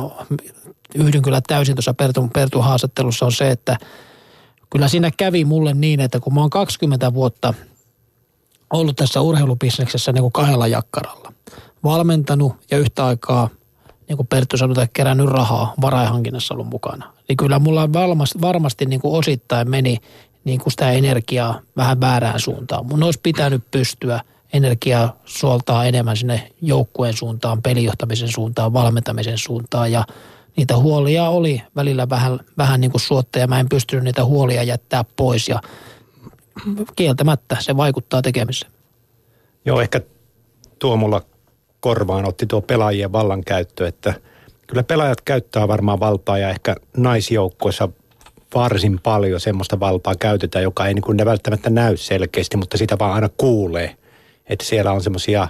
Speaker 5: yhdyn kyllä täysin tuossa Pertun haastattelussa on se, että kyllä siinä kävi mulle niin, että kun mä oon 20 vuotta ollut tässä urheilubisneksessä niin kuin 2 jakkaralla, valmentanut ja yhtä aikaa, niin kuin Perttu sanoi, kerännyt rahaa, varainhankinnassa ollut mukana. Niin kyllä mulla varmasti niin kuin osittain meni niin kuin sitä energiaa vähän väärään suuntaan. Mun olisi pitänyt pystyä energiaa suoltaa enemmän sinne joukkueen suuntaan, pelijohtamisen suuntaan, valmentamisen suuntaan ja niitä huolia oli välillä vähän niin kuin suotta ja mä en pystynyt niitä huolia jättää pois ja kieltämättä se vaikuttaa tekemiseen.
Speaker 3: Joo, ehkä tuo mulla korvaan otti tuo pelaajien vallankäyttö, että kyllä pelaajat käyttää varmaan valtaa ja ehkä naisjoukkoissa varsin paljon semmoista valtaa käytetään, joka ei niin kuin ne välttämättä näy selkeästi, mutta sitä vaan aina kuulee, että siellä on semmoisia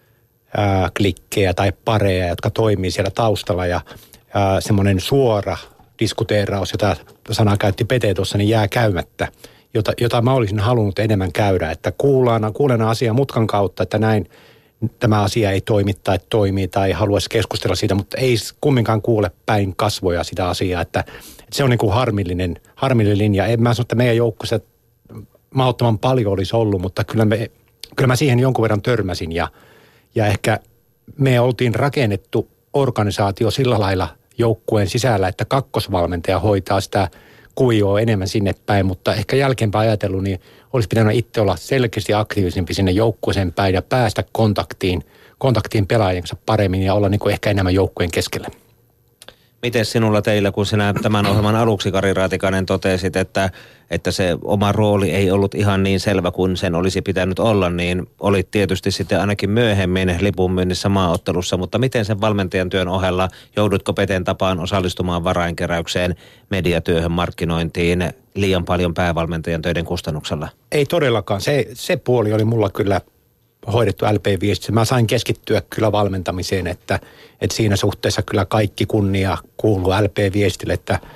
Speaker 3: klikkejä tai pareja, jotka toimii siellä taustalla ja semmoinen suora diskuteeraus, jota sanaa käytti Pete tuossa, niin jää käymättä, jota mä olisin halunnut enemmän käydä, että kuulen asiaa mutkan kautta, että näin tämä asia ei toimi tai toimii tai haluaisi keskustella siitä, mutta ei kumminkaan kuule päin kasvoja sitä asiaa, että se on niin kuin harmillinen linja. En mä sano, että meidän joukkueessa mahdottoman paljon olisi ollut, mutta kyllä mä siihen jonkun verran törmäsin ja ehkä me oltiin rakennettu organisaatio sillä lailla joukkueen sisällä, että kakkosvalmentaja hoitaa sitä kuvioa enemmän sinne päin, mutta ehkä jälkeenpäin ajatellut, niin olisi pitänyt itse olla selkeästi aktiivisempi sinne joukkueeseen päin ja päästä kontaktiin pelaajien kanssa paremmin ja olla niin kuin ehkä enemmän joukkueen keskellä.
Speaker 2: Miten sinulla teillä, kun sinä tämän ohjelman aluksi, Kari Raatikainen, totesit, että se oma rooli ei ollut ihan niin selvä kuin sen olisi pitänyt olla, niin olit tietysti sitten ainakin myöhemmin lipunmyynnissä maaottelussa, mutta miten sen valmentajan työn ohella joudutko Peten tapaan osallistumaan varainkeräykseen, mediatyöhön, markkinointiin liian paljon päävalmentajan töiden kustannuksella? Ei todellakaan. Se puoli oli mulla kyllä hoidettu LP-viestissä. Mä sain keskittyä kyllä valmentamiseen, että siinä suhteessa kyllä kaikki kunnia kuuluu LP-viestille, että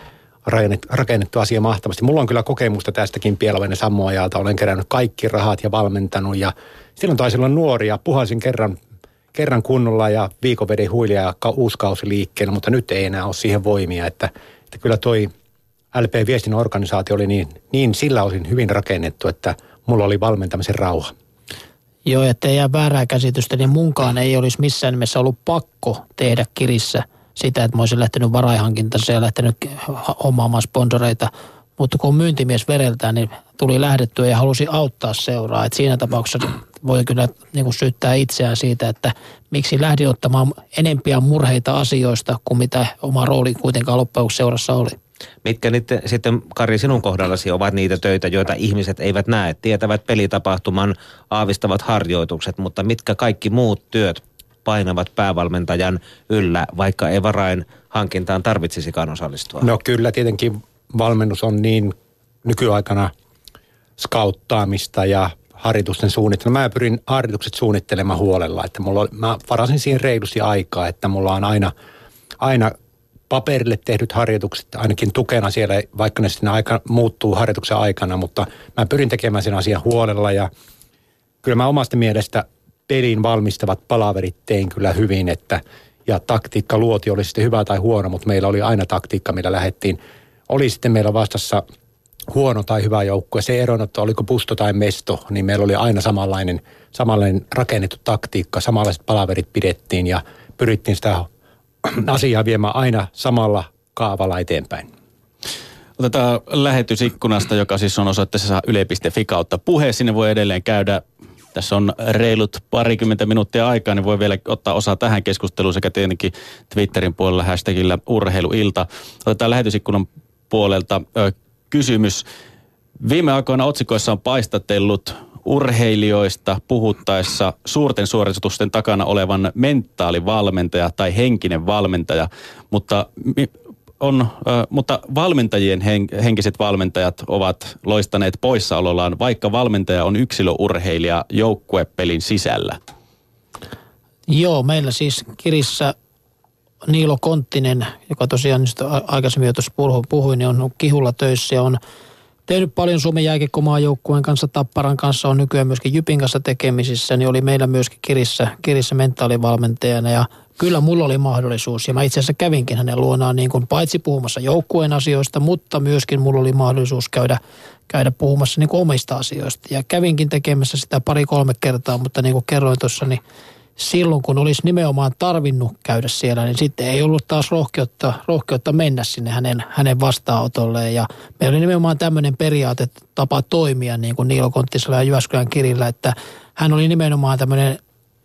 Speaker 3: rakennettu asia mahtavasti. Mulla on kyllä kokemusta tästäkin Pielaveinen Sammo-ajalta. Olen kerännyt kaikki rahat ja valmentanut ja silloin taisi olla nuoria. Puhalsin kerran kunnolla ja viikon vedin huilia ja uusi kausi liikkeelle, mutta nyt ei enää ole siihen voimia. Että kyllä toi LP-viestin organisaatio oli niin sillä osin hyvin rakennettu, että mulla oli valmentamisen rauha.
Speaker 5: Joo, ettei jää väärää käsitystä, niin munkaan ei olisi missään nimessä ollut pakko tehdä Kirissä sitä, että mä olisin lähtenyt varainhankintansa ja lähtenyt hommaamaan sponsoreita. Mutta kun on myyntimies vereltään, niin tuli lähdettyä ja halusi auttaa seuraa. Et siinä tapauksessa voi kyllä niin syyttää itseään siitä, että miksi lähdin ottamaan enempiä murheita asioista kuin mitä oma rooli kuitenkaan loppujen seurassa oli.
Speaker 2: Mitkä niitä, sitten, Kari, sinun kohdallasi ovat niitä töitä, joita ihmiset eivät näe, tietävät pelitapahtuman, aavistavat harjoitukset, mutta mitkä kaikki muut työt painavat päävalmentajan yllä, vaikka ei varain hankintaan tarvitsisikaan osallistua?
Speaker 3: No kyllä, tietenkin valmennus on niin nykyaikana skauttaamista ja harjoitusten suunnittelua. Mä pyrin harjoitukset suunnittelemaan huolella, että mä varasin siihen reilusti aikaa, että mulla on aina paperille tehdyt harjoitukset ainakin tukena siellä, vaikka ne sitten muuttuu harjoituksen aikana, mutta mä pyrin tekemään sen asian huolella ja kyllä mä omasta mielestä pelin valmistavat palaverit tein kyllä hyvin, ja taktiikka luoti oli sitten hyvä tai huono, mutta meillä oli aina taktiikka, millä lähdettiin. Oli sitten meillä vastassa huono tai hyvä joukkue. Se ero, että oliko pusto tai mesto, niin meillä oli aina samanlainen rakennettu taktiikka, samanlaiset palaverit pidettiin ja pyrittiin sitä asiaa viemään aina samalla kaavalla eteenpäin.
Speaker 6: Otetaan lähetysikkunasta, joka siis on osoitteessa yle.fi kautta puhe. Sinne voi edelleen käydä. Tässä on reilut 20 minuuttia aikaa, niin voi vielä ottaa osaa tähän keskusteluun sekä tietenkin Twitterin puolella hashtagillä urheiluilta. Otetaan lähetysikkunan puolelta kysymys. Viime aikoina otsikoissa on paistatellut urheilijoista puhuttaessa suurten suoritusten takana olevan mentaalivalmentaja tai henkinen valmentaja, mutta valmentajien henkiset valmentajat ovat loistaneet poissaolollaan, vaikka valmentaja on yksilöurheilija joukkuepelin sisällä.
Speaker 5: Joo, meillä siis Kirissä Niilo Konttinen, joka tosiaan aikaisemmin jo tuossa puhuin, niin on Kihulla töissä ja on tehnyt paljon Suomen jääkiekkomaajoukkueen kanssa, Tapparan kanssa, on nykyään myöskin Jypin kanssa tekemisissä, niin oli meillä myöskin Kirissä mentaalivalmentajana ja kyllä mulla oli mahdollisuus ja mä itse asiassa kävinkin hänen luonaan niin kuin paitsi puhumassa joukkueen asioista, mutta myöskin mulla oli mahdollisuus käydä puhumassa niin kuin omista asioista ja kävinkin tekemässä sitä 2-3 kertaa, mutta niin kuin kerroin tuossa, niin silloin kun olisi nimenomaan tarvinnut käydä siellä, niin sitten ei ollut taas rohkeutta mennä sinne hänen vastaanotolleen. Ja meillä oli nimenomaan tämmöinen periaate, tapa toimia niin kuin Niilo Konttisella ja Jyväskylän Kirillä, että hän oli nimenomaan tämmöinen,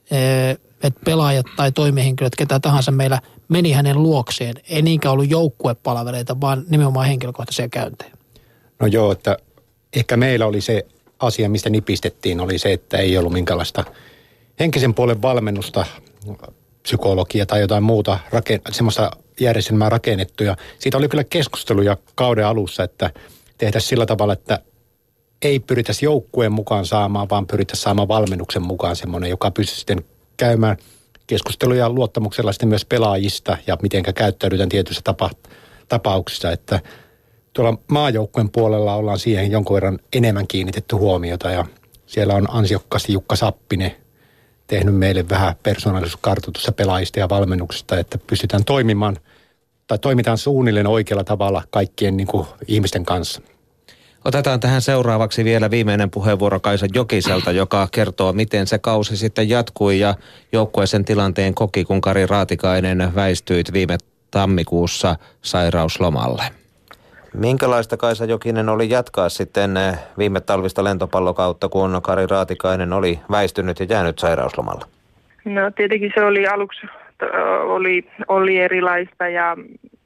Speaker 5: että pelaajat tai toimihenkilöt, ketä tahansa meillä meni hänen luokseen. Ei niinkään ollut joukkuepalvereita, vaan nimenomaan henkilökohtaisia käyntejä. No
Speaker 3: joo, että ehkä meillä oli se asia, mistä nipistettiin, oli se, että ei ollut minkälaista henkisen puolen valmennusta, psykologia tai jotain muuta, semmoista järjestelmää rakennettu. Ja siitä oli kyllä keskusteluja kauden alussa, että tehtäisiin sillä tavalla, että ei pyritäisi joukkueen mukaan saamaan, vaan pyritäisiin saamaan valmennuksen mukaan semmoinen, joka pystyisi sitten käymään keskusteluja luottamuksella sitten myös pelaajista ja mitenkä käyttäydytään tietyissä tapauksissa. Että tuolla maajoukkueen puolella ollaan siihen jonkun verran enemmän kiinnitetty huomiota ja siellä on ansiokkaasti Jukka Sappinen tehnyt meille vähän persoonallisuuskartoitusta pelaajista ja valmennuksesta, että pystytään toimimaan tai toimitaan suunnilleen oikealla tavalla kaikkien niin kuin ihmisten kanssa.
Speaker 2: Otetaan tähän seuraavaksi vielä viimeinen puheenvuoro Kaisa Jokiselta, joka kertoo, miten se kausi sitten jatkui ja joukkue sen tilanteen koki, kun Kari Raatikainen väistyi viime tammikuussa sairauslomalle. Minkälaista, Kaisa Jokinen, oli jatkaa sitten viime talvista lentopallokautta, kun Kari Raatikainen oli väistynyt ja jäänyt sairauslomalle?
Speaker 14: No tietenkin se oli aluksi oli erilaista ja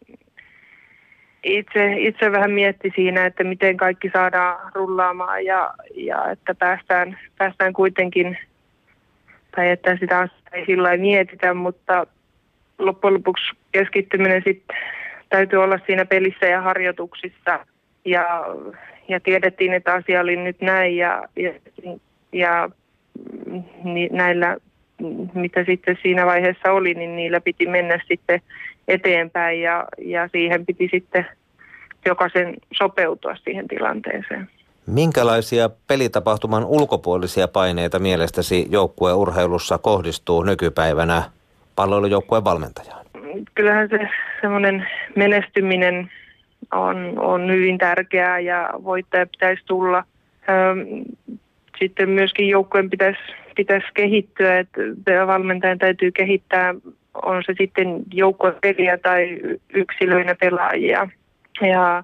Speaker 14: itse vähän mietti siinä, että miten kaikki saadaan rullaamaan ja että päästään kuitenkin, tai että sitä asiaa ei sillä lailla mietitä, mutta loppujen lopuksi keskittyminen sitten täytyy olla siinä pelissä ja harjoituksissa ja tiedettiin, että asia oli nyt näin ja näillä, mitä sitten siinä vaiheessa oli, niin niillä piti mennä sitten eteenpäin ja siihen piti sitten jokaisen sopeutua siihen tilanteeseen.
Speaker 2: Minkälaisia pelitapahtuman ulkopuolisia paineita mielestäsi joukkueurheilussa kohdistuu nykypäivänä palloilujoukkueen valmentajaan?
Speaker 14: Kyllähän se semmoinen menestyminen on hyvin tärkeää ja voittaja pitäisi tulla. Sitten myöskin joukkueen pitäisi kehittyä, että valmentajan täytyy kehittää, on se sitten joukkuepeliä tai yksilöinä pelaajia. Ja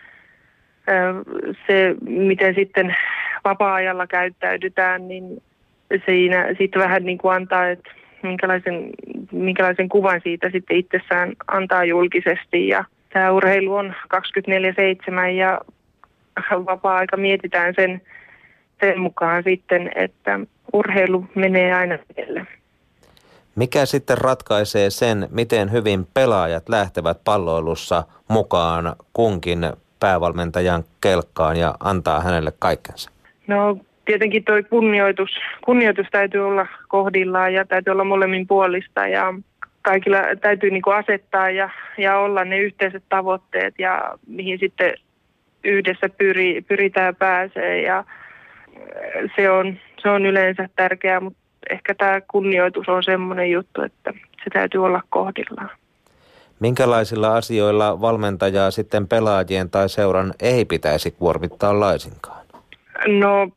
Speaker 14: se, miten sitten vapaa-ajalla käyttäydytään, niin siinä sitten vähän niin kuin antaa, että minkälaisen kuvan siitä sitten itsessään antaa julkisesti. Ja tämä urheilu on 24/7 ja vapaa-aika mietitään sen mukaan sitten, että urheilu menee aina edelle.
Speaker 2: Mikä sitten ratkaisee sen, miten hyvin pelaajat lähtevät palloilussa mukaan kunkin päävalmentajan kelkkaan ja antaa hänelle kaikkensa? No
Speaker 14: tietenkin tuo kunnioitus täytyy olla kohdillaan ja täytyy olla molemmin puolista ja kaikilla täytyy niin kuin asettaa ja olla ne yhteiset tavoitteet ja mihin sitten yhdessä pyritään pääsee ja se on yleensä tärkeää, mutta ehkä tämä kunnioitus on semmoinen juttu, että se täytyy olla kohdillaan.
Speaker 2: Minkälaisilla asioilla valmentajaa sitten pelaajien tai seuran ei pitäisi kuormittaa laisinkaan? No,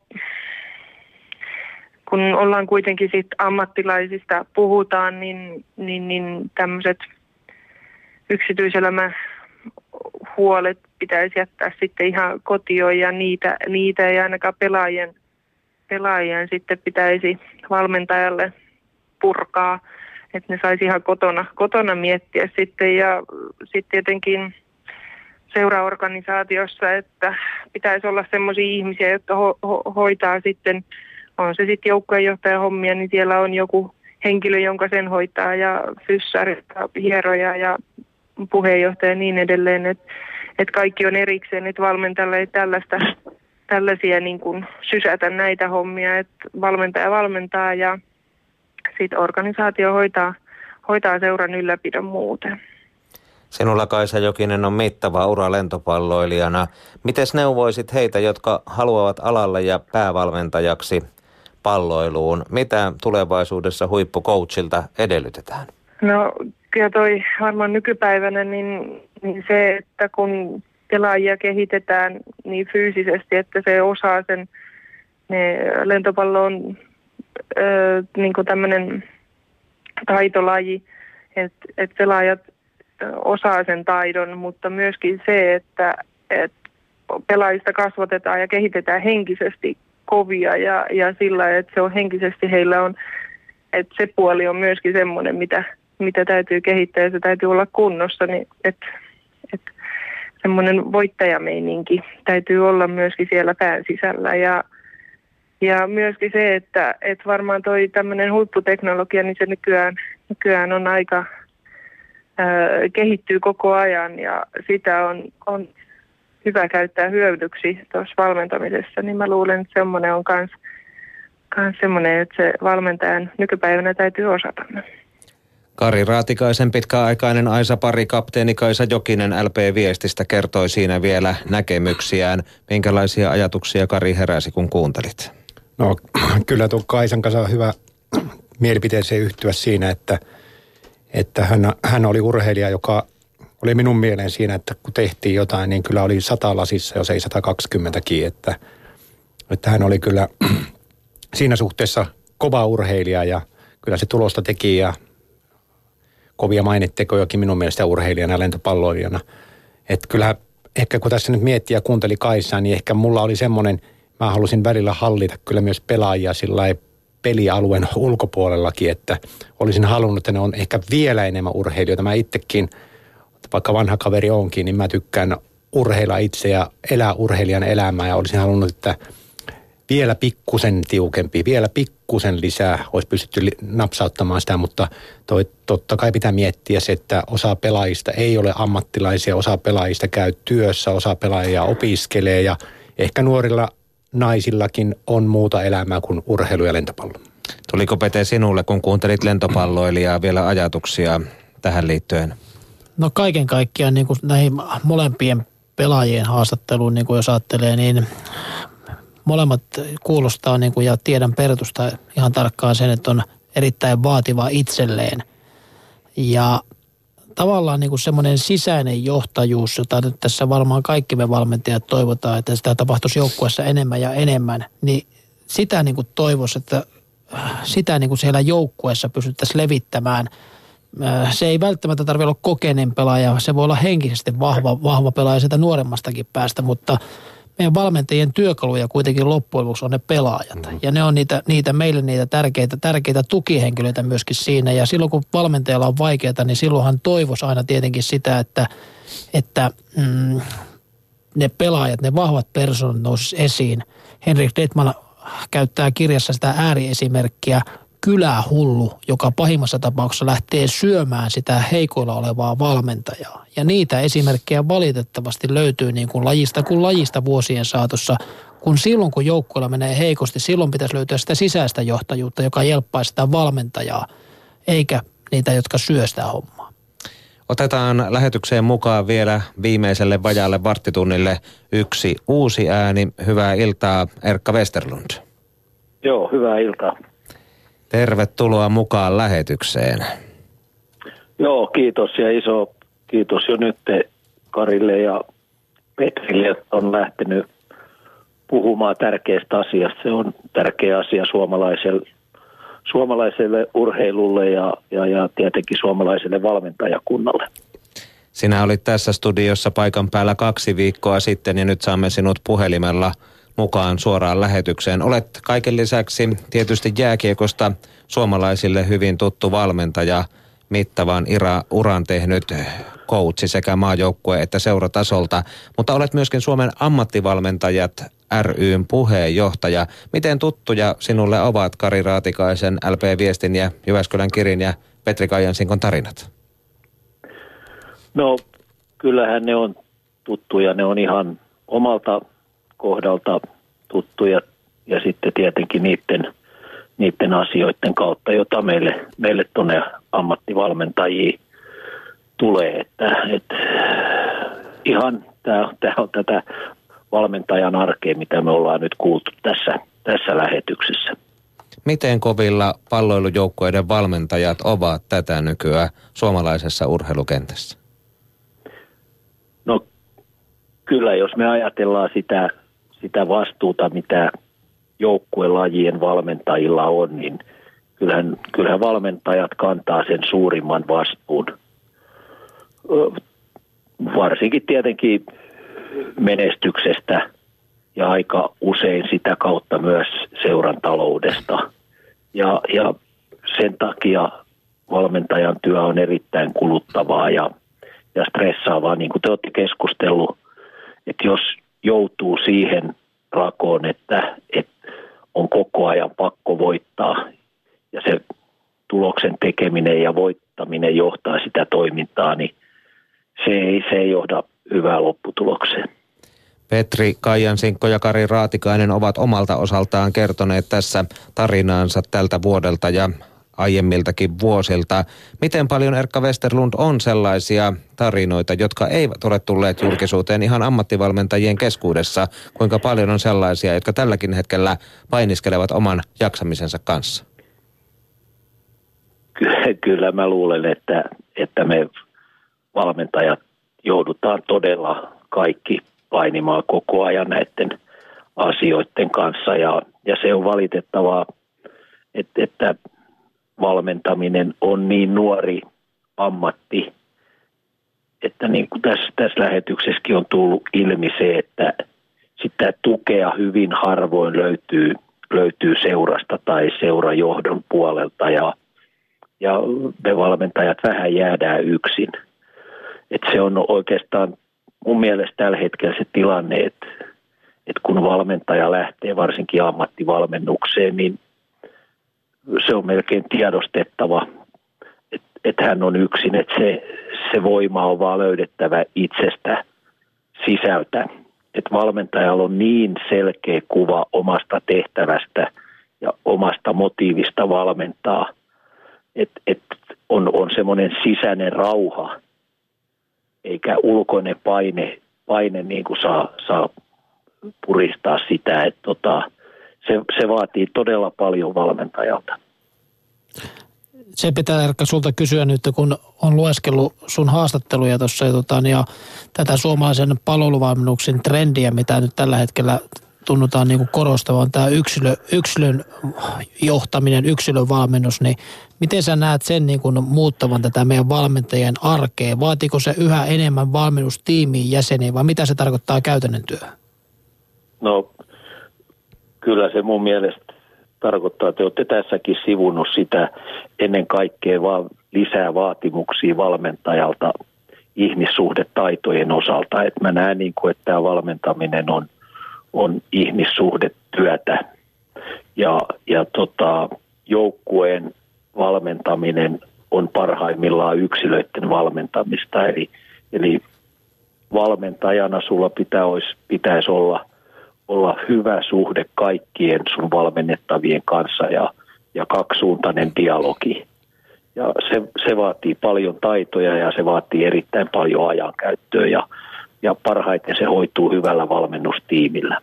Speaker 14: kun ollaan kuitenkin sit ammattilaisista puhutaan, niin tämmöiset yksityiselämän huolet pitäisi jättää sitten ihan kotioon ja niitä ei ainakaan pelaajien sitten pitäisi valmentajalle purkaa, että ne saisi ihan kotona miettiä sitten ja sitten tietenkin seuraorganisaatiossa, että pitäisi olla semmoisia ihmisiä, jotka hoitaa sitten, on se sitten joukkueenjohtajan hommia, niin siellä on joku henkilö, jonka sen hoitaa ja fyssari, hieroja ja puheenjohtaja ja niin edelleen, että kaikki on erikseen, että valmentajalle ei tällaisia niin kuin sysätä näitä hommia, että valmentaja valmentaa ja sitten organisaatio hoitaa seuran ylläpidon muuten.
Speaker 2: Sinulla Kaisa Jokinen on mittava ura lentopalloilijana. Mites neuvoisit heitä, jotka haluavat alalle ja päävalmentajaksi palloiluun? Mitä tulevaisuudessa huippucoachilta edellytetään? No
Speaker 14: kyllä toi varmaan nykypäivänä niin se, että kun pelaajia kehitetään niin fyysisesti, että se osaa sen, lentopallo on niin kuin tämmöinen taitolaji, että pelaajat osaa sen taidon, mutta myöskin se, että pelaajista kasvatetaan ja kehitetään henkisesti kovia ja sillä, että se on henkisesti heillä on, että se puoli on myöskin semmoinen, mitä täytyy kehittää ja se täytyy olla kunnossa, niin että semmoinen voittajameininki täytyy olla myöskin siellä pään sisällä ja myöskin se, että varmaan toi tämmöinen huipputeknologia, niin se nykyään on aika kehittyy koko ajan ja sitä on hyvä käyttää hyödyksi tuossa valmentamisessa, niin mä luulen, että semmoinen on kans semmoinen, että se valmentajan nykypäivänä täytyy osata.
Speaker 2: Kari Raatikaisen pitkäaikainen Aisa-pari kapteeni Kaisa Jokinen LP-viestistä kertoi siinä vielä näkemyksiään. Minkälaisia ajatuksia Kari heräsi, kun kuuntelit?
Speaker 3: No kyllä tuon Kaisan kanssa on hyvä mielipiteeseen yhtyä siinä, että hän oli urheilija, joka oli minun mieleen siinä, että kun tehtiin jotain, niin kyllä oli 100 lasissa, jos ei 120kin, että hän oli kyllä siinä suhteessa kova urheilija ja kyllä se tulosta teki ja kovia mainittekojakin minun mielestä urheilijana ja lentopalloilijana. Että kyllä ehkä kun tässä nyt miettii ja kuunteli Kaisaa, niin ehkä mulla oli semmoinen, mä halusin välillä hallita kyllä myös pelaajia sillai pelialueen ulkopuolellakin, että olisin halunnut, että ne on ehkä vielä enemmän urheilijoita. Mä itsekin, vaikka vanha kaveri onkin, niin mä tykkään urheilla itse ja elää urheilijan elämää ja olisin halunnut, että vielä pikkusen tiukempi, vielä pikkusen lisää olisi pystytty napsauttamaan sitä, mutta totta kai pitää miettiä se, että osa pelaajista ei ole ammattilaisia, osa pelaajista käy työssä, osa pelaajia opiskelee ja ehkä nuorilla naisillakin on muuta elämää kuin urheilu ja lentopallo.
Speaker 2: Tuliko Pete sinulle, kun kuuntelit lentopalloilijaa, vielä ajatuksia tähän liittyen?
Speaker 5: No kaiken kaikkiaan niin kuin näihin molempien pelaajien haastatteluun, niin kuin jos ajattelee, niin molemmat kuulostaa, niin kuin, ja tiedän Pertusta ihan tarkkaan sen, että on erittäin vaativa itselleen. Ja tavallaan niin kuin semmoinen sisäinen johtajuus, jota nyt tässä varmaan kaikki me valmentajat toivotaan, että sitä tapahtuisi joukkueessa enemmän ja enemmän, niin sitä niin kuin toivoisi, että sitä niin kuin siellä joukkueessa pystyttäisiin levittämään. Se ei välttämättä tarvitse olla kokeneen pelaaja, se voi olla henkisesti vahva pelaaja sieltä nuoremmastakin päästä, mutta meidän valmentajien työkaluja kuitenkin loppujen lopuksi on ne pelaajat. Ja ne on meille niitä tärkeitä tukihenkilöitä myöskin siinä. Ja silloin kun valmentajalla on vaikeaa, niin silloinhan toivoisi aina tietenkin sitä, että ne pelaajat, ne vahvat persoonat nousisi esiin. Henrik Detman käyttää kirjassa sitä ääriesimerkkiä, kylähullu, joka pahimmassa tapauksessa lähtee syömään sitä heikoilla olevaa valmentajaa. Ja niitä esimerkkejä valitettavasti löytyy niin kuin lajista vuosien saatossa, kun silloin kun joukkueella menee heikosti, silloin pitäisi löytyä sitä sisäistä johtajuutta, joka jelppaa sitä valmentajaa, eikä niitä, jotka syö sitä hommaa.
Speaker 2: Otetaan lähetykseen mukaan vielä viimeiselle vajaalle varttitunnille yksi uusi ääni. Hyvää iltaa, Erkka Westerlund.
Speaker 16: Joo, hyvää iltaa.
Speaker 2: Tervetuloa mukaan lähetykseen.
Speaker 16: Joo, kiitos ja iso kiitos jo nyt Karille ja Petrille, että on lähtenyt puhumaan tärkeästä asiasta. Se on tärkeä asia suomalaiselle urheilulle ja tietenkin suomalaiselle valmentajakunnalle.
Speaker 2: Sinä olit tässä studiossa paikan päällä 2 viikkoa sitten ja nyt saamme sinut puhelimella mukaan suoraan lähetykseen. Olet kaiken lisäksi tietysti jääkiekosta suomalaisille hyvin tuttu valmentaja, mittavan uran tehnyt coachi sekä maajoukkue että seuratasolta, mutta olet myöskin Suomen ammattivalmentajat ry:n puheenjohtaja. Miten tuttuja sinulle ovat Kari Raatikaisen, LP Viestin ja Jyväskylän Kirin ja Petri Kaijansinkon tarinat?
Speaker 16: No kyllähän ne on tuttuja, ne on ihan omalta kohdalta tuttuja ja sitten tietenkin niiden asioiden kautta, jota meille tuonne ammattivalmentajiin tulee. Että ihan tämä on tätä valmentajan arkea, mitä me ollaan nyt kuultu tässä lähetyksessä.
Speaker 2: Miten kovilla palloilujoukkueiden valmentajat ovat tätä nykyään suomalaisessa urheilukentässä?
Speaker 16: No kyllä, jos me ajatellaan sitä vastuuta, mitä joukkuelajien valmentajilla on, niin kyllähän valmentajat kantaa sen suurimman vastuun. Varsinkin tietenkin menestyksestä ja aika usein sitä kautta myös seuran taloudesta. Ja sen takia valmentajan työ on erittäin kuluttavaa ja stressaavaa, niin kuin te olette keskustellut, että jos joutuu siihen rakoon, että on koko ajan pakko voittaa ja se tuloksen tekeminen ja voittaminen johtaa sitä toimintaa, niin se ei johda hyvää lopputulokseen.
Speaker 2: Petri Kaijansinkko ja Kari Raatikainen ovat omalta osaltaan kertoneet tässä tarinaansa tältä vuodelta ja aiemmiltakin vuosilta. Miten paljon, Erkka Westerlund, on sellaisia tarinoita, jotka eivät ole tulleet julkisuuteen ihan ammattivalmentajien keskuudessa? Kuinka paljon on sellaisia, jotka tälläkin hetkellä painiskelevat oman jaksamisensa kanssa?
Speaker 16: Kyllä mä luulen, että me valmentajat joudutaan todella kaikki painimaan koko ajan näiden asioiden kanssa. Ja se on valitettavaa, että valmentaminen on niin nuori ammatti, että niin kuin tässä lähetyksessäkin on tullut ilmi se, että sitä tukea hyvin harvoin löytyy seurasta tai seurajohdon puolelta ja me valmentajat vähän jäädään yksin. Että se on oikeastaan mun mielestä tällä hetkellä se tilanne, että kun valmentaja lähtee varsinkin ammattivalmennukseen, niin se on melkein tiedostettava, että hän on yksin, että se voima on vaan löydettävä itsestä sisältä. Että valmentajalla on niin selkeä kuva omasta tehtävästä ja omasta motiivista valmentaa, että on semmoinen sisäinen rauha, eikä ulkoinen paine niin kuin saa puristaa sitä, että se vaatii todella paljon valmentajalta.
Speaker 5: Se pitää Erkka sulta kysyä nyt, kun on lueskellut sun haastatteluja tuossa ja tätä suomalaisen palveluvalmennuksen trendiä, mitä nyt tällä hetkellä tunnutaan niin kuin korostavan, tämä yksilön johtaminen, yksilön valmennus, niin miten sä näet sen niin kuin muuttavan tätä meidän valmentajien arkea? Vaatiiko se yhä enemmän valmennustiimiin jäseniä vai mitä se tarkoittaa käytännön työhön?
Speaker 16: No kyllä se mun mielestä tarkoittaa, että te olette tässäkin sivunnut sitä ennen kaikkea vaan lisää vaatimuksia valmentajalta ihmissuhdetaitojen osalta. Et mä näen, niin kuin, että tämä valmentaminen on ihmissuhdetyötä ja joukkueen valmentaminen on parhaimmillaan yksilöiden valmentamista. Eli valmentajana sulla pitäisi olla hyvä suhde kaikkien sun valmennettavien kanssa ja kaksisuuntainen dialogi. Ja se vaatii paljon taitoja ja se vaatii erittäin paljon ajankäyttöä ja parhaiten se hoituu hyvällä valmennustiimillä.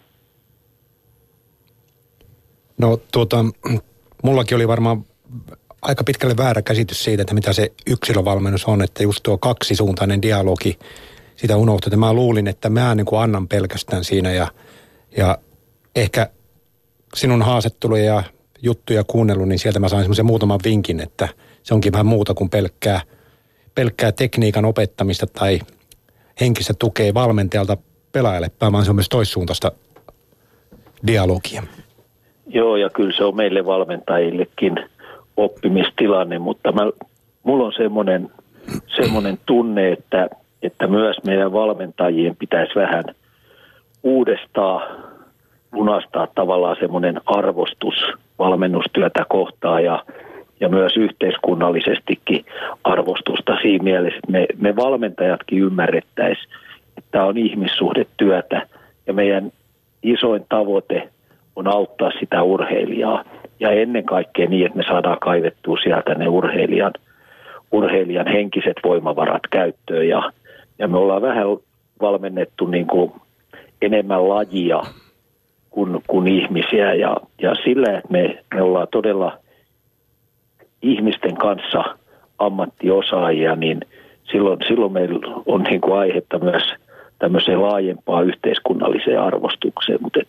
Speaker 3: No mullakin oli varmaan aika pitkälle väärä käsitys siitä, että mitä se yksilövalmennus on, että just tuo kaksisuuntainen dialogi, sitä unohtui. Mä luulin, että mä niin kuin annan pelkästään siinä ja ehkä sinun haastatteluja ja juttuja kuunnellut, niin sieltä mä sain semmoisen muutaman vinkin, että se onkin vähän muuta kuin pelkkää tekniikan opettamista tai henkistä tukea valmentajalta pelaajalle päin, vaan se on myös toissuuntaista dialogia.
Speaker 16: Joo, ja kyllä se on meille valmentajillekin oppimistilanne, mutta mulla on semmoinen tunne, että myös meidän valmentajien pitäisi vähän uudestaan lunastaa tavallaan semmoinen arvostus valmennustyötä kohtaan ja myös yhteiskunnallisestikin arvostusta siinä mielessä, että me valmentajatkin ymmärrettäisiin, että tämä on ihmissuhdetyötä ja meidän isoin tavoite on auttaa sitä urheilijaa ja ennen kaikkea niin, että me saadaan kaivettua sieltä ne urheilijan henkiset voimavarat käyttöön ja me ollaan vähän valmennettu niin kuin enemmän lajia kuin ihmisiä ja sillä, että me ollaan todella ihmisten kanssa ammattiosaajia, niin silloin meillä on niin kuin aihetta myös tämmöiseen laajempaan yhteiskunnalliseen arvostukseen, mutta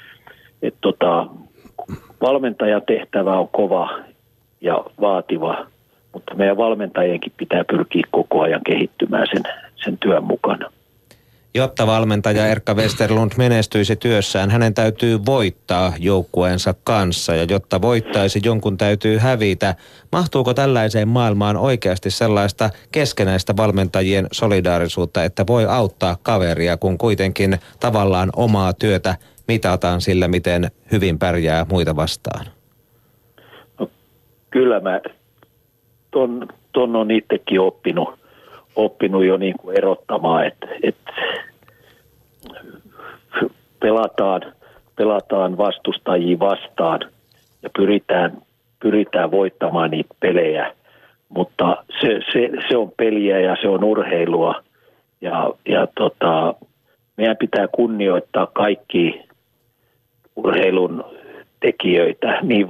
Speaker 16: valmentajan tehtävä on kova ja vaativa, mutta meidän valmentajienkin pitää pyrkiä koko ajan kehittymään sen työn mukana.
Speaker 2: Jotta valmentaja Erkka Westerlund menestyisi työssään, hänen täytyy voittaa joukkueensa kanssa ja jotta voittaisi, jonkun täytyy hävitä. Mahtuuko tällaiseen maailmaan oikeasti sellaista keskenäistä valmentajien solidaarisuutta, että voi auttaa kaveria, kun kuitenkin tavallaan omaa työtä mitataan sillä, miten hyvin pärjää muita vastaan?
Speaker 16: No, kyllä mä ton on itsekin oppinut jo niin kuin erottamaan, että pelataan vastustajia vastaan ja pyritään voittamaan niitä pelejä, mutta se on peliä ja se on urheilua ja meidän pitää kunnioittaa kaikki urheilun tekijöitä, niin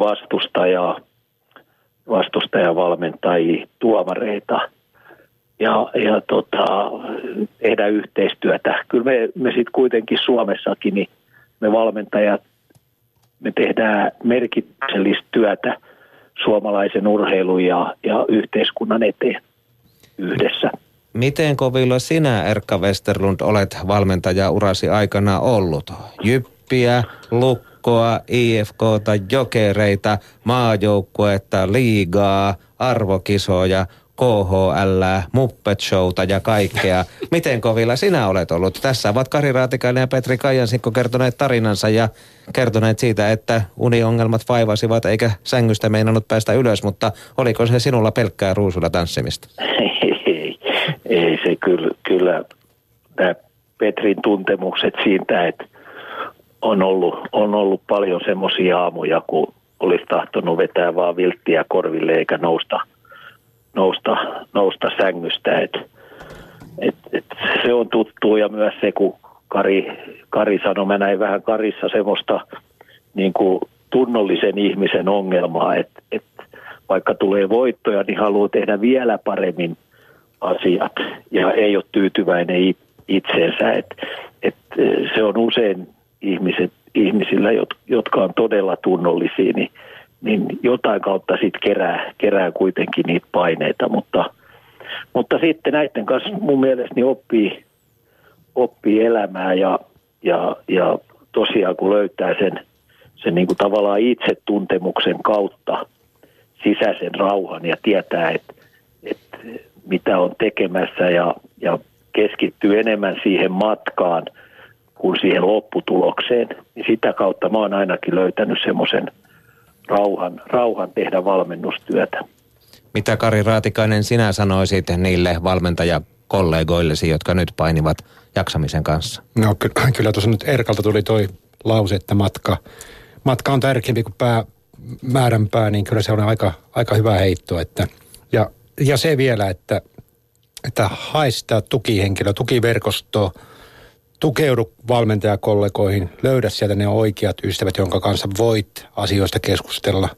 Speaker 16: vastustajavalmentajia, tuomareita ja tehdä yhteistyötä. Kyllä me sitten kuitenkin Suomessakin, niin me valmentajat, me tehdään merkityksellistä työtä suomalaisen urheilun ja yhteiskunnan eteen yhdessä.
Speaker 2: Miten kovilla sinä, Erkka Westerlund, olet valmentajaurasi aikana ollut? Jyppiä, Lukkoa, IFK:ta, Jokereita, maajoukkuetta, liigaa, arvokisoja, KHL, Muppet Showta ja kaikkea. Miten kovilla sinä olet ollut? Tässä ovat Kari Raatikainen ja Petri Kajansikko kertoneet tarinansa ja kertoneet siitä, että uniongelmat vaivasivat eikä sängystä meinannut päästä ylös, mutta oliko se sinulla pelkkää ruusulla tanssimista?
Speaker 16: Ei se kyllä nämä Petrin tuntemukset siitä, että on ollut paljon semmoisia aamuja, kun olisi tahtonut vetää vaan vilttiä korville eikä nousta sängystä. Et se on tuttua ja myös se, kun Kari sanoi, mä näin vähän Karissa semmoista niin kuin tunnollisen ihmisen ongelmaa, että vaikka tulee voittoja, niin haluaa tehdä vielä paremmin asiat ja ei ole tyytyväinen itseensä. Se on usein ihmisillä, jotka on todella tunnollisia, niin jotain kautta sitten kerää kuitenkin niitä paineita, mutta sitten näiden kanssa mun mielestäni oppii elämää ja tosiaan kun löytää sen niin kuin tavallaan itsetuntemuksen kautta sisäisen rauhan ja tietää, että mitä on tekemässä ja keskittyy enemmän siihen matkaan kuin siihen lopputulokseen, niin sitä kautta mä oon ainakin löytänyt semmoisen rauhan tehdä valmennustyötä.
Speaker 2: Mitä Kari Raatikainen sinä sanoisit niille valmentajakollegoillesi, jotka nyt painivat jaksamisen kanssa? No
Speaker 3: kyllä tuossa nyt Erkalta tuli toi lause, että matka on tärkeämpi kuin määränpää, niin kyllä se on aika hyvä heitto. Ja se vielä, että hae sitä tukihenkilöä, tukiverkostoa, tukeudu valmentajakollegoihin, löydä sieltä ne oikeat ystävät, jonka kanssa voit asioista keskustella.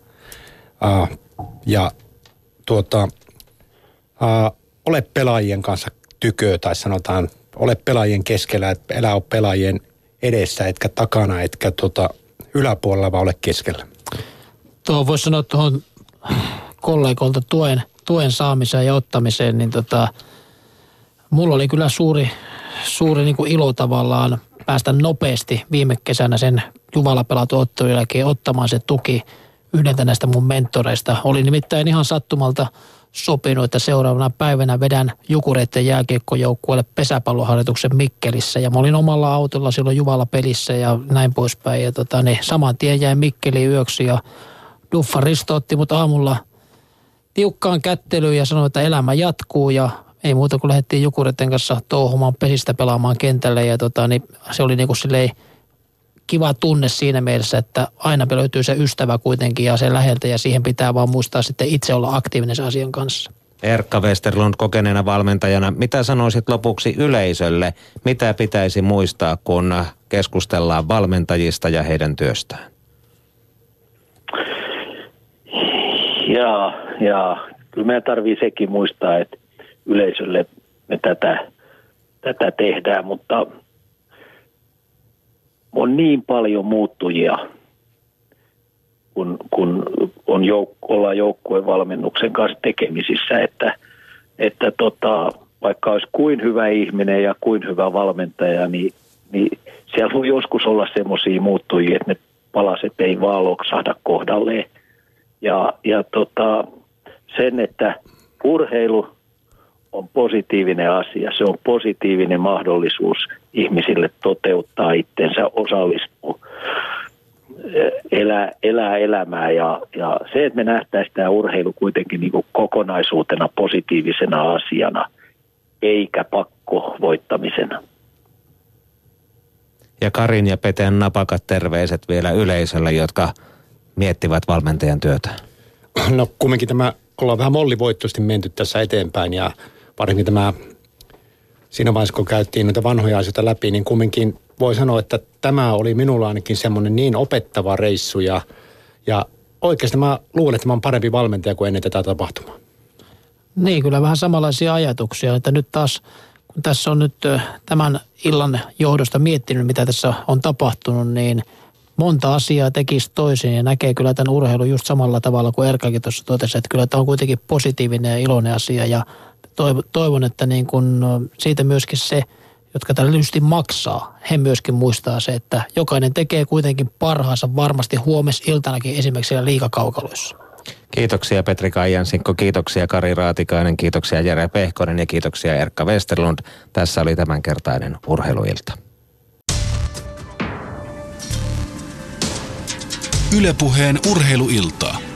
Speaker 3: Ole pelaajien kanssa tykö, tai sanotaan, ole pelaajien keskellä, että elä ole pelaajien edessä, etkä takana, etkä yläpuolella, vaan ole keskellä.
Speaker 5: Tuohon voisi sanoa tuohon kollegoilta tuen saamiseen ja ottamiseen, niin mulla oli kyllä suuri niin kuin ilo tavallaan päästä nopeasti viime kesänä sen Juvalla pelatun ottelun jälkeen ottamaan se tuki yhdeltä näistä mun mentoreista. Oli nimittäin ihan sattumalta sopinut, että seuraavana päivänä vedän Jukureiden jääkiekkojoukkueelle pesäpalloharjoituksen Mikkelissä. Ja mä olin omalla autolla silloin Juvalla pelissä ja näin poispäin. Ja saman tien jäin Mikkeliin yöksi ja Duffa Risto otti mut aamulla tiukkaan kättelyyn ja sanoi, että elämä jatkuu ja ei muuta kuin lähdettiin Jukureiden kanssa touhumaan pesistä pelaamaan kentälle ja se oli niinku silleen kiva tunne siinä mielessä, että aina löytyy se ystävä kuitenkin ja se läheltä ja siihen pitää vaan muistaa sitten itse olla aktiivinen sen asian kanssa.
Speaker 2: Erkka Westerlund kokeneena valmentajana, mitä sanoisit lopuksi yleisölle? Mitä pitäisi muistaa, kun keskustellaan valmentajista ja heidän työstään?
Speaker 16: Jaa. Kyllä meidän tarvii sekin muistaa, että yleisölle me tätä tehdään, mutta on niin paljon muuttujia, kun ollaan joukkueen valmennuksen kanssa tekemisissä, että vaikka olisi kuin hyvä ihminen ja kuin hyvä valmentaja, niin siellä voi joskus olla semmoisia muuttujia, että ne palaset ei vaan loksahda kohdalleen. Ja sen, että urheilu on positiivinen asia. Se on positiivinen mahdollisuus ihmisille toteuttaa itsensä, osallistua, elää elämää. Ja se, että me nähtäisiin tämä urheilu kuitenkin niin kuin kokonaisuutena positiivisena asiana, eikä pakkovoittamisena.
Speaker 2: Ja Karin ja Peten napakat terveiset vielä yleisölle, jotka miettivät valmentajan työtä.
Speaker 3: No kumminkin ollaan vähän mollivoittoisesti menty tässä eteenpäin ja varsinkin siinä vaiheessa, kun käytiin noita vanhoja asioita läpi, niin kumminkin voi sanoa, että tämä oli minulla ainakin semmoinen niin opettava reissu ja oikeasti mä luulen, että mä oon parempi valmentaja kuin ennen tätä tapahtumaa.
Speaker 5: Niin, kyllä vähän samanlaisia ajatuksia, että nyt taas, kun tässä on nyt tämän illan johdosta miettinyt, mitä tässä on tapahtunut, niin monta asiaa tekisi toisin ja näkee kyllä tämän urheilun just samalla tavalla kuin Erkakin tuossa totesi, että kyllä tämä on kuitenkin positiivinen ja iloinen asia ja toivon, että niin kun siitä myöskin se, jotka tällä lyhyesti maksaa, he myöskin muistaa se, että jokainen tekee kuitenkin parhaansa varmasti huomisiltanakin esimerkiksi siellä liigakaukaloissa.
Speaker 2: Kiitoksia Petri Kaijansikko, kiitoksia Kari Raatikainen, kiitoksia Jere Pehkonen ja kiitoksia Erkka Westerlund. Tässä oli tämänkertainen Urheiluilta.
Speaker 1: Yle Puheen Urheiluilta.